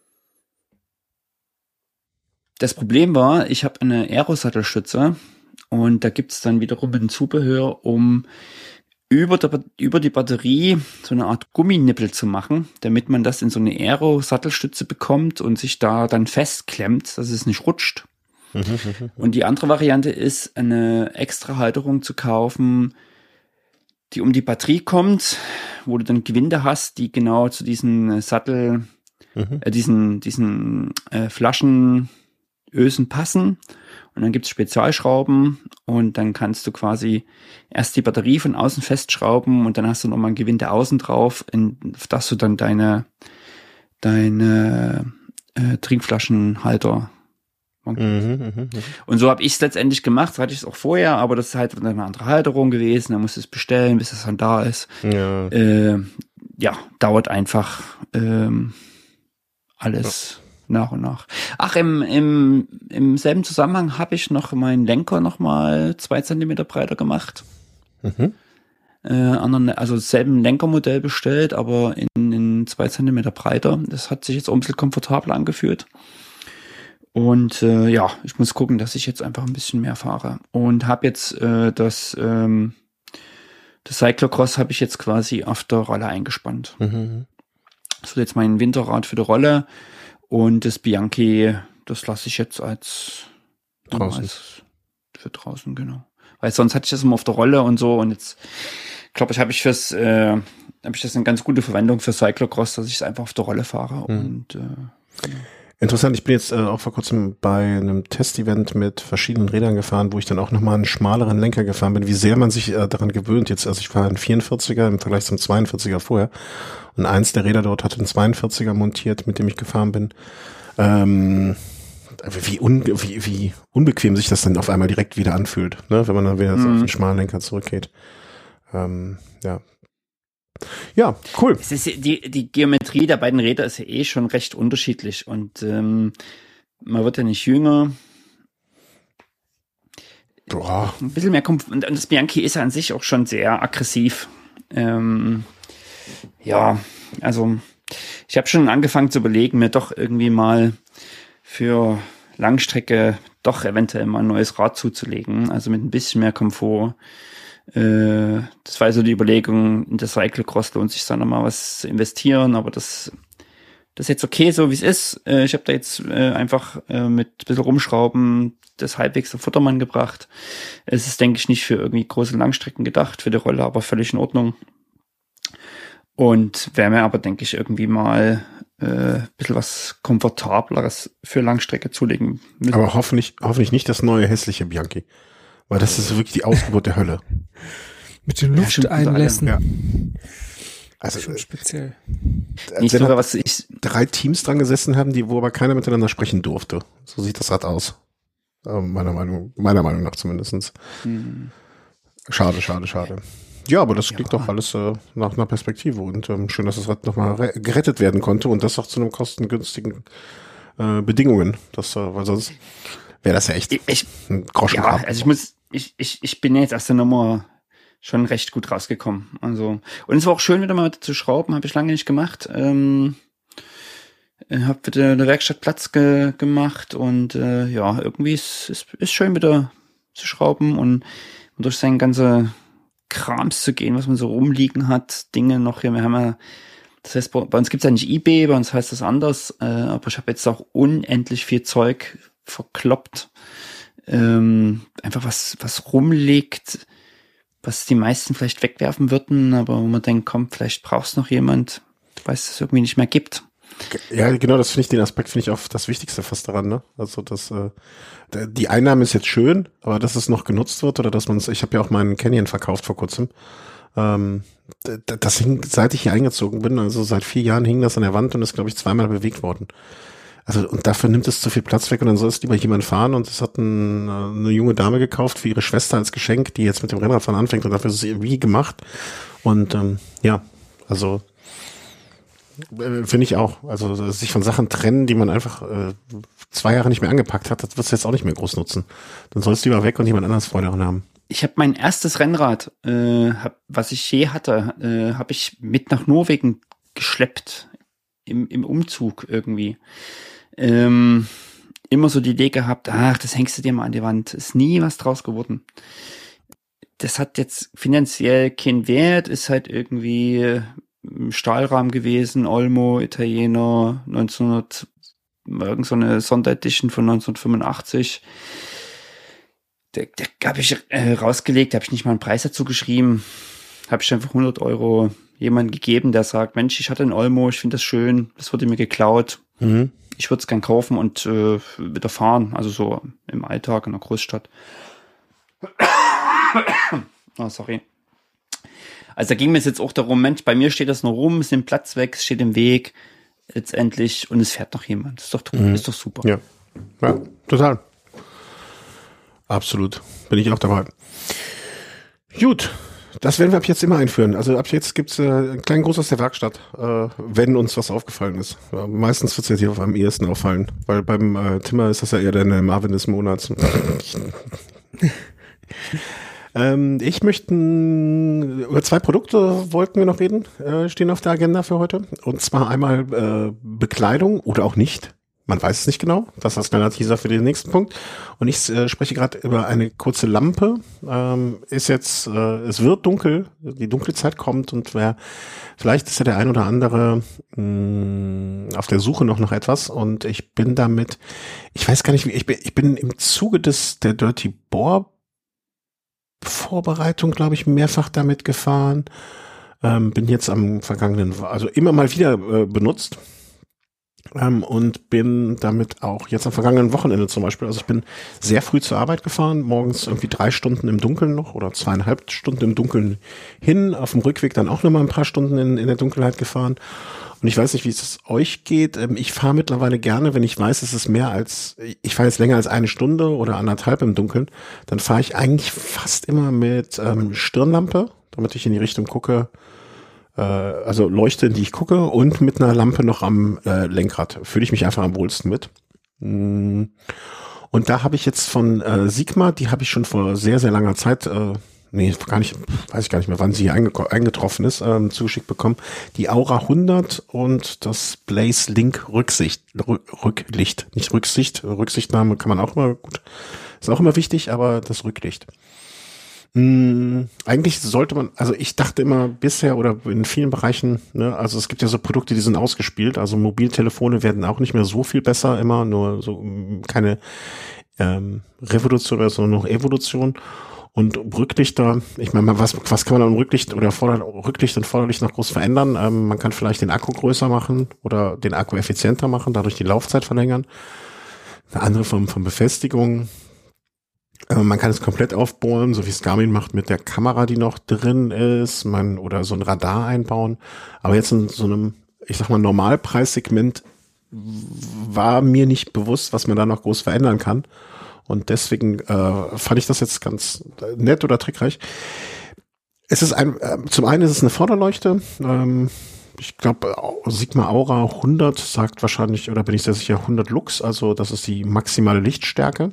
das Problem war, ich habe eine Aero-Sattelstütze und da gibt's dann wiederum ein Zubehör, um über, der, über die Batterie so eine Art Gumminippel zu machen, damit man das in so eine Aero-Sattelstütze bekommt und sich da dann festklemmt, dass es nicht rutscht. Und die andere Variante ist, eine extra Halterung zu kaufen, die um die Batterie kommt, wo du dann Gewinde hast, die genau zu diesen Sattel, mhm. äh, diesen, diesen äh, Flaschen Ösen passen. Und dann gibt's Spezialschrauben und dann kannst du quasi erst die Batterie von außen festschrauben und dann hast du nochmal ein Gewinde außen drauf, in, auf das du dann deine, deine äh, Trinkflaschenhalter montierst. Mhm, mh, mh. Und so habe ich es letztendlich gemacht, so hatte ich es auch vorher, aber das ist halt eine andere Halterung gewesen, dann musst du es bestellen, bis es dann da ist. Ja, äh, ja dauert einfach ähm, alles. Ja. Nach und nach. Ach, im, im, im selben Zusammenhang habe ich noch meinen Lenker noch mal zwei Zentimeter breiter gemacht. Mhm. Äh, anderen, also selben Lenkermodell bestellt, aber in, in zwei Zentimeter breiter. Das hat sich jetzt auch ein bisschen komfortabler angefühlt. Und äh, ja, ich muss gucken, dass ich jetzt einfach ein bisschen mehr fahre. Und habe jetzt äh, das, ähm, das Cyclocross habe ich jetzt quasi auf der Rolle eingespannt. Mhm. Das wird jetzt mein Winterrad für die Rolle. Und das Bianchi, das lasse ich jetzt als draußen. Als für draußen, genau. Weil sonst hatte ich das immer auf der Rolle und so. Und jetzt, glaube ich, habe ich fürs, äh, habe ich das eine ganz gute Verwendung für Cyclocross, dass ich es einfach auf der Rolle fahre. Mhm. Und äh, genau. Interessant, ich bin jetzt äh, auch vor kurzem bei einem Testevent mit verschiedenen Rädern gefahren, wo ich dann auch nochmal einen schmaleren Lenker gefahren bin, wie sehr man sich äh, daran gewöhnt jetzt. Also ich fahre einen vierundvierziger im Vergleich zum zweiundvierziger vorher und eins der Räder dort hatte einen zweiundvierziger montiert, mit dem ich gefahren bin. Ähm, wie, un, wie, wie unbequem sich das dann auf einmal direkt wieder anfühlt, ne, wenn man dann wieder mhm. so auf den schmalen Lenker zurückgeht. Ähm, ja. Ja, cool. Es ist, die, die Geometrie der beiden Räder ist ja eh schon recht unterschiedlich und ähm, man wird ja nicht jünger. Boah. Ein bisschen mehr Komfort. Und das Bianchi ist ja an sich auch schon sehr aggressiv. Ähm, ja, also ich habe schon angefangen zu überlegen, mir doch irgendwie mal für Langstrecke doch eventuell mal ein neues Rad zuzulegen. Also mit ein bisschen mehr Komfort. Das war so die Überlegung, in das Cyclocross lohnt sich da nochmal was zu investieren, aber das, das ist jetzt okay, so wie es ist. Ich habe da jetzt einfach mit ein bisschen Rumschrauben das halbwegs auf Futtermann gebracht. Es ist, denke ich, nicht für irgendwie große Langstrecken gedacht, für die Rolle, aber völlig in Ordnung. Und wäre mir aber, denke ich, irgendwie mal äh, ein bisschen was Komfortableres für Langstrecke zulegen müssen. Aber hoffentlich, hoffentlich nicht das neue hässliche Bianchi. Weil das ist wirklich die Ausgeburt der Hölle. Mit den Lufteinlässen. Ja. Also schon speziell. Nicht sogar, was ich drei Teams dran gesessen haben, die, wo aber keiner miteinander sprechen durfte. So sieht das Rad aus. Meiner Meinung, meiner Meinung nach zumindest. Hm. Schade, schade, schade. Ja, aber das klingt ja doch alles äh, nach einer Perspektive und ähm, schön, dass das Rad nochmal re- gerettet werden konnte und das auch zu einem kostengünstigen äh, Bedingungen. Das, äh, weil sonst wäre das ja echt ich, ein Groschen. Ja, also ich muss, ich, ich, ich bin jetzt aus der Nummer schon recht gut rausgekommen. Also, und es war auch schön, wieder mal zu schrauben, habe ich lange nicht gemacht. Ähm, habe wieder in der Werkstatt Platz ge- gemacht und äh, ja, irgendwie ist es ist, ist schön wieder zu schrauben und, und durch seine ganze Krams zu gehen, was man so rumliegen hat, Dinge noch hier, wir haben ja, das heißt, bei, bei uns gibt's ja nicht eBay, bei uns heißt das anders, äh, aber ich habe jetzt auch unendlich viel Zeug verkloppt, ähm, einfach was was rumliegt, was die meisten vielleicht wegwerfen würden, aber wo man denkt, komm, vielleicht brauchst noch jemand, weil es das irgendwie nicht mehr gibt. Ja, genau, das finde ich, den Aspekt finde ich auch das Wichtigste fast daran, ne? Also das, äh, die Einnahme ist jetzt schön, aber dass es noch genutzt wird oder dass man es, ich habe ja auch meinen Canyon verkauft vor kurzem. Ähm, das hing, seit ich hier eingezogen bin, also seit vier Jahren hing das an der Wand und ist, glaube ich, zweimal bewegt worden. Also, und dafür nimmt es zu viel Platz weg und dann soll es lieber jemand fahren und es hat ein, eine junge Dame gekauft für ihre Schwester als Geschenk, die jetzt mit dem Rennradfahren anfängt und dafür ist es irgendwie gemacht. Und ähm, ja, also äh, finde ich auch. Also sich von Sachen trennen, die man einfach äh, zwei Jahre nicht mehr angepackt hat, das wird es jetzt auch nicht mehr groß nutzen. Dann soll es lieber weg und jemand anderes Freude daran haben. Ich habe mein erstes Rennrad, äh, hab, was ich je hatte, äh, habe ich mit nach Norwegen geschleppt, im, im Umzug irgendwie. Ähm, immer so die Idee gehabt, ach, das hängst du dir mal an die Wand. Ist nie was draus geworden. Das hat jetzt finanziell keinen Wert, ist halt irgendwie im Stahlrahmen gewesen, Olmo, Italiener, neunzehnhundert, irgend so eine Sonderedition von neunzehnhundertfünfundachtzig. Der, der habe ich äh, rausgelegt, habe ich nicht mal einen Preis dazu geschrieben, habe ich einfach hundert Euro jemandem gegeben, der sagt, Mensch, ich hatte einen Olmo, ich finde das schön, das wurde mir geklaut. Mhm. ich würde es gern kaufen und äh, wieder fahren, also so im Alltag in der Großstadt. Oh, sorry. Also da ging mir jetzt auch darum, Mensch, bei mir steht das noch rum, es nimmt Platz weg, es steht im Weg letztendlich und es fährt noch jemand. Das ist doch, mhm. ist doch super. Ja. Ja, total. Absolut. Bin ich auch dabei. Gut. Das werden wir ab jetzt immer einführen. Also ab jetzt gibt's äh, einen kleinen Gruß aus der Werkstatt, äh, wenn uns was aufgefallen ist. Ja, meistens wird's jetzt hier auf am ehesten auffallen, weil beim äh, Timmer ist das ja eher der Marvin des Monats. ähm, ich möchte über zwei Produkte wollten wir noch reden, äh, stehen auf der Agenda für heute. Und zwar einmal äh, Bekleidung oder auch nicht. Man weiß es nicht genau. Das ist das kleine Teaser für den nächsten Punkt. Und ich äh, spreche gerade über eine kurze Lampe. Ähm, ist jetzt, äh, es wird dunkel, die Dunkelzeit kommt und wer, vielleicht ist ja der ein oder andere mh, auf der Suche noch nach etwas. Und ich bin damit, ich weiß gar nicht, wie, ich bin, ich bin im Zuge des der Dirty Boar Vorbereitung, glaube ich, mehrfach damit gefahren. Ähm, bin jetzt am vergangenen, also immer mal wieder äh, benutzt. Ähm, und bin damit auch jetzt am vergangenen Wochenende zum Beispiel, also ich bin sehr früh zur Arbeit gefahren, morgens irgendwie drei Stunden im Dunkeln noch oder zweieinhalb Stunden im Dunkeln hin, auf dem Rückweg dann auch nochmal ein paar Stunden in, in der Dunkelheit gefahren. Und ich weiß nicht, wie es euch geht. Ähm, ich fahre mittlerweile gerne, wenn ich weiß, es ist mehr als, ich fahre jetzt länger als eine Stunde oder anderthalb im Dunkeln, dann fahre ich eigentlich fast immer mit ähm, Stirnlampe, damit ich in die Richtung gucke, also Leuchte, in die ich gucke und mit einer Lampe noch am äh, Lenkrad. Fühle ich mich einfach am wohlsten mit. Und da habe ich jetzt von äh, Sigma, die habe ich schon vor sehr, sehr langer Zeit, äh, nee, gar nicht, weiß ich gar nicht mehr, wann sie hier einge- eingetroffen ist, ähm, zugeschickt bekommen, die Aura hundert und das Blaze Link Rücksicht, Rück, Rücklicht, nicht Rücksicht, Rücksichtnahme kann man auch immer, gut, ist auch immer wichtig, aber das Rücklicht. Hm, eigentlich sollte man, also ich dachte immer bisher oder in vielen Bereichen, ne, also es gibt ja so Produkte, die sind ausgespielt, also Mobiltelefone werden auch nicht mehr so viel besser, immer nur so keine ähm, Revolution oder so noch Evolution. Und Rücklichter, ich meine, was was kann man am Rücklicht oder Vorder- Rücklicht und Vorderlicht noch groß verändern? Ähm, man kann vielleicht den Akku größer machen oder den Akku effizienter machen, dadurch die Laufzeit verlängern. Eine andere Form von Befestigung. Man kann es komplett aufbohren, so wie es Garmin macht mit der Kamera, die noch drin ist, man oder so ein Radar einbauen. Aber jetzt in so einem, ich sag mal, Normalpreissegment war mir nicht bewusst, was man da noch groß verändern kann. Und deswegen äh, fand ich das jetzt ganz nett oder trickreich. Es ist ein, äh, zum einen ist es eine Vorderleuchte. Ähm, ich glaube, Sigma Aura hundert sagt wahrscheinlich, oder bin ich sehr sicher, hundert Lux. Also das ist die maximale Lichtstärke.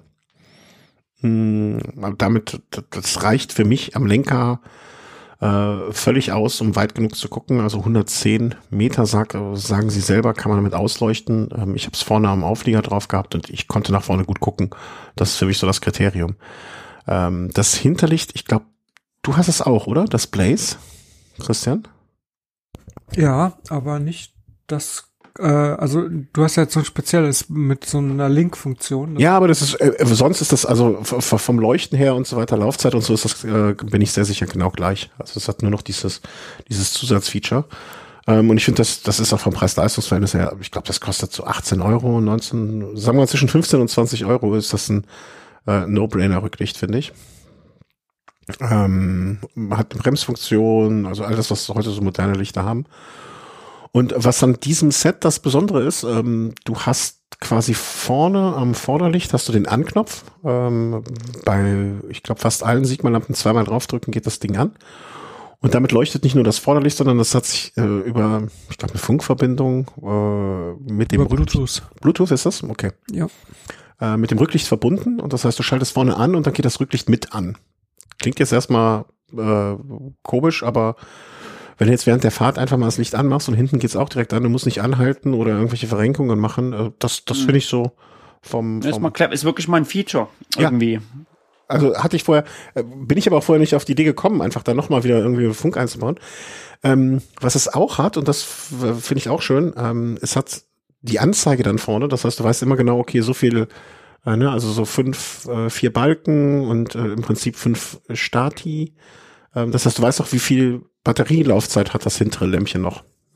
Damit, das reicht für mich am Lenker äh, völlig aus, um weit genug zu gucken. Also hundertzehn Meter, sag, sagen sie selber, kann man damit ausleuchten. Ähm, ich habe es vorne am Auflieger drauf gehabt und ich konnte nach vorne gut gucken. Das ist für mich so das Kriterium. Ähm, das Hinterlicht, ich glaube, du hast es auch, oder? Das Blaze, Christian? Ja, aber nicht das. Also du hast ja jetzt so ein spezielles mit so einer Link-Funktion. Ja, aber das ist, äh, sonst ist das, also v- vom Leuchten her und so weiter, Laufzeit und so ist das, äh, bin ich sehr sicher genau gleich. Also es hat nur noch dieses dieses Zusatzfeature. Ähm, und ich finde, das das ist auch vom Preis-Leistungs-Verhältnis her, ich glaube, das kostet so achtzehn Euro, neunzehn, sagen wir mal zwischen fünfzehn und zwanzig Euro ist das ein äh, No-Brainer-Rücklicht, finde ich. Ähm, hat eine Bremsfunktion, also all das, was heute so moderne Lichter haben. Und was an diesem Set das Besondere ist, ähm, du hast quasi vorne am Vorderlicht hast du den Anknopf. Ähm, bei, ich glaube, fast allen Sigma-Lampen zweimal draufdrücken, geht das Ding an. Und damit leuchtet nicht nur das Vorderlicht, sondern das hat sich äh, über, ich glaube, eine Funkverbindung äh, mit dem Über Rücklicht. Bluetooth. Bluetooth ist das? Okay. Ja. Äh, mit dem Rücklicht verbunden. Und das heißt, du schaltest vorne an und dann geht das Rücklicht mit an. Klingt jetzt erstmal äh, komisch, aber wenn du jetzt während der Fahrt einfach mal das Licht anmachst und hinten geht's auch direkt an, du musst nicht anhalten oder irgendwelche Verrenkungen machen, das das finde ich so vom, vom Das ist, mal clever, ist wirklich mal ein Feature irgendwie. Ja. Also hatte ich vorher, bin ich aber auch vorher nicht auf die Idee gekommen, einfach da nochmal wieder irgendwie Funk einzubauen. Ähm, was es auch hat, und das finde ich auch schön, ähm, es hat die Anzeige dann vorne, das heißt, du weißt immer genau, okay, so viel, äh, ne, also so fünf, äh, vier Balken und äh, im Prinzip fünf Stati. Ähm, das heißt, du weißt auch, wie viel Batterielaufzeit hat das hintere Lämpchen noch.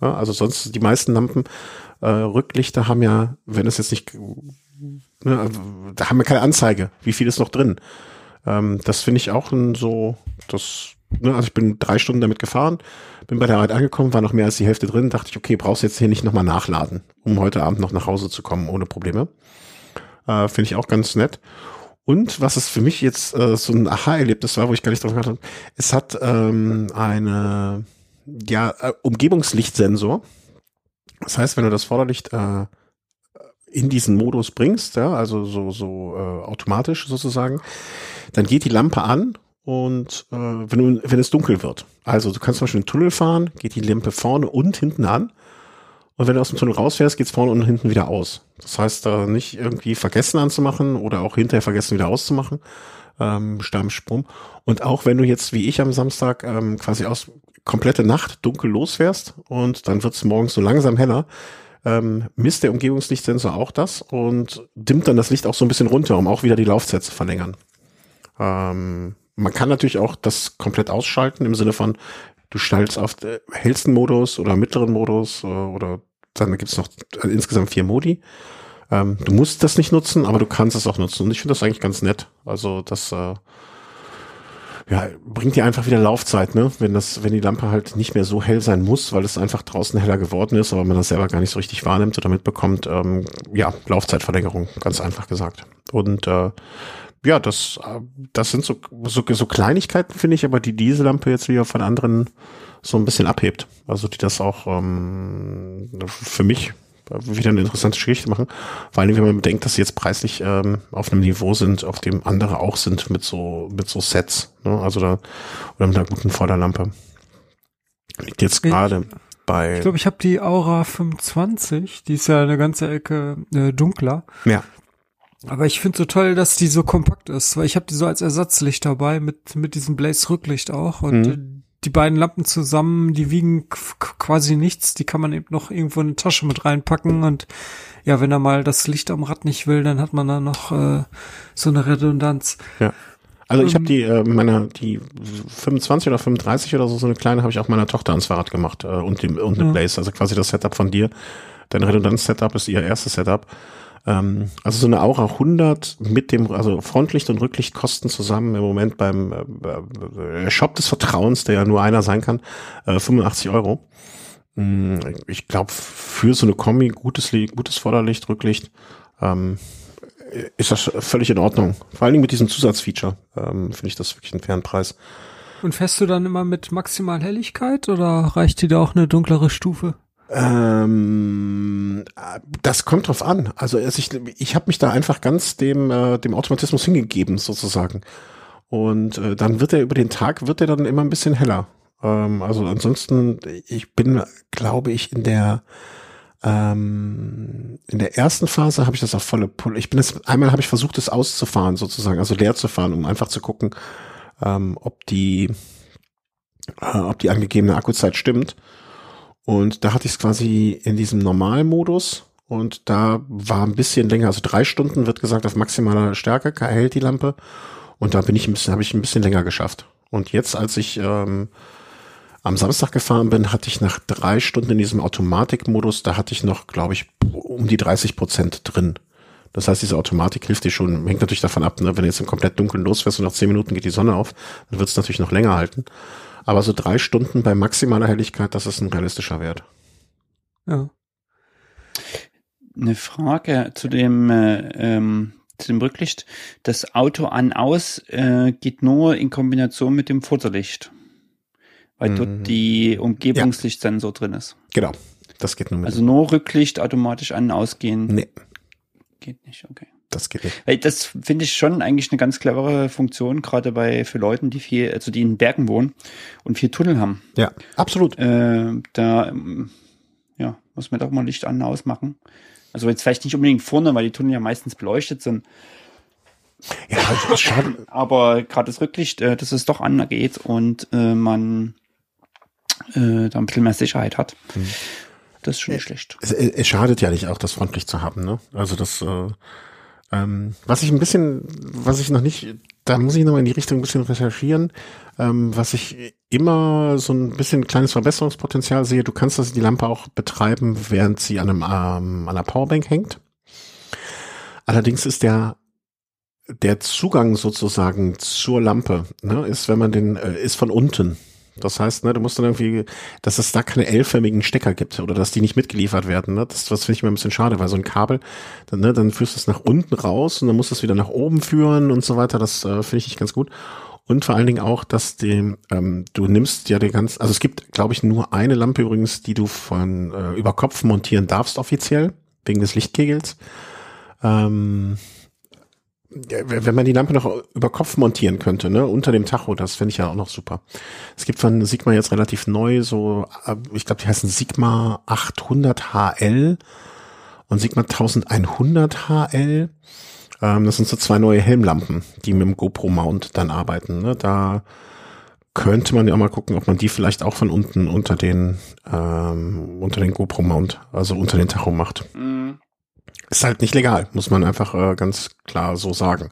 Ja, also sonst, die meisten Lampen, äh, Rücklichter haben ja, wenn es jetzt nicht, ne, da haben wir keine Anzeige, wie viel ist noch drin. Ähm, das finde ich auch ein so, das, ne, also ich bin drei Stunden damit gefahren, bin bei der Arbeit angekommen, war noch mehr als die Hälfte drin, dachte ich, okay, brauchst jetzt hier nicht nochmal nachladen, um heute Abend noch nach Hause zu kommen, ohne Probleme. Äh, finde ich auch ganz nett. Und was es für mich jetzt äh, so ein Aha-Erlebnis war, wo ich gar nicht drauf geachtet habe, es hat ähm, eine ja äh, Umgebungslichtsensor. Das heißt, wenn du das Vorderlicht äh, in diesen Modus bringst, ja, also so so äh, automatisch sozusagen, dann geht die Lampe an und äh, wenn du, wenn es dunkel wird. Also du kannst zum Beispiel in den Tunnel fahren, geht die Lampe vorne und hinten an. Und wenn du aus dem Tunnel rausfährst, geht's vorne und hinten wieder aus. Das heißt, da nicht irgendwie vergessen anzumachen oder auch hinterher vergessen wieder auszumachen. Ähm, Stammsprung. Und auch wenn du jetzt, wie ich am Samstag, ähm, quasi aus komplette Nacht dunkel losfährst und dann wird's morgens so langsam heller, ähm, misst der Umgebungslichtsensor auch das und dimmt dann das Licht auch so ein bisschen runter, um auch wieder die Laufzeit zu verlängern. Ähm, man kann natürlich auch das komplett ausschalten im Sinne von, du schaltest auf den hellsten Modus oder mittleren Modus äh, oder dann gibt's noch äh, insgesamt vier Modi. Ähm, du musst das nicht nutzen, aber du kannst es auch nutzen. Und ich finde das eigentlich ganz nett. Also das äh, ja, bringt dir einfach wieder Laufzeit, ne? Wenn das, wenn die Lampe halt nicht mehr so hell sein muss, weil es einfach draußen heller geworden ist, aber man das selber gar nicht so richtig wahrnimmt oder mitbekommt. Ähm, ja, Laufzeitverlängerung, ganz einfach gesagt. Und äh, ja, das, das sind so, so, so Kleinigkeiten, finde ich, aber die diese Lampe jetzt wieder von anderen so ein bisschen abhebt. Also die das auch ähm, für mich wieder eine interessante Geschichte machen. Vor allem, wenn man bedenkt, dass sie jetzt preislich ähm, auf einem Niveau sind, auf dem andere auch sind mit so mit so Sets. Ne? Also da oder mit einer guten Vorderlampe. Liegt jetzt gerade bei. Ich glaube, ich habe die Aura fünfundzwanzig. Die ist ja eine ganze Ecke äh, dunkler. Ja. Aber ich finde so toll, dass die so kompakt ist, weil ich habe die so als Ersatzlicht dabei mit mit diesem Blaze-Rücklicht auch und mhm. äh, die beiden Lampen zusammen, die wiegen quasi nichts, die kann man eben noch irgendwo in eine Tasche mit reinpacken und ja, wenn er mal das Licht am Rad nicht will, dann hat man da noch äh, so eine Redundanz. Ja. Also ich habe die äh, meiner die fünfundzwanzig oder fünfunddreißig oder so so eine kleine habe ich auch meiner Tochter ans Fahrrad gemacht äh, und die und eine ja. Blaze, also quasi das Setup von dir. Dein Redundanz-Setup ist ihr erstes Setup. Ähm, also so eine Aura hundert mit dem, also Frontlicht und Rücklicht kosten zusammen im Moment beim äh, Shop des Vertrauens, der ja nur einer sein kann, äh, fünfundachtzig Euro. Ähm, ich glaube, für so eine Kombi, gutes, gutes Vorderlicht, Rücklicht, ähm, ist das völlig in Ordnung. Vor allen Dingen mit diesem Zusatzfeature ähm, finde ich das wirklich einen fairen Preis. Und fährst du dann immer mit maximal Helligkeit oder reicht dir da auch eine dunklere Stufe? Ähm, das kommt drauf an. Also ich, ich habe mich da einfach ganz dem äh, dem Automatismus hingegeben sozusagen. Und äh, dann wird er über den Tag wird er dann immer ein bisschen heller. Ähm, also ansonsten, ich bin, glaube ich, in der ähm, in der ersten Phase habe ich das auf volle Pulle. Ich bin das einmal habe ich versucht, es auszufahren sozusagen, also leer zu fahren, um einfach zu gucken, ähm, ob die äh, ob die angegebene Akkuzeit stimmt. Und da hatte ich es quasi in diesem Normalmodus und da war ein bisschen länger, also drei Stunden wird gesagt auf maximaler Stärke hält die Lampe und da bin ich ein bisschen, habe ich ein bisschen länger geschafft. Und jetzt, als ich ähm, am Samstag gefahren bin, hatte ich nach drei Stunden in diesem Automatikmodus, da hatte ich noch, glaube ich, um die dreißig Prozent drin. Das heißt, diese Automatik hilft dir schon, hängt natürlich davon ab, ne? Wenn du jetzt im komplett Dunkeln losfährst und nach zehn Minuten geht die Sonne auf, dann wird es natürlich noch länger halten. Aber so drei Stunden bei maximaler Helligkeit, das ist ein realistischer Wert. Ja. Eine Frage zu dem, äh, ähm, zu dem Rücklicht. Das Auto an-aus äh, geht nur in Kombination mit dem Vorderlicht, weil mhm. dort die Umgebungslichtsensor ja. drin ist. Genau, das geht nur mit. Also nur Rücklicht automatisch an-ausgehen? Nee. Geht nicht, okay. Das geht nicht. Weil das finde ich schon eigentlich eine ganz clevere Funktion, gerade bei für Leuten, die viel, also die in Bergen wohnen und viel Tunnel haben. Ja, absolut. Äh, da ja, muss man doch mal Licht an und aus machen. Also jetzt vielleicht nicht unbedingt vorne, weil die Tunnel ja meistens beleuchtet sind. Ja, das ist schade. Aber gerade das Rücklicht, äh, dass es doch angeht und äh, man äh, da ein bisschen mehr Sicherheit hat. Hm. Das ist schon nicht äh, schlecht. Es, es schadet ja nicht auch, das Frontlicht zu haben, ne? Also das äh, Ähm, was ich ein bisschen, was ich noch nicht da muss ich nochmal in die Richtung ein bisschen recherchieren. Ähm, was ich immer so ein bisschen kleines Verbesserungspotenzial sehe, du kannst das die Lampe auch betreiben, während sie an einem ähm, an einer Powerbank hängt. Allerdings ist der der Zugang sozusagen zur Lampe, ne, ist, wenn man den, äh, ist von unten. Das heißt, ne, du musst dann irgendwie, dass es da keine L-förmigen Stecker gibt oder dass die nicht mitgeliefert werden. Ne? Das, das finde ich mir ein bisschen schade, weil so ein Kabel, dann, ne, dann führst du es nach unten raus und dann musst du es wieder nach oben führen und so weiter. Das äh, finde ich nicht ganz gut. Und vor allen Dingen auch, dass die, ähm, du nimmst ja den ganz, also es gibt, glaube ich, nur eine Lampe übrigens, die du von äh, über Kopf montieren darfst offiziell, wegen des Lichtkegels. Ähm, wenn man die Lampe noch über Kopf montieren könnte, ne, unter dem Tacho, das fände ich ja auch noch super. Es gibt von Sigma jetzt relativ neu so, ich glaube, die heißen Sigma achthundert H L und Sigma elfhundert H L. Ähm, das sind so zwei neue Helmlampen, die mit dem GoPro-Mount dann arbeiten. Ne. Da könnte man ja mal gucken, ob man die vielleicht auch von unten unter den ähm, unter den GoPro-Mount, also unter den Tacho macht. Mhm. Ist halt nicht legal, muss man einfach äh, ganz klar so sagen.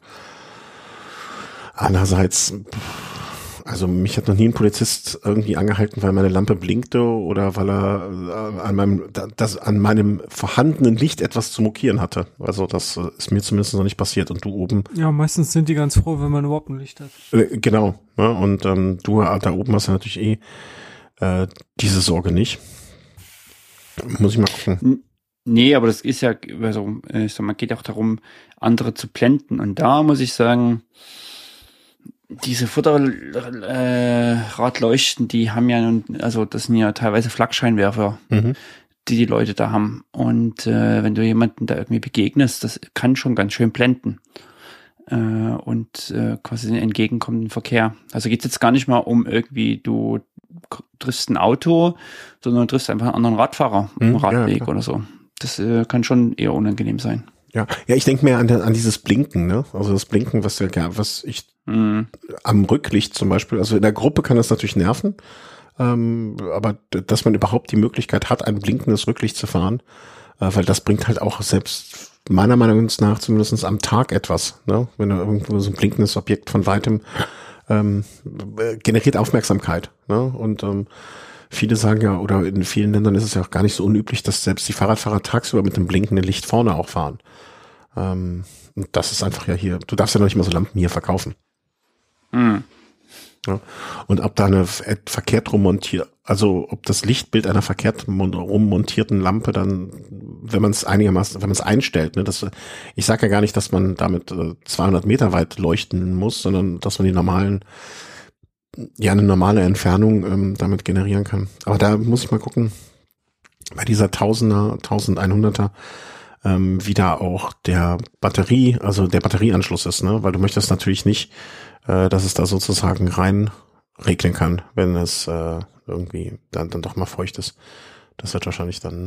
Andererseits, also mich hat noch nie ein Polizist irgendwie angehalten, weil meine Lampe blinkte oder weil er äh, an meinem das an meinem vorhandenen Licht etwas zu mokieren hatte. Also das äh, ist mir zumindest noch nicht passiert. Und du oben? Ja, meistens sind die ganz froh, wenn man überhaupt ein Licht hat. Äh, genau. Ja, und ähm, du da oben hast ja natürlich eh äh, diese Sorge nicht. Muss ich mal gucken. Nee, aber das ist ja, also, ich sag mal, geht auch darum, andere zu blenden. Und da muss ich sagen, diese Futterradleuchten, äh, die haben ja nun, also das sind ja teilweise Flakscheinwerfer, mhm. die die Leute da haben. Und äh, wenn du jemanden da irgendwie begegnest, das kann schon ganz schön blenden. Äh, und äh, quasi den entgegenkommenden Verkehr. Also geht's jetzt gar nicht mal um irgendwie, du triffst ein Auto, sondern du triffst einfach einen anderen Radfahrer mhm, im Radweg ja, oder so. Das äh, kann schon eher unangenehm sein. Ja, ja, ich denke mehr an, der, an dieses Blinken, ne? Also das Blinken, was ja, was ich mm. am Rücklicht zum Beispiel, also in der Gruppe kann das natürlich nerven, ähm, aber dass man überhaupt die Möglichkeit hat, ein blinkendes Rücklicht zu fahren, äh, weil das bringt halt auch selbst meiner Meinung nach zumindest am Tag etwas, ne? Wenn da irgendwo so ein blinkendes Objekt von weitem ähm, generiert Aufmerksamkeit, ne? Und ähm, viele sagen ja, oder in vielen Ländern ist es ja auch gar nicht so unüblich, dass selbst die Fahrradfahrer tagsüber mit dem blinkenden Licht vorne auch fahren. Ähm, und das ist einfach ja hier, du darfst ja noch nicht mal so Lampen hier verkaufen. Mhm. Ja. Und ob da eine verkehrt rummontiert, also ob das Lichtbild einer verkehrt rummontierten Lampe dann, wenn man es einigermaßen, wenn man es einstellt, ne, das, ich sage ja gar nicht, dass man damit äh, zweihundert Meter weit leuchten muss, sondern dass man die normalen ja eine normale Entfernung ähm, damit generieren kann. Aber da muss ich mal gucken, bei dieser Tausender, Tausendeinhunderter, ähm, wie da auch der Batterie, also der Batterieanschluss ist, ne? Weil du möchtest natürlich nicht, äh, dass es da sozusagen rein regnen kann, wenn es äh, irgendwie dann, dann doch mal feucht ist. Das wird wahrscheinlich dann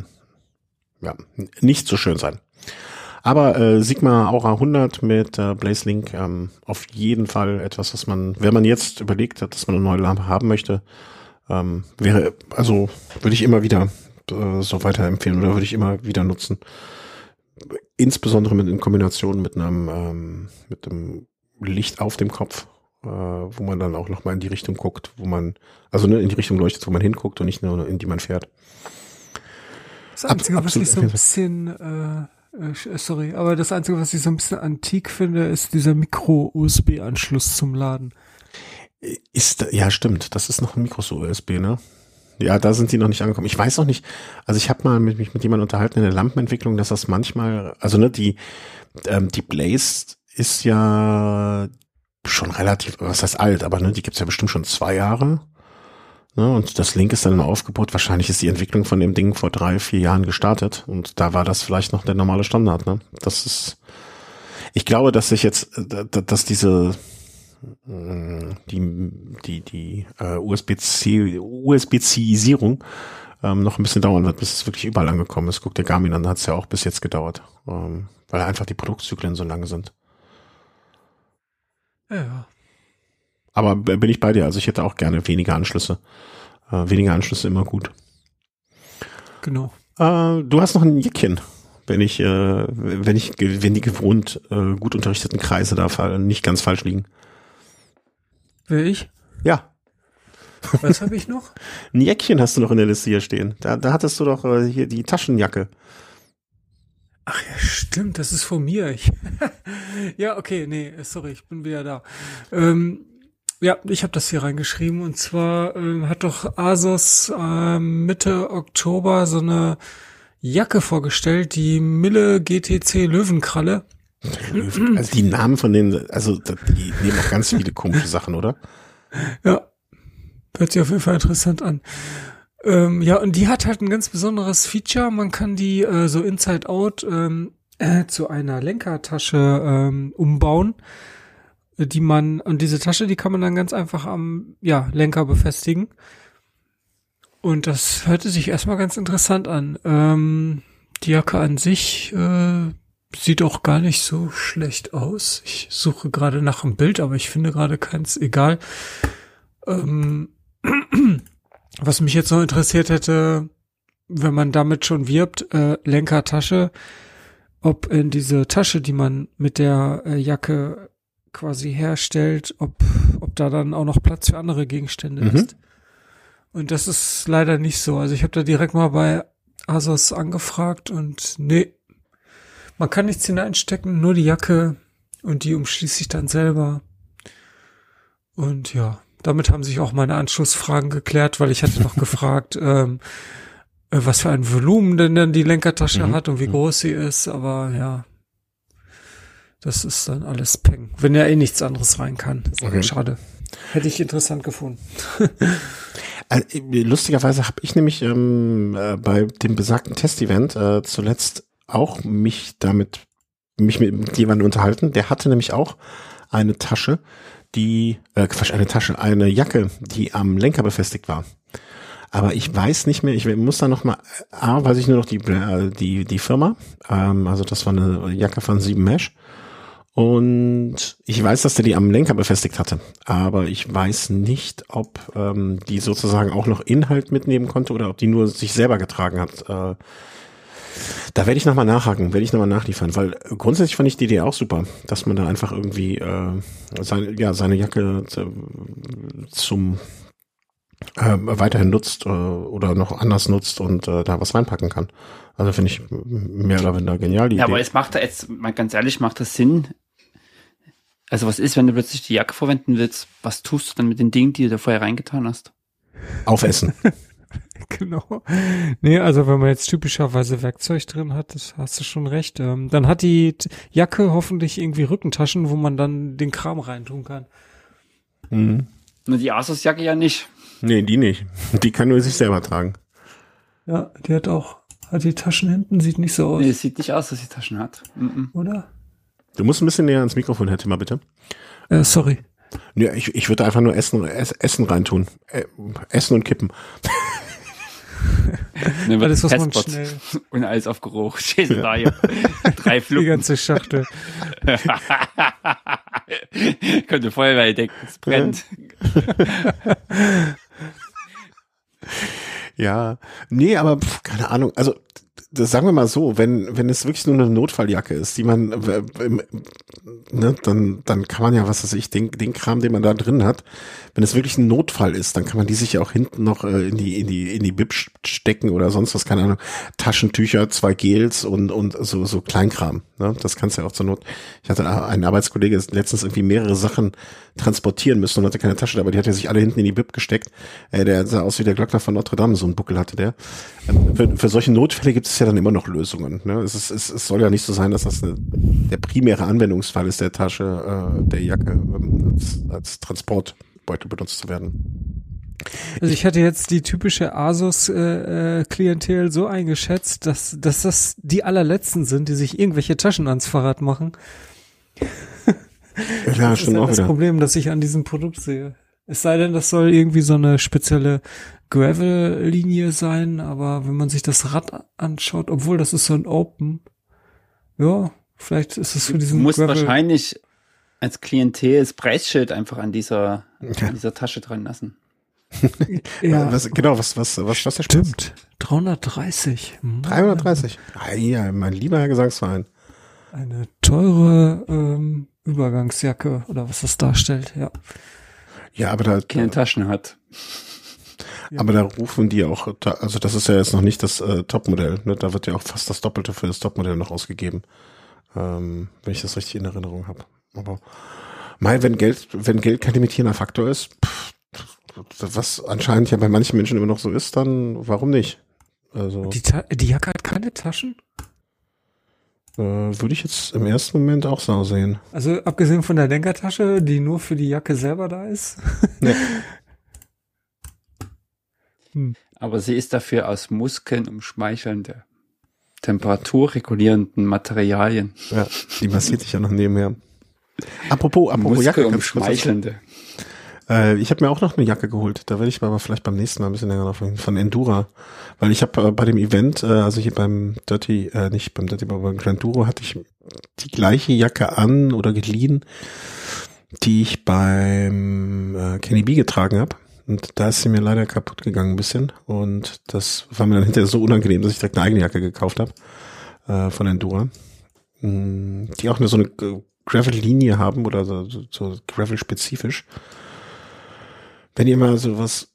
ja nicht so schön sein. Aber äh, Sigma Aura hundert mit äh, BlazeLink ähm, auf jeden Fall etwas, was man, wenn man jetzt überlegt hat, dass man eine neue Lampe haben möchte, ähm, wäre, also würde ich immer wieder äh, so weiterempfehlen oder würde ich immer wieder nutzen. Insbesondere mit in Kombination mit einem ähm, mit einem Licht auf dem Kopf, äh, wo man dann auch nochmal in die Richtung guckt, wo man, also ne, in die Richtung leuchtet, wo man hinguckt und nicht nur in die man fährt. Das Einzige, Ab, was ich so ein bisschen äh Sorry, aber das Einzige, was ich so ein bisschen antik finde, ist dieser Micro-U S B-Anschluss zum Laden. Ist, ja, stimmt. Das ist noch ein Micro-U S B, ne? Ja, da sind die noch nicht angekommen. Ich weiß auch nicht, also ich habe mal mit, mich mit jemandem unterhalten in der Lampenentwicklung, dass das manchmal, also ne, die, ähm, die Blaze ist ja schon relativ, was heißt alt, aber ne, die gibt's ja bestimmt schon zwei Jahre. Ne, und das Link ist dann im Aufgebot. Wahrscheinlich ist die Entwicklung von dem Ding vor drei, vier Jahren gestartet. Und da war das vielleicht noch der normale Standard. Ne? Das ist, ich glaube, dass sich jetzt, dass diese, die, die, die uh, U S B-C, U S B-C-Isierung ähm, noch ein bisschen dauern wird, bis es wirklich überall angekommen ist. Guck dir Garmin an, da hat es ja auch bis jetzt gedauert. Ähm, weil einfach die Produktzyklen so lange sind. Ja. Aber bin ich bei dir, also ich hätte auch gerne weniger Anschlüsse. Äh, weniger Anschlüsse immer gut. Genau. Äh, du hast noch ein Jäckchen, wenn ich, äh, wenn ich, wenn die gewohnt äh, gut unterrichteten Kreise da nicht ganz falsch liegen. Wer ich? Ja. Was habe ich noch? Ein Jäckchen hast du noch in der Liste hier stehen. Da, da hattest du doch äh, hier die Taschenjacke. Ach ja, stimmt, das ist von mir. Ich ja, okay, nee, sorry, ich bin wieder da. Ähm, ja, ich habe das hier reingeschrieben und zwar ähm, hat doch Asos äh, Mitte Oktober so eine Jacke vorgestellt, die Mille G T C Löwenkralle. Also die Namen von denen, also die nehmen auch ganz viele komische Sachen, oder? Ja, hört sich auf jeden Fall interessant an. Ähm, ja, und die hat halt ein ganz besonderes Feature. Man kann die äh, so Inside Out ähm, äh, zu einer Lenkertasche ähm, umbauen, die man, und diese Tasche, die kann man dann ganz einfach am ja, Lenker befestigen. Und das hörte sich erstmal ganz interessant an. Ähm, die Jacke an sich äh, sieht auch gar nicht so schlecht aus. Ich suche gerade nach einem Bild, aber ich finde gerade keins, egal. Ähm, was mich jetzt noch interessiert hätte, wenn man damit schon wirbt, äh, Lenkertasche, ob in diese Tasche, die man mit der äh, Jacke quasi herstellt, ob, ob da dann auch noch Platz für andere Gegenstände Mhm. ist. Und das ist leider nicht so. Also ich habe da direkt mal bei Asos angefragt und nee, man kann nichts hineinstecken, nur die Jacke und die umschließt sich dann selber. Und ja, damit haben sich auch meine Anschlussfragen geklärt, weil ich hatte noch gefragt, ähm, äh, was für ein Volumen denn dann die Lenkertasche Mhm. hat und wie groß sie ist, aber ja, das ist dann alles Peng. Wenn ja eh nichts anderes rein kann. Okay. Schade. Hätte ich interessant gefunden. Also, lustigerweise habe ich nämlich ähm, äh, bei dem besagten Testevent äh, zuletzt auch mich damit, mich mit jemandem unterhalten. Der hatte nämlich auch eine Tasche, die, äh, Quatsch, eine Tasche, eine Jacke, die am Lenker befestigt war. Aber ich weiß nicht mehr, ich muss da nochmal, A, weiß ich nur noch die, äh, die, die Firma, ähm, also das war eine Jacke von sieben Mesh. Und ich weiß, dass der die am Lenker befestigt hatte, aber ich weiß nicht, ob ähm, die sozusagen auch noch Inhalt mitnehmen konnte oder ob die nur sich selber getragen hat. Äh, da werde ich nochmal nachhaken, werde ich nochmal nachliefern, weil grundsätzlich fand ich die Idee auch super, dass man da einfach irgendwie äh, seine, ja, seine Jacke zu, zum äh, weiterhin nutzt äh, oder noch anders nutzt und äh, da was reinpacken kann. Also finde ich mehr oder weniger genial, die Ja, Idee. aber es macht da jetzt, mal ganz ehrlich, macht das Sinn? Also was ist, wenn du plötzlich die Jacke verwenden willst? Was tust du dann mit den Dingen, die du da vorher reingetan hast? Aufessen. Genau. Nee, also wenn man jetzt typischerweise Werkzeug drin hat, das hast du schon recht. Ähm, dann hat die T- Jacke hoffentlich irgendwie Rückentaschen, wo man dann den Kram reintun kann. Mhm. Nur die Asos-Jacke ja nicht. Nee, die nicht. Die kann nur sich selber tragen. Ja, die hat auch, hat die Taschen hinten, sieht nicht so aus, Nee, es sieht nicht aus, dass sie Taschen hat. Mhm. oder? Du musst ein bisschen näher ans Mikrofon, Herr Timmer, bitte. Äh, sorry. Ja, ich, ich würde einfach nur Essen, Ess, Essen reintun. Äh, Essen und Kippen. Ne, Alles, was man Testbot. schnell, Und alles auf Geruch. Stehst du da hier. Drei die Fluppen. ganze Schachtel. Könnte Feuerwehr denken, es brennt. Ja, nee, aber pf, keine Ahnung. Also das sagen wir mal so, wenn wenn es wirklich nur eine Notfalljacke ist, die man, äh, im- ne, dann dann kann man ja, was weiß ich, den den Kram, den man da drin hat, wenn es wirklich ein Notfall ist, dann kann man die sich ja auch hinten noch äh, in die in die in die Bib stecken oder sonst was, keine Ahnung, Taschentücher, zwei Gels und und so so Kleinkram. Ne, das kannst du ja auch zur Not. Ich hatte einen Arbeitskollege, der letztens irgendwie mehrere Sachen transportieren müssen und hatte keine Tasche, aber die hat er sich alle hinten in die Bib gesteckt. Äh, der sah aus wie der Glöckner von Notre Dame, so einen Buckel hatte der. Ähm, für, für solche Notfälle gibt es ja dann immer noch Lösungen. Ne? Es, ist, es, es soll ja nicht so sein, dass das eine, der primäre Anwendungsfall ist, der Tasche, äh, der Jacke ähm, als, als Transportbeutel benutzt zu werden. Also ich hatte jetzt die typische Asos-Klientel so eingeschätzt, dass, dass das die allerletzten sind, die sich irgendwelche Taschen ans Fahrrad machen. Ja, Das ist stimmt ja auch das wieder. Problem, das ich an diesem Produkt sehe. Es sei denn, das soll irgendwie so eine spezielle Gravel-Linie sein, aber wenn man sich das Rad anschaut, obwohl das ist so ein Open, ja, vielleicht ist es für Du diesen musst Gravel. wahrscheinlich als Klientel das Preisschild einfach an dieser, Ja. an dieser Tasche dran lassen. Ja, Was, genau, was, was, was, was der Spaß? stimmt. dreihundertdreißig. Hm. dreihundertdreißig. Ah, ja, mein lieber Herr Gesangsverein. Eine teure ähm, Übergangsjacke oder was das darstellt, ja. Ja, aber da keine Taschen hat. Aber da rufen die auch, also das ist ja jetzt noch nicht das äh, Topmodell, ne? Da wird ja auch fast das Doppelte für das Topmodell noch ausgegeben, ähm, wenn ich das richtig in Erinnerung habe. Aber mal, wenn Geld, wenn Geld kein limitierender Faktor ist, pff, was anscheinend ja bei manchen Menschen immer noch so ist, dann warum nicht? Also Die, Ta- die Jacke hat keine Taschen? äh, würde ich jetzt im ersten Moment auch so sehen. Also abgesehen von der Lenkertasche, die nur für die Jacke selber da ist. Nee. Aber sie ist dafür aus Muskeln umschmeichelnde, temperaturregulierenden Materialien. Ja, die massiert sich ja noch nebenher. Apropos, apropos Jacke. ganz kurz. Muskelumschmeichelnde. Äh, ich habe mir auch noch eine Jacke geholt. Da werde ich aber vielleicht beim nächsten Mal ein bisschen länger noch von, von Endura. Weil ich habe äh, bei dem Event, äh, also hier beim Dirty, äh, nicht beim Dirty, aber beim Grand Duro hatte ich die gleiche Jacke an oder geliehen, die ich beim äh, Kenny B getragen habe. Und da ist sie mir leider kaputt gegangen ein bisschen. Und das war mir dann hinterher so unangenehm, dass ich direkt eine eigene Jacke gekauft habe äh, von Endura. Mh, die auch eine so eine Gravel-Linie haben oder so, so, so Gravel-spezifisch. Wenn ihr mal so was,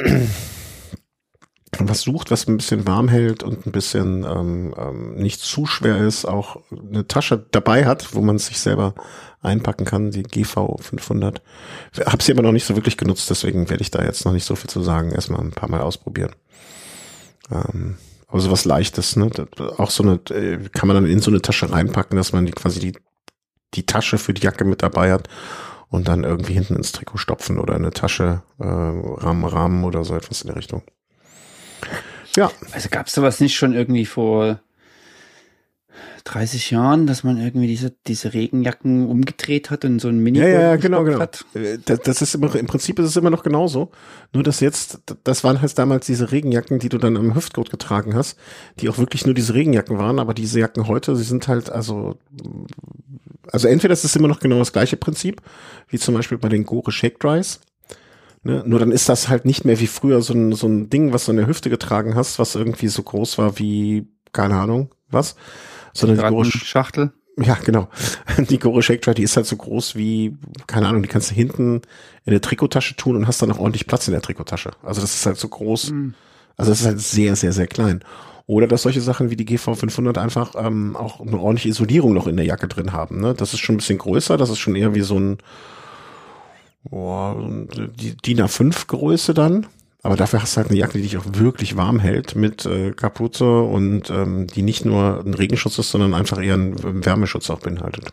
was sucht, was ein bisschen warm hält und ein bisschen ähm, ähm, nicht zu schwer ist, auch eine Tasche dabei hat, wo man es sich selber einpacken kann, die G V fünfhundert. Hab sie aber noch nicht so wirklich genutzt, deswegen werde ich da jetzt noch nicht so viel zu sagen. Erstmal ein paar Mal ausprobieren. Ähm, aber so was Leichtes, ne? Auch so eine, kann man dann in so eine Tasche reinpacken, dass man die, quasi die, die Tasche für die Jacke mit dabei hat und dann irgendwie hinten ins Trikot stopfen oder eine Tasche, äh, Rahmen, Rahmen oder so etwas in der Richtung. Ja. Also gab es sowas nicht schon irgendwie vor dreißig Jahren, dass man irgendwie diese diese Regenjacken umgedreht hat und so ein Mini ja, ja, ja, genau, genau. hat? Das, das ist immer, im Prinzip ist es immer noch genauso. Nur dass jetzt, das waren halt damals diese Regenjacken, die du dann am Hüftgurt getragen hast, die auch wirklich nur diese Regenjacken waren, aber diese Jacken heute, sie sind halt also, also entweder ist es immer noch genau das gleiche Prinzip, wie zum Beispiel bei den Gore Shake Dries. Ne? Nur dann ist das halt nicht mehr wie früher so ein, so ein Ding, was du in der Hüfte getragen hast, was irgendwie so groß war wie, keine Ahnung, was. Sondern die Gore Schachtel. Ja, genau. Die Gore Shake Dry, die ist halt so groß wie, keine Ahnung, die kannst du hinten in der Trikottasche tun und hast dann auch ordentlich Platz in der Trikottasche. Also das ist halt so groß. Mhm. Also das ist halt sehr, sehr, sehr klein. Oder dass solche Sachen wie die G V fünfhundert einfach ähm, auch eine ordentliche Isolierung noch in der Jacke drin haben. Ne? Das ist schon ein bisschen größer. Das ist schon eher wie so ein boah, die D I N A fünf Größe dann. Aber dafür hast du halt eine Jacke, die dich auch wirklich warm hält mit äh, Kapuze und ähm, die nicht nur ein Regenschutz ist, sondern einfach eher einen Wärmeschutz auch beinhaltet.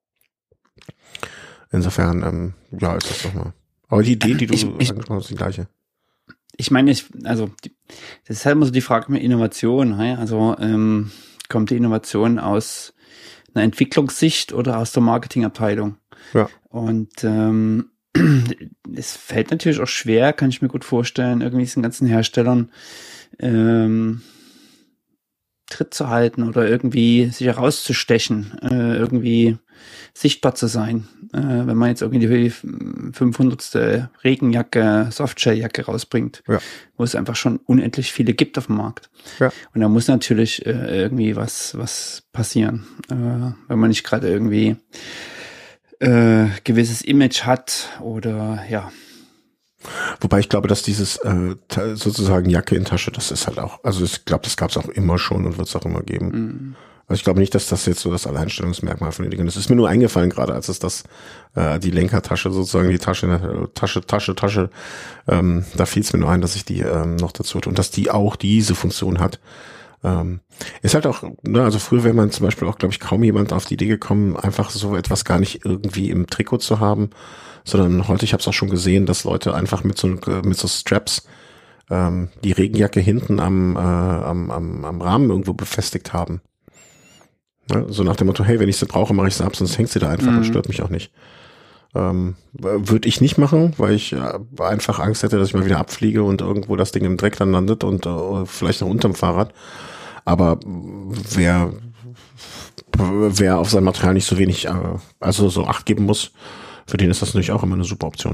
Insofern, ähm, ja, ist das doch mal. Aber die Idee, die du ich, ich, angesprochen hast, ist die gleiche. Ich meine, ich, also die, das ist halt immer so die Frage mit Innovation. He? Also ähm, kommt die Innovation aus einer Entwicklungssicht oder aus der Marketingabteilung? Ja. Und ähm, es fällt natürlich auch schwer, kann ich mir gut vorstellen, irgendwie diesen ganzen Herstellern ähm, Tritt zu halten oder irgendwie sich herauszustechen, äh, irgendwie sichtbar zu sein. Äh, wenn man jetzt irgendwie die fünfhundertste Regenjacke, Softshelljacke rausbringt, ja. wo es einfach schon unendlich viele gibt auf dem Markt. Ja. Und da muss natürlich äh, irgendwie was was passieren, äh, wenn man nicht gerade irgendwie Äh, gewisses Image hat oder ja. Wobei ich glaube, dass dieses äh, sozusagen Jacke in Tasche, das ist halt auch, also ich glaube, das gab es auch immer schon und wird es auch immer geben. Mhm. Also ich glaube nicht, dass das jetzt so das Alleinstellungsmerkmal von den Dingen ist. Es ist mir nur eingefallen gerade, als es das äh, die Lenkertasche sozusagen, die Tasche in der Tasche, Tasche, Tasche, ähm, da fiel es mir nur ein, dass ich die ähm, noch dazu hatte und dass die auch diese Funktion hat. Ähm, ist halt auch, ne, also früher wäre man zum Beispiel auch, glaube ich, kaum jemand auf die Idee gekommen, einfach so etwas gar nicht irgendwie im Trikot zu haben, sondern heute, ich habe es auch schon gesehen, dass Leute einfach mit so mit so Straps ähm, die Regenjacke hinten am, äh, am, am, am Rahmen irgendwo befestigt haben. Ne? So nach dem Motto, hey, wenn ich sie brauche, mache ich sie ab, sonst hängt sie da einfach, mhm. das stört mich auch nicht. Ähm, würde ich nicht machen, weil ich äh, einfach Angst hätte, dass ich mal wieder abfliege und irgendwo das Ding im Dreck dann landet und äh, vielleicht noch unterm Fahrrad. Aber wer wer auf sein Material nicht so wenig, äh, also so Acht geben muss, für den ist das natürlich auch immer eine super Option.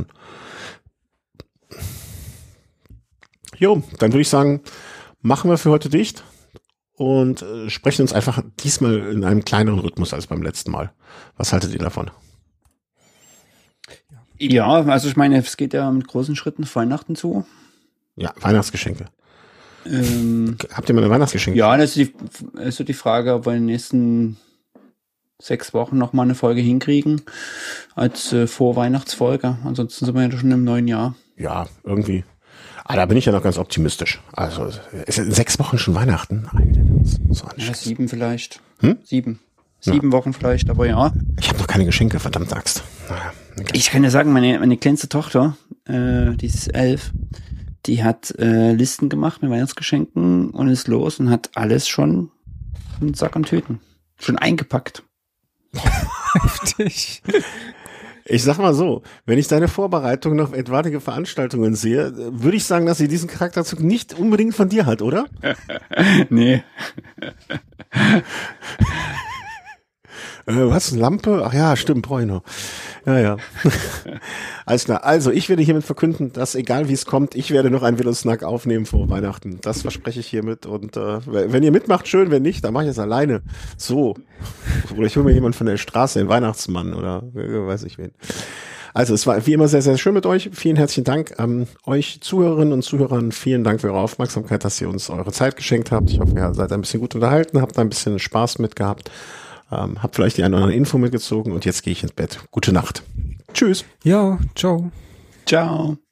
Jo, dann würde ich sagen, machen wir für heute dicht und äh, sprechen uns einfach diesmal in einem kleineren Rhythmus als beim letzten Mal. Was haltet ihr davon? Ja, also ich meine, es geht ja mit großen Schritten auf Weihnachten zu. Ja, Weihnachtsgeschenke. Ähm, Habt ihr mal eine Weihnachtsgeschenke? ja, das ist die, also die Frage, ob wir in den nächsten sechs Wochen noch mal eine Folge hinkriegen als äh, Vorweihnachtsfolge. Ansonsten sind wir ja schon im neuen Jahr. Ja, irgendwie. Ah, da bin ich ja noch ganz optimistisch. Also, ist in sechs Wochen schon Weihnachten? Alter, das ist so ein Ja, Scheiß. sieben vielleicht. Hm? Sieben. Sieben ja. Wochen vielleicht, aber ja. Ich habe noch keine Geschenke, verdammt Axt. Naja, okay. Ich kann ja sagen, meine, meine kleinste Tochter, äh, die ist elf, die hat äh, Listen gemacht mit Weihnachtsgeschenken und ist los und hat alles schon in Sack und Tüten. Schon eingepackt. Heftig. Ich sag mal so, wenn ich deine Vorbereitung auf etwaige Veranstaltungen sehe, würde ich sagen, dass sie diesen Charakterzug nicht unbedingt von dir hat, oder? Nee. Äh, was? Lampe? Ach ja, stimmt, brauche ich noch. Ja, ja. Alles klar. Also, ich werde hiermit verkünden, dass egal wie es kommt, ich werde noch ein Willow-Snack aufnehmen vor Weihnachten. Das verspreche ich hiermit. Und äh, wenn ihr mitmacht, schön. Wenn nicht, dann mache ich es alleine. So. Oder ich hole mir jemand von der Straße, den Weihnachtsmann oder äh, weiß ich wen. Also, es war wie immer sehr, sehr schön mit euch. Vielen herzlichen Dank. Ähm, euch Zuhörerinnen und Zuhörern, vielen Dank für eure Aufmerksamkeit, dass ihr uns eure Zeit geschenkt habt. Ich hoffe, ihr seid ein bisschen gut unterhalten, habt ein bisschen Spaß mit gehabt. Ähm, hab vielleicht die eine oder andere Info mitgezogen und jetzt gehe ich ins Bett. Gute Nacht. Tschüss. Ja, ciao. Ciao.